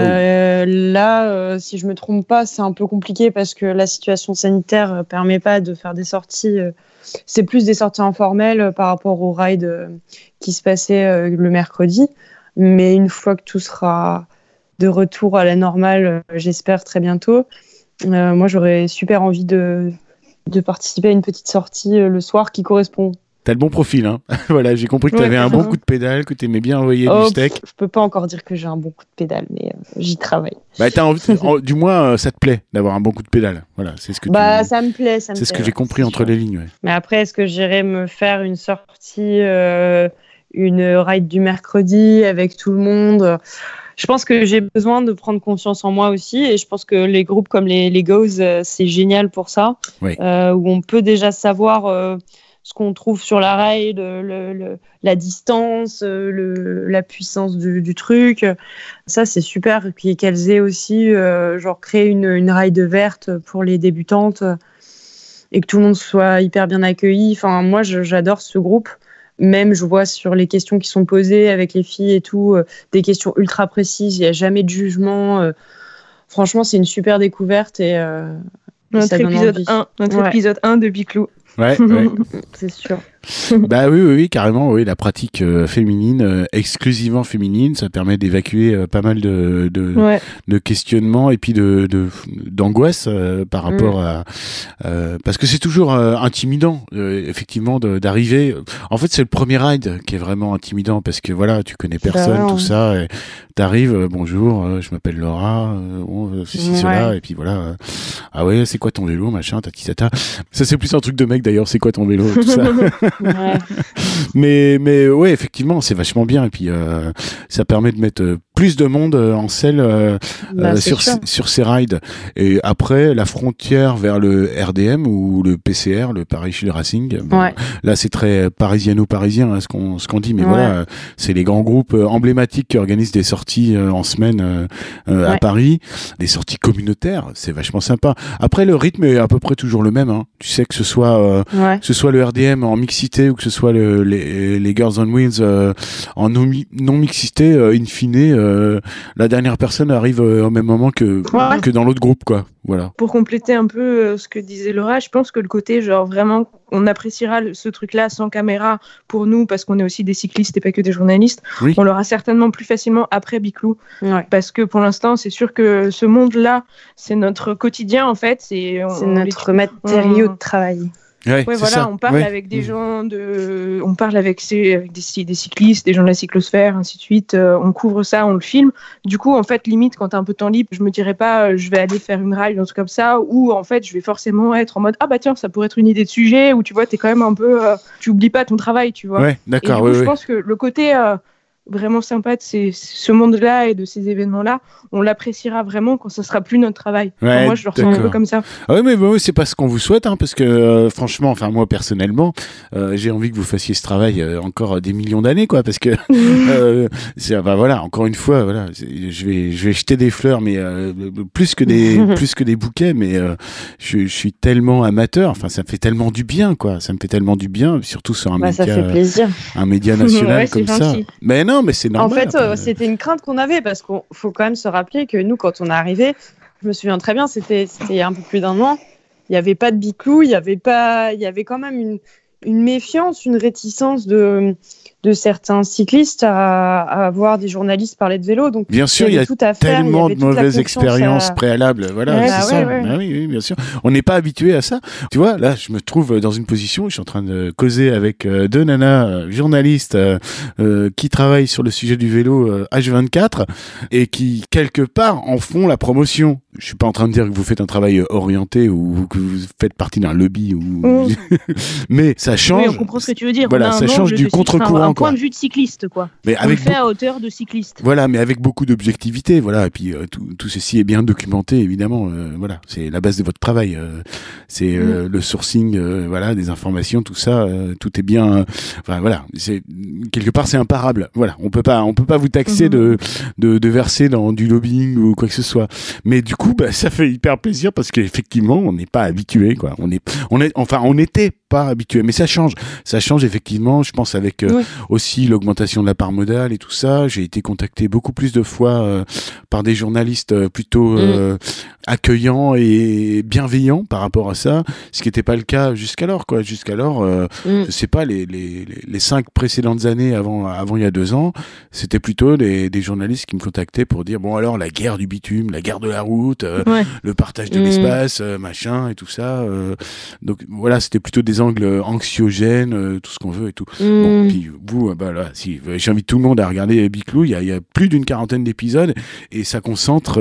Là, si je me trompe pas, c'est un peu compliqué parce que la situation sanitaire permet pas de faire des sorties. C'est plus des sorties informelles par rapport aux rides qui se passaient le mercredi. Mais une fois que tout sera de retour à la normale, j'espère très bientôt, moi j'aurais super envie de participer à une petite sortie le soir qui correspond. T'as le bon profil, hein. Voilà, j'ai compris que t'avais un bon coup de pédale, que t'aimais bien envoyer du steak. Je peux pas encore dire que j'ai un bon coup de pédale, mais j'y travaille. T'as envie, du moins, ça te plaît d'avoir un bon coup de pédale. Voilà, c'est ce que ça me plaît. C'est ce que j'ai compris entre les lignes. Ouais. Mais après, est-ce que j'irai me faire une sortie, une ride du mercredi avec tout le monde? Je pense que j'ai besoin de prendre confiance en moi aussi, et je pense que les groupes comme les Goes, c'est génial pour ça, oui. Où on peut déjà savoir ce qu'on trouve sur la ride, la distance, la puissance du truc. Ça, c'est super. Et puis qu'elles aient aussi créé une ride verte pour les débutantes et que tout le monde soit hyper bien accueilli. Enfin, moi, j'adore ce groupe. Même, je vois sur les questions qui sont posées avec les filles et tout, des questions ultra précises. Il n'y a jamais de jugement. Franchement, c'est une super découverte. Et notre épisode 1 de Biclou. Ouais. C'est sûr. Bah oui, carrément, oui, la pratique féminine, exclusivement féminine, ça permet d'évacuer pas mal de questionnements et puis d'angoisse par rapport à parce que c'est toujours intimidant, effectivement, d'arriver. En fait, c'est le premier ride qui est vraiment intimidant parce que voilà, tu connais personne, tout ça, et t'arrives, bonjour, je m'appelle Laura, cela, et puis voilà, ah ouais, c'est quoi ton vélo, machin, tata. Ça c'est plus un truc de mec d'ailleurs, c'est quoi ton vélo, tout ça. Ouais. mais ouais, effectivement, c'est vachement bien et puis ça permet de mettre plus de monde en selle sur ces rides. Et après, la frontière vers le RDM ou le PCR, le Paris Shield Racing, là c'est très parisiano-parisien hein, ce qu'on dit, mais voilà, c'est les grands groupes emblématiques qui organisent des sorties en semaine à Paris, des sorties communautaires, c'est vachement sympa. Après, le rythme est à peu près toujours le même, hein. Tu sais que ce soit le RDM en mixité ou que ce soit les Girls on Wheels en non-mixité, in fine, la dernière personne arrive au même moment que dans l'autre groupe, quoi. Voilà. Pour compléter un peu ce que disait Laura, je pense que le côté, genre vraiment, on appréciera ce truc-là sans caméra pour nous, parce qu'on est aussi des cyclistes et pas que des journalistes. Oui. On l'aura certainement plus facilement après Biclou. Ouais. Parce que pour l'instant, c'est sûr que ce monde-là, c'est notre quotidien, en fait. C'est notre matériau de travail. Ouais, voilà, ça. On parle avec des gens on parle avec des cyclistes, des gens de la cyclosphère, ainsi de suite. On couvre ça, on le filme. Du coup, en fait, limite, quand t'as un peu de temps libre, je me dirais pas, je vais aller faire une ride, un truc comme ça, ou en fait, je vais forcément être en mode, ah bah tiens, ça pourrait être une idée de sujet, ou tu vois, t'es quand même un peu, tu oublies pas ton travail, tu vois. Ouais, d'accord. Et du coup, je pense que le côté vraiment sympa de ce monde-là et de ces événements-là, on l'appréciera vraiment quand ça sera plus notre travail. Enfin, moi, je le ressens un peu comme ça. Ah oui, mais c'est pas ce qu'on vous souhaite, hein, parce que franchement, enfin moi personnellement, j'ai envie que vous fassiez ce travail encore des millions d'années, quoi, parce que voilà, encore une fois, voilà, je vais jeter des fleurs, mais plus que des bouquets, mais je suis tellement amateur, enfin ça me fait tellement du bien, quoi, ça me fait tellement du bien, surtout sur un média, ça fait plaisir. Un média national comme ça. Mais non, mais c'est normal. En fait, c'était une crainte qu'on avait parce qu'il faut quand même se rappeler que nous, quand on est arrivé, je me souviens très bien, c'était un peu plus d'un an. Il n'y avait pas de Biclou, il y avait quand même une méfiance, une réticence de certains cyclistes à voir des journalistes parler de vélo. Donc, bien sûr, il y a tout à faire, tellement de mauvaises expériences préalables. Voilà, c'est ça. Ah oui, bien sûr. On n'est pas habitué à ça. Tu vois, là, je me trouve dans une position où je suis en train de causer avec deux nanas journalistes qui travaillent sur le sujet du vélo H24 et qui, quelque part, en font la promotion. Je suis pas en train de dire que vous faites un travail orienté ou que vous faites partie d'un lobby mais ça change. Oui, on comprend ce que tu veux dire. Voilà, ça change du contre-courant. Un point de vue de cycliste, quoi. Mais on le fait à hauteur de cycliste. Voilà, mais avec beaucoup d'objectivité, voilà. Et puis tout ceci est bien documenté, évidemment. Voilà, c'est la base de votre travail. C'est le sourcing, voilà, des informations, tout ça, tout est bien. Enfin voilà, c'est quelque part c'est imparable. Voilà, on peut pas vous taxer de verser dans du lobbying ou quoi que ce soit. Mais du coup, ça fait hyper plaisir parce qu'effectivement, on n'est pas habitué, quoi. On n'était pas habitué, mais ça change effectivement. Je pense avec aussi l'augmentation de la part modale et tout ça. J'ai été contacté beaucoup plus de fois par des journalistes plutôt accueillants et bienveillants par rapport à ça, ce qui n'était pas le cas jusqu'alors, quoi. Jusqu'alors, je sais pas, les 5 précédentes années avant il y a 2 ans, c'était plutôt des journalistes qui me contactaient pour dire bon alors la guerre du bitume, la guerre de la route, le partage de l'espace, machin et tout ça. Donc voilà, c'était plutôt des angles anxiogènes, tout ce qu'on veut et tout. Bon, puis vous, là, si j'invite tout le monde à regarder Biclou, il y a plus d'une 40aine d'épisodes et ça concentre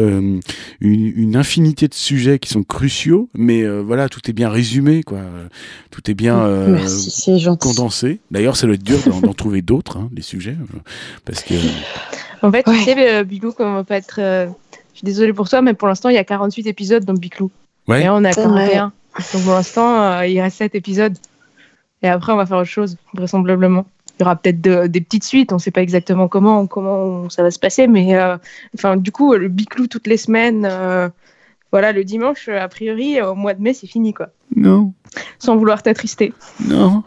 une infinité de sujets qui sont cruciaux, mais voilà, tout est bien résumé, quoi. Tout est bien merci, c'est gentil. Condensé. D'ailleurs, ça doit être dur d'en trouver d'autres, hein, des sujets, parce que. En fait, tu sais, Biclou, comme on va pas être. Je suis désolée pour toi, mais pour l'instant, il y a 48 épisodes dans Biclou. Ouais. Et là, on est à 41. Donc pour l'instant, il reste 7 épisodes. Et après, on va faire autre chose, vraisemblablement. Il y aura peut-être des petites suites, on ne sait pas exactement comment ça va se passer, mais du coup, le Biclou toutes les semaines, voilà, le dimanche, a priori, au mois de mai, c'est fini, quoi. Non. Sans vouloir t'attrister. Non.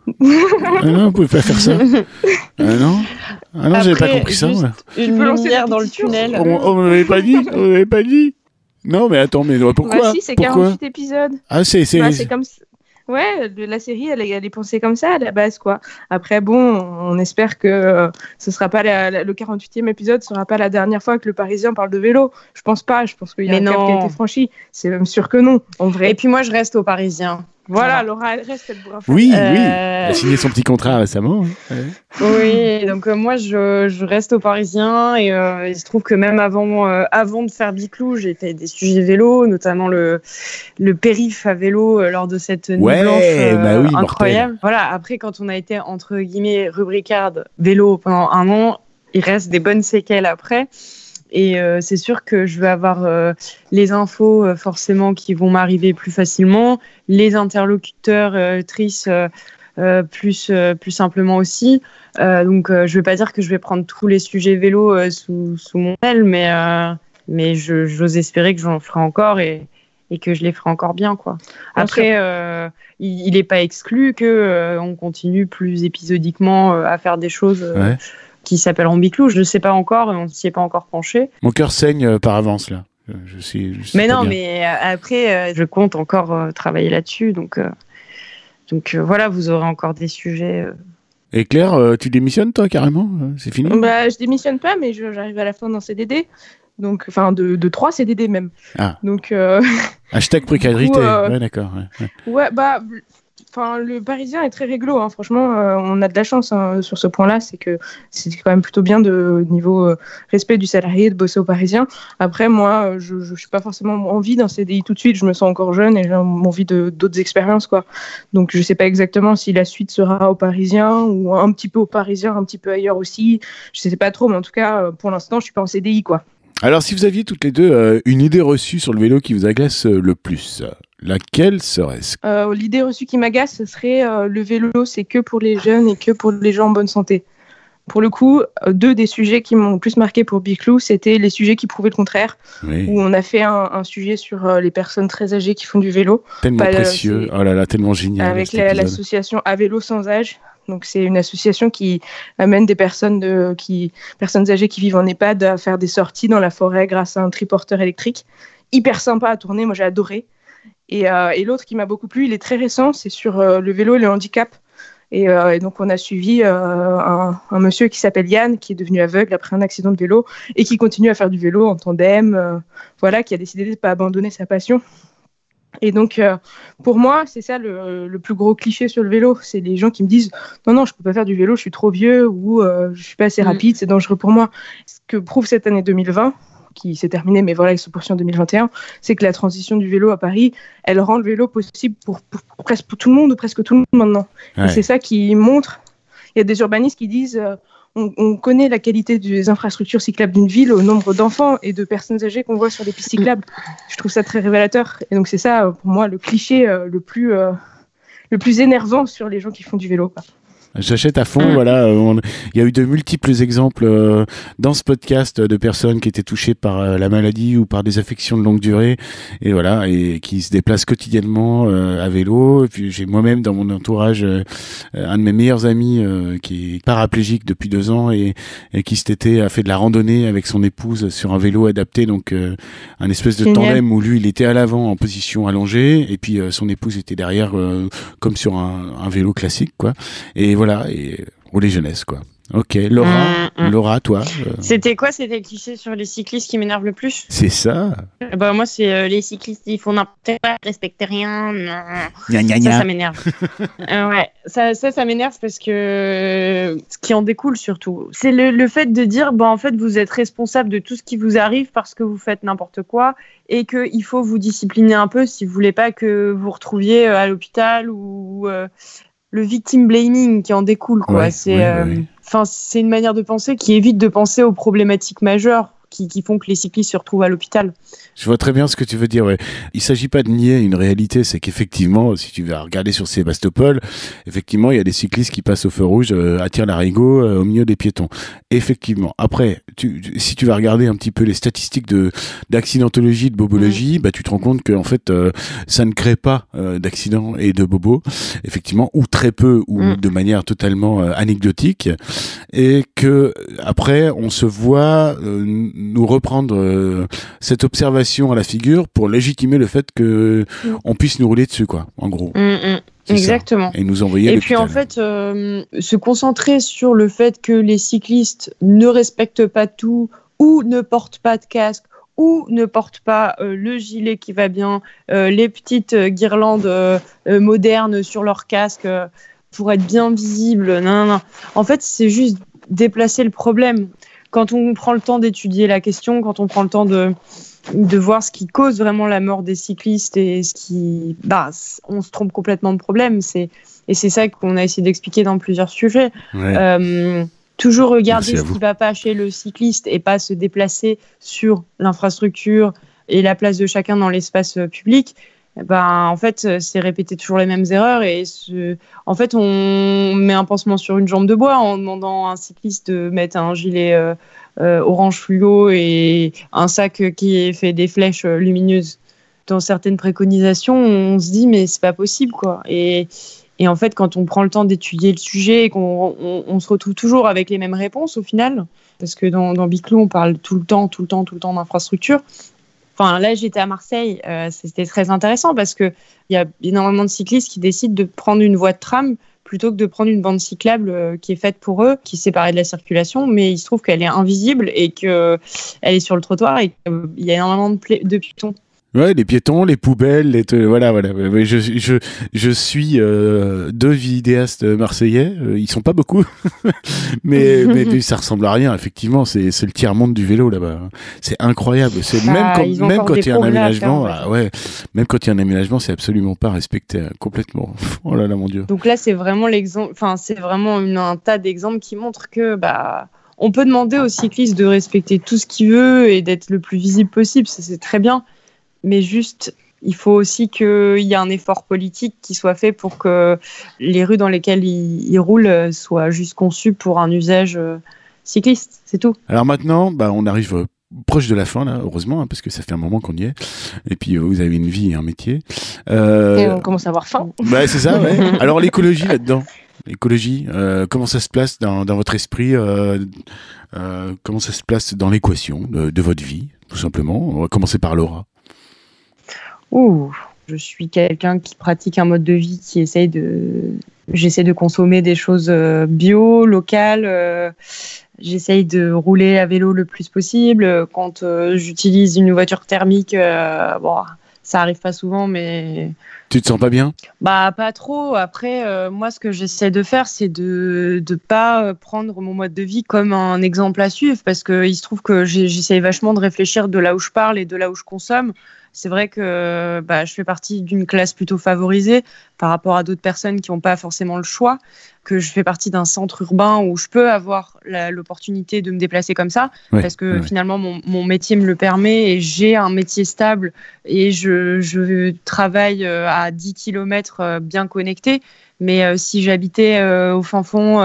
Ah non, vous pouvez pas faire ça. Ah non, j'avais pas compris ça. Une lumière dans le tunnel. On m'avait pas dit. Non, mais attends, mais pourquoi? Si, c'est 48 épisodes. Ah, c'est comme Ouais, la série, elle est pensée comme ça à la base, quoi. Après, bon, on espère que ce sera pas le 48e épisode sera pas la dernière fois que le Parisien parle de vélo. Je pense pas. Je pense qu'il y a un cap qui a été franchi. C'est même sûr que non, en vrai. Et puis moi, je reste au Parisien. Voilà, Laura, elle reste, elle pourra faire. Oui, elle a signé son petit contrat récemment. Hein. Ouais. Oui, donc moi, je reste au Parisien et il se trouve que même avant de faire Biclou, j'ai fait des sujets vélo, notamment le périph' à vélo lors de cette nuit blanche incroyable. Mortel. Voilà, après, quand on a été, entre guillemets, rubricarde vélo pendant 1 an, il reste des bonnes séquelles après. Et c'est sûr que je vais avoir les infos forcément qui vont m'arriver plus facilement, les interlocuteurs, trices plus simplement aussi. Donc je vais pas dire que je vais prendre tous les sujets vélo sous mon aile, mais j'ose espérer que j'en ferai encore et que je les ferai encore bien, quoi. Après, il n'est pas exclu que on continue plus épisodiquement à faire des choses. Qui s'appelleront Biclou, je ne sais pas encore, on ne s'y est pas encore penché. Mon cœur saigne par avance, là. Je sais mais non, mais après, je compte encore travailler là-dessus, donc voilà, vous aurez encore des sujets. Et Claire, tu démissionnes, toi, carrément ? C'est fini ? Je démissionne pas, mais j'arrive à la fin d'un CDD. Donc, enfin, de 3 CDD même. Ah. Donc, Hashtag précarité. Ouais, d'accord. Ouais, Enfin, le Parisien est très réglo, hein. Franchement, on a de la chance sur ce point-là, c'est que c'est quand même plutôt bien de niveau respect du salarié de bosser au Parisien. Après, moi, je suis pas forcément envie d'un CDI tout de suite, je me sens encore jeune et j'ai envie d'autres expériences, quoi. Donc, je sais pas exactement si la suite sera au Parisien ou un petit peu au Parisien, un petit peu ailleurs aussi. Je sais pas trop, mais en tout cas, pour l'instant, je suis pas en CDI, quoi. Alors, si vous aviez toutes les deux une idée reçue sur le vélo qui vous agace le plus, laquelle serait-ce ? L'idée reçue qui m'agace, ce serait le vélo, c'est que pour les jeunes et que pour les gens en bonne santé. Pour le coup, 2 des sujets qui m'ont le plus marqué pour Biclou, c'était les sujets qui prouvaient le contraire, où on a fait un sujet sur les personnes très âgées qui font du vélo. Tellement précieux, oh là là, tellement génial. Avec l'association À Vélo Sans Âge. Donc, c'est une association qui amène des personnes âgées qui vivent en EHPAD à faire des sorties dans la forêt grâce à un triporteur électrique. Hyper sympa à tourner, moi j'ai adoré. Et l'autre qui m'a beaucoup plu, il est très récent, c'est sur le vélo et le handicap. Et donc, on a suivi un monsieur qui s'appelle Yann, qui est devenu aveugle après un accident de vélo et qui continue à faire du vélo en tandem, qui a décidé de ne pas abandonner sa passion. Et donc, pour moi, c'est ça le plus gros cliché sur le vélo. C'est les gens qui me disent « Non, je ne peux pas faire du vélo, je suis trop vieux » ou « Je ne suis pas assez rapide, c'est dangereux pour moi ». Ce que prouve cette année 2020, qui s'est terminée, mais voilà, elle se poursuit en 2021, c'est que la transition du vélo à Paris, elle rend le vélo possible pour presque pour tout le monde ou presque tout le monde maintenant. Ouais. Et c'est ça qui montre. Il y a des urbanistes qui disent on connaît la qualité des infrastructures cyclables d'une ville au nombre d'enfants et de personnes âgées qu'on voit sur des pistes cyclables. Je trouve ça très révélateur. Et donc c'est ça, pour moi, le cliché le plus énervant sur les gens qui font du vélo. J'achète à fond, voilà. Il y a eu de multiples exemples dans ce podcast de personnes qui étaient touchées par la maladie ou par des affections de longue durée, et voilà, et qui se déplacent quotidiennement à vélo. Et puis j'ai moi-même dans mon entourage un de mes meilleurs amis qui est paraplégique depuis 2 ans et qui cet été a fait de la randonnée avec son épouse sur un vélo adapté, donc un espèce de tandem où lui il était à l'avant en position allongée et puis son épouse était derrière comme sur un vélo classique, quoi. Et voilà, et rouler jeunesse, quoi. Ok, Laura, toi C'était quoi? C'était le cliché sur les cyclistes qui m'énerve le plus? C'est ça. Moi, c'est les cyclistes, ils font n'importe quoi, ils respectent rien. Ça m'énerve. Ouais, ça m'énerve parce que ce qui en découle surtout, c'est le fait de dire, en fait, vous êtes responsable de tout ce qui vous arrive parce que vous faites n'importe quoi et qu'il faut vous discipliner un peu si vous voulez pas que vous retrouviez à l'hôpital ou le victim blaming qui en découle, quoi. Ouais, c'est une manière de penser qui évite de penser aux problématiques majeures qui font que les cyclistes se retrouvent à l'hôpital. Je vois très bien ce que tu veux dire, ouais. Il s'agit pas de nier une réalité, c'est qu'effectivement, si tu vas regarder sur Sébastopol, effectivement, il y a des cyclistes qui passent au feu rouge à tire-larigot au milieu des piétons. Effectivement. Après, si tu vas regarder un petit peu les statistiques d'accidentologie, de bobologie, tu te rends compte que en fait, ça ne crée pas d'accidents et de bobos, effectivement, ou très peu, ou de manière totalement anecdotique, et que après, on se voit nous reprendre cette observation à la figure pour légitimer le fait que on puisse nous rouler dessus, quoi, en gros. Exactement. Et nous envoyer à Et l'hôpital. puis en fait, se concentrer sur le fait que les cyclistes ne respectent pas tout, ou ne portent pas de casque, ou ne portent pas le gilet qui va bien, les petites guirlandes modernes sur leur casque pour être bien visibles. Non. En fait, c'est juste déplacer le problème. Quand on prend le temps d'étudier la question, quand on prend le temps de voir ce qui cause vraiment la mort des cyclistes et ce qui, on se trompe complètement de problème. Et c'est ça qu'on a essayé d'expliquer dans plusieurs sujets. Ouais. Toujours regarder ce qui ne va pas chez le cycliste et pas se déplacer sur l'infrastructure et la place de chacun dans l'espace public. En fait, c'est répéter toujours les mêmes erreurs et en fait, on met un pansement sur une jambe de bois en demandant à un cycliste de mettre un gilet orange fluo et un sac qui fait des flèches lumineuses. Dans certaines préconisations, on se dit mais c'est pas possible quoi. Et en fait, quand on prend le temps d'étudier le sujet et qu'on se retrouve toujours avec les mêmes réponses au final, parce que dans Biclou, on parle tout le temps d'infrastructure. Enfin, là, j'étais à Marseille, c'était très intéressant parce qu'il y a énormément de cyclistes qui décident de prendre une voie de tram plutôt que de prendre une bande cyclable qui est faite pour eux, qui est séparée de la circulation, mais il se trouve qu'elle est invisible et qu'elle est sur le trottoir et qu'il y a énormément de piétons. Ouais, les piétons, les poubelles, voilà. Je suis deux vidéastes marseillais. Ils sont pas beaucoup, mais ça ressemble à rien. Effectivement, c'est le tiers-monde du vélo là-bas. C'est incroyable. C'est même quand il y a un aménagement, même quand il y a un aménagement, c'est absolument pas respecté complètement. Oh là là, mon Dieu. Donc là, c'est vraiment l'exemple. Enfin, c'est vraiment un tas d'exemples qui montrent que on peut demander aux cyclistes de respecter tout ce qu'il veut et d'être le plus visible possible. Ça, c'est très bien. Mais juste, il faut aussi qu'il y ait un effort politique qui soit fait pour que les rues dans lesquelles ils roulent soient juste conçues pour un usage cycliste, c'est tout. Alors maintenant, on arrive proche de la fin, là, heureusement, parce que ça fait un moment qu'on y est. Et puis, vous avez une vie et un métier. Et on commence à avoir faim. C'est ça, ouais. Alors, l'écologie là-dedans. L'écologie, comment ça se place dans votre esprit comment ça se place dans l'équation de votre vie, tout simplement. On va commencer par Laura. Je suis quelqu'un qui pratique un mode de vie j'essaie de consommer des choses bio, locales. J'essaye de rouler à vélo le plus possible. Quand j'utilise une voiture thermique, ça arrive pas souvent, mais... Tu te sens pas bien ? Pas trop. Après, moi, ce que j'essaie de faire, c'est de pas prendre mon mode de vie comme un exemple à suivre, parce qu'il se trouve que j'essaie vachement de réfléchir de là où je parle et de là où je consomme. C'est vrai que je fais partie d'une classe plutôt favorisée par rapport à d'autres personnes qui n'ont pas forcément le choix, que je fais partie d'un centre urbain où je peux avoir l'opportunité de me déplacer comme ça, parce que finalement mon métier me le permet et j'ai un métier stable et je travaille à 10 km bien connecté. Mais si j'habitais au fin fond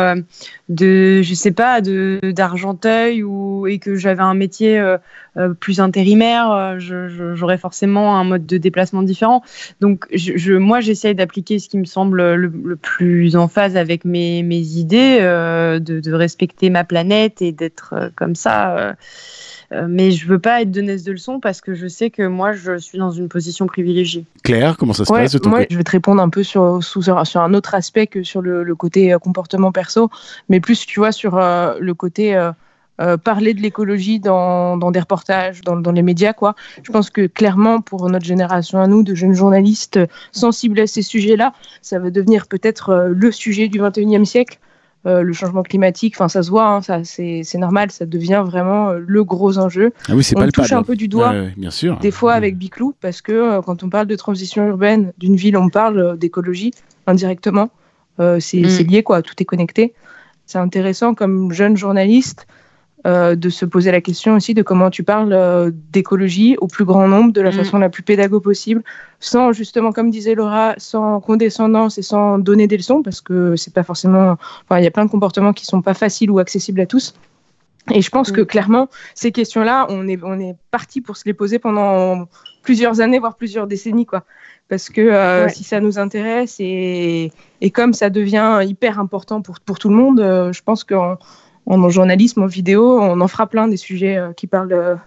d'Argenteuil et que j'avais un métier plus intérimaire, j'aurais forcément un mode de déplacement différent. Donc moi, j'essaye d'appliquer ce qui me semble le plus en phase avec mes idées, de respecter ma planète et d'être comme ça. Mais je veux pas être donneuse de leçons parce que je sais que moi, je suis dans une position privilégiée. Claire, comment ça se passe de ton côté ? Je vais te répondre un peu sur un autre aspect que sur le côté comportement perso, mais plus, tu vois, sur le côté parler de l'écologie dans des reportages, dans les médias, quoi. Je pense que clairement, pour notre génération à nous, de jeunes journalistes sensibles à ces sujets-là, ça va devenir peut-être le sujet du 21e siècle. Le changement climatique, ça se voit, ça, c'est normal, ça devient vraiment le gros enjeu. Ah oui, c'est on touche un peu du doigt, bien sûr. Des fois avec Biclou, parce que quand on parle de transition urbaine d'une ville, on parle d'écologie indirectement. C'est lié, quoi, tout est connecté. C'est intéressant comme jeune journaliste de se poser la question aussi de comment tu parles d'écologie au plus grand nombre, de la façon la plus pédago possible, sans justement, comme disait Laura, sans condescendance et sans donner des leçons, parce que c'est pas forcément... il y a plein de comportements qui sont pas faciles ou accessibles à tous. Et je pense que clairement, ces questions-là, on est parti pour se les poser pendant plusieurs années, voire plusieurs décennies, quoi. Parce que si ça nous intéresse et comme ça devient hyper important pour tout le monde, je pense qu'en journalisme, en vidéo, on en fera plein des sujets qui parlent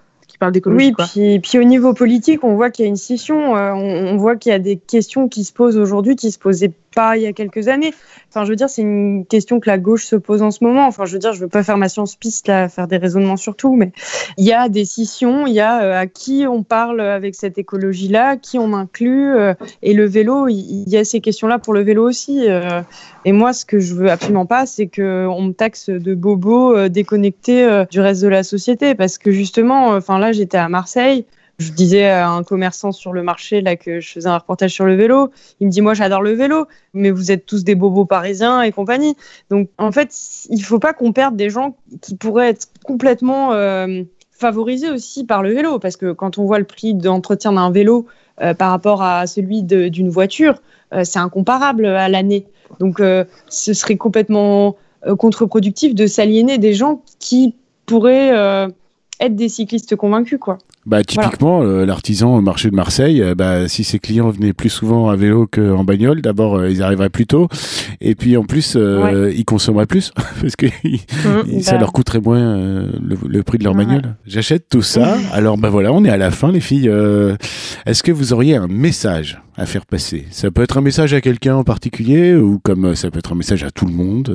parle d'écologie. Oui, puis au niveau politique, on voit qu'il y a une scission. On voit qu'il y a des questions qui se posent aujourd'hui qui se posaient pas il y a quelques années. Enfin, je veux dire, c'est une question que la gauche se pose en ce moment. Enfin, je veux dire, je veux pas faire ma science piste là, faire des raisonnements sur tout, mais il y a des scissions, il y a à qui on parle avec cette écologie-là, qui on inclut, et le vélo, il y a ces questions-là pour le vélo aussi. Et moi, ce que je veux absolument pas, c'est qu'on me taxe de bobo déconnecté du reste de la société, parce que justement, enfin là, j'étais à Marseille. Je disais à un commerçant sur le marché là que je faisais un reportage sur le vélo. Il me dit, moi, j'adore le vélo, mais vous êtes tous des bobos parisiens et compagnie. Donc, en fait, il faut pas qu'on perde des gens qui pourraient être complètement favorisés aussi par le vélo, parce que quand on voit le prix d'entretien d'un vélo par rapport à celui d'une voiture, c'est incomparable à l'année. Donc, ce serait complètement contre-productif de s'aliéner des gens qui pourraient être des cyclistes convaincus, quoi. Bah, typiquement, l'artisan au marché de Marseille, si ses clients venaient plus souvent à vélo qu'en bagnole, d'abord, ils arriveraient plus tôt. Et puis, en plus, ils consommeraient plus. Parce que ça leur coûterait moins le prix de leur bagnole. J'achète tout ça. Alors, voilà, on est à la fin, les filles. Est-ce que vous auriez un message à faire passer? Ça peut être un message à quelqu'un en particulier, ou comme ça peut être un message à tout le monde.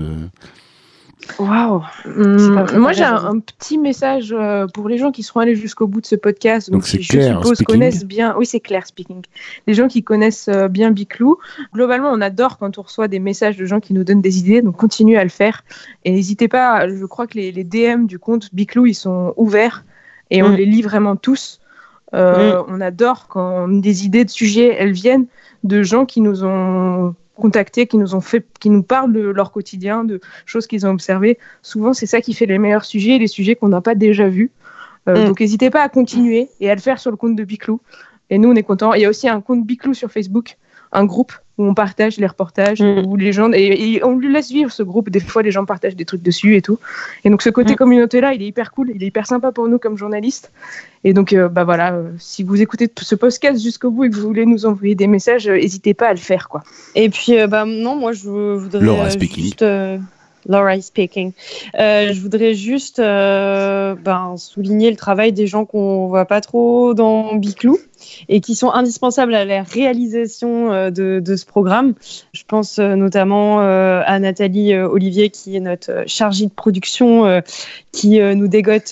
Waouh. Moi, j'ai un petit message pour les gens qui seront allés jusqu'au bout de ce podcast. Donc c'est je Claire suppose speaking. connaissent bien. Oui, c'est Claire speaking. Les gens qui connaissent bien Biclou. Globalement, on adore quand on reçoit des messages de gens qui nous donnent des idées. Donc continuez à le faire et n'hésitez pas. Je crois que les DM du compte Biclou, ils sont ouverts et on les lit vraiment tous. On adore quand des idées de sujets elles viennent de gens qui nous ont contactés, qui nous parlent de leur quotidien, de choses qu'ils ont observées. Souvent, c'est ça qui fait les meilleurs sujets, les sujets qu'on n'a pas déjà vus. Donc, n'hésitez pas à continuer et à le faire sur le compte de Biclou. Et nous, on est contents. Il y a aussi un compte Biclou sur Facebook, un groupe où on partage les reportages, où les gens et on lui laisse vivre ce groupe. Des fois, les gens partagent des trucs dessus et tout. Et donc, ce côté communauté-là, il est hyper cool, il est hyper sympa pour nous comme journalistes. Et donc, si vous écoutez ce podcast jusqu'au bout et que vous voulez nous envoyer des messages, n'hésitez pas à le faire, quoi. Et puis, non, moi, je voudrais Laura speaking. juste... Laura speaking. Je voudrais juste souligner le travail des gens qu'on voit pas trop dans Biclou et qui sont indispensables à la réalisation de ce programme. Je pense notamment à Nathalie Olivier, qui est notre chargée de production, qui nous dégote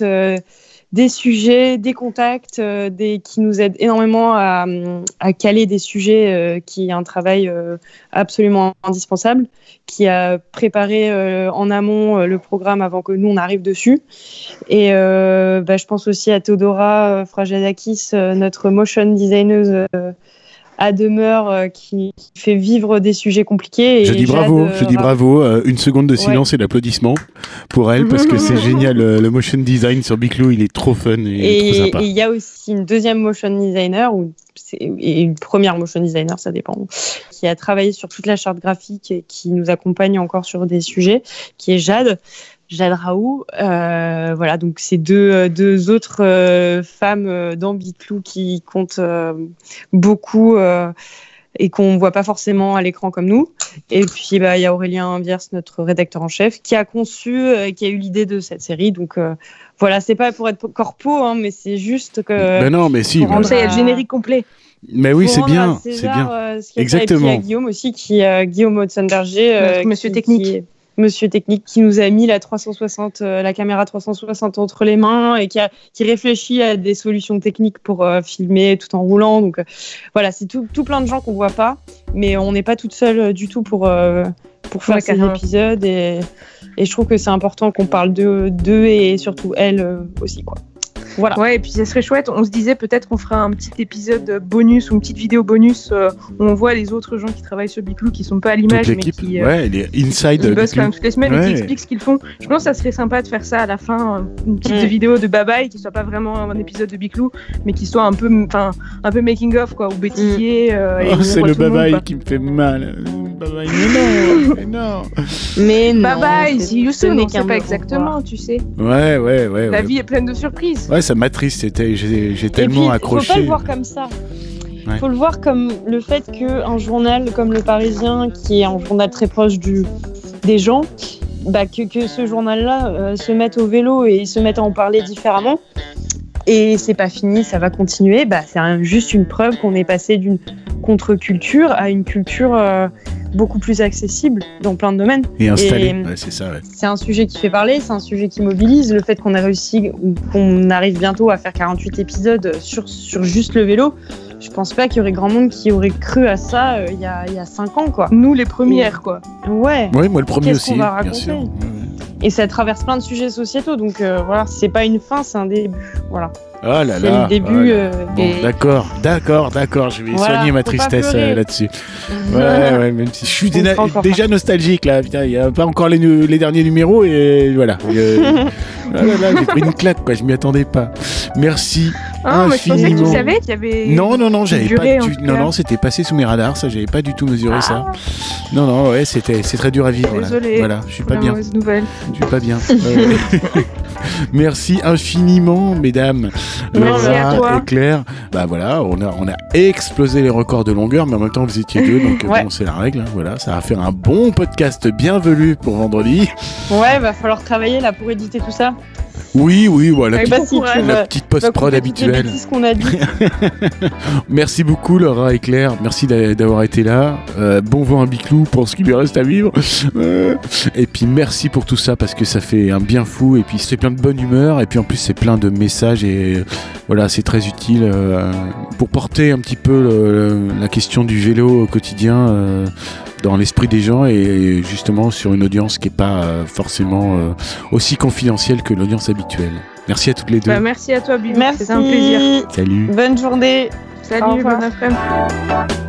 des sujets, des contacts, qui nous aident énormément à caler des sujets, qui est un travail absolument indispensable, qui a préparé en amont le programme avant que nous on arrive dessus. Et je pense aussi à Théodora Frajadakis, notre motion designer à demeure, qui fait vivre des sujets compliqués. Et je dis bravo. Une seconde de silence et d'applaudissements pour elle, parce que c'est génial. Le motion design sur Biclou, il est trop fun et trop sympa. Et il y a aussi une deuxième motion designer, et une première motion designer, ça dépend, qui a travaillé sur toute la charte graphique et qui nous accompagne encore sur des sujets, qui est Jade Raoult. Voilà, donc c'est deux autres femmes dans Biclou qui comptent beaucoup et qu'on ne voit pas forcément à l'écran comme nous. Et puis il y a Aurélien Viers, notre rédacteur en chef, qui a conçu, qui a eu l'idée de cette série. Donc voilà, c'est pas pour être corpo, mais c'est juste que... Ben non, mais si. Comme ça, il y a le générique complet. Mais oui, c'est bien. César, c'est bien. Exactement. Et puis à Guillaume aussi, Guillaume Hotzenberger, Monsieur Technique. Monsieur Technique, qui nous a mis la caméra 360 entre les mains et qui réfléchit à des solutions techniques pour filmer tout en roulant. Donc voilà, c'est tout plein de gens qu'on voit pas, mais on n'est pas toute seule du tout pour faire ces épisodes, et je trouve que c'est important qu'on parle d'eux et surtout elle aussi, quoi. Voilà. Ouais, et puis ça serait chouette. On se disait peut-être qu'on fera un petit épisode bonus ou une petite vidéo bonus où on voit les autres gens qui travaillent sur Biclou, qui sont pas à l'image, mais qui les inside ils bossent quand même toutes les semaines et qui expliquent ce qu'ils font. Je pense que ça serait sympa de faire ça à la fin, une petite vidéo de Babaï qui soit pas vraiment un épisode de Biclou, mais qui soit un peu making of, quoi, ou bêtisier. C'est le Babaï qui me fait mal. Babaï, mais non. Mais non. Babaï, si Houston, on sait pas exactement, tu sais. Ouais. La vie est pleine de surprises. Ouais, ça m'attriste, j'ai tellement accroché. Il faut pas le voir comme ça. Il faut le voir comme le fait qu'un journal comme Le Parisien, qui est un journal très proche des gens, que ce journal-là se mette au vélo et se mette à en parler différemment. et c'est pas fini, ça va continuer. C'est juste une preuve qu'on est passé d'une contre-culture à une culture beaucoup plus accessible dans plein de domaines. Et installé, c'est ça. Ouais. C'est un sujet qui fait parler, c'est un sujet qui mobilise. Le fait qu'on ait réussi, ou qu'on arrive bientôt à faire 48 épisodes sur juste le vélo, je pense pas qu'il y aurait grand monde qui aurait cru à ça il y a 5 ans, quoi. Nous, les premières, quoi. Ouais. Ouais, moi le premier Qu'est-ce aussi, qu'on va raconter, bien sûr. Et ça traverse plein de sujets sociétaux, donc voilà, c'est pas une fin, c'est un début. Voilà. Oh là là. C'est le début. Bon, d'accord. Je vais soigner ma tristesse là-dessus. Ouais, même si je suis déjà nostalgique là. Putain, il y a pas encore les derniers numéros et voilà. Là, j'ai pris une claque, quoi. Je m'y attendais pas. Merci. Mais je pensais que tu savais qu'il y avait. Non, j'avais pas. Non, c'était passé sous mes radars. Ça, j'avais pas du tout mesuré ça. Non, ouais, c'est très dur à vivre. Désolée. Voilà, je suis pas bien. Nouvelle. Je suis pas bien. Merci infiniment, mesdames. Merci à toi. Et Claire. Voilà, on a explosé les records de longueur, mais en même temps vous étiez deux, donc bon, c'est la règle. Hein, voilà, ça va faire un bon podcast bienvenu pour vendredi. Ouais, va falloir travailler là pour éditer tout ça. Oui, voilà, la petite post-prod habituelle. C'est ce qu'on a dit. Merci beaucoup Laura et Claire, merci d'avoir été là. Bon vent à Biclou pour ce qui lui reste à vivre. Et puis merci pour tout ça parce que ça fait un bien fou et puis c'est plein de bonne humeur et puis en plus c'est plein de messages et voilà, c'est très utile pour porter un petit peu la question du vélo au quotidien dans l'esprit des gens et justement sur une audience qui n'est pas forcément aussi confidentielle que l'audience habituelle. Merci à toutes les deux. Merci à toi, Bilou. Merci. C'était un plaisir. Salut. Bonne journée. Salut, bon après-midi.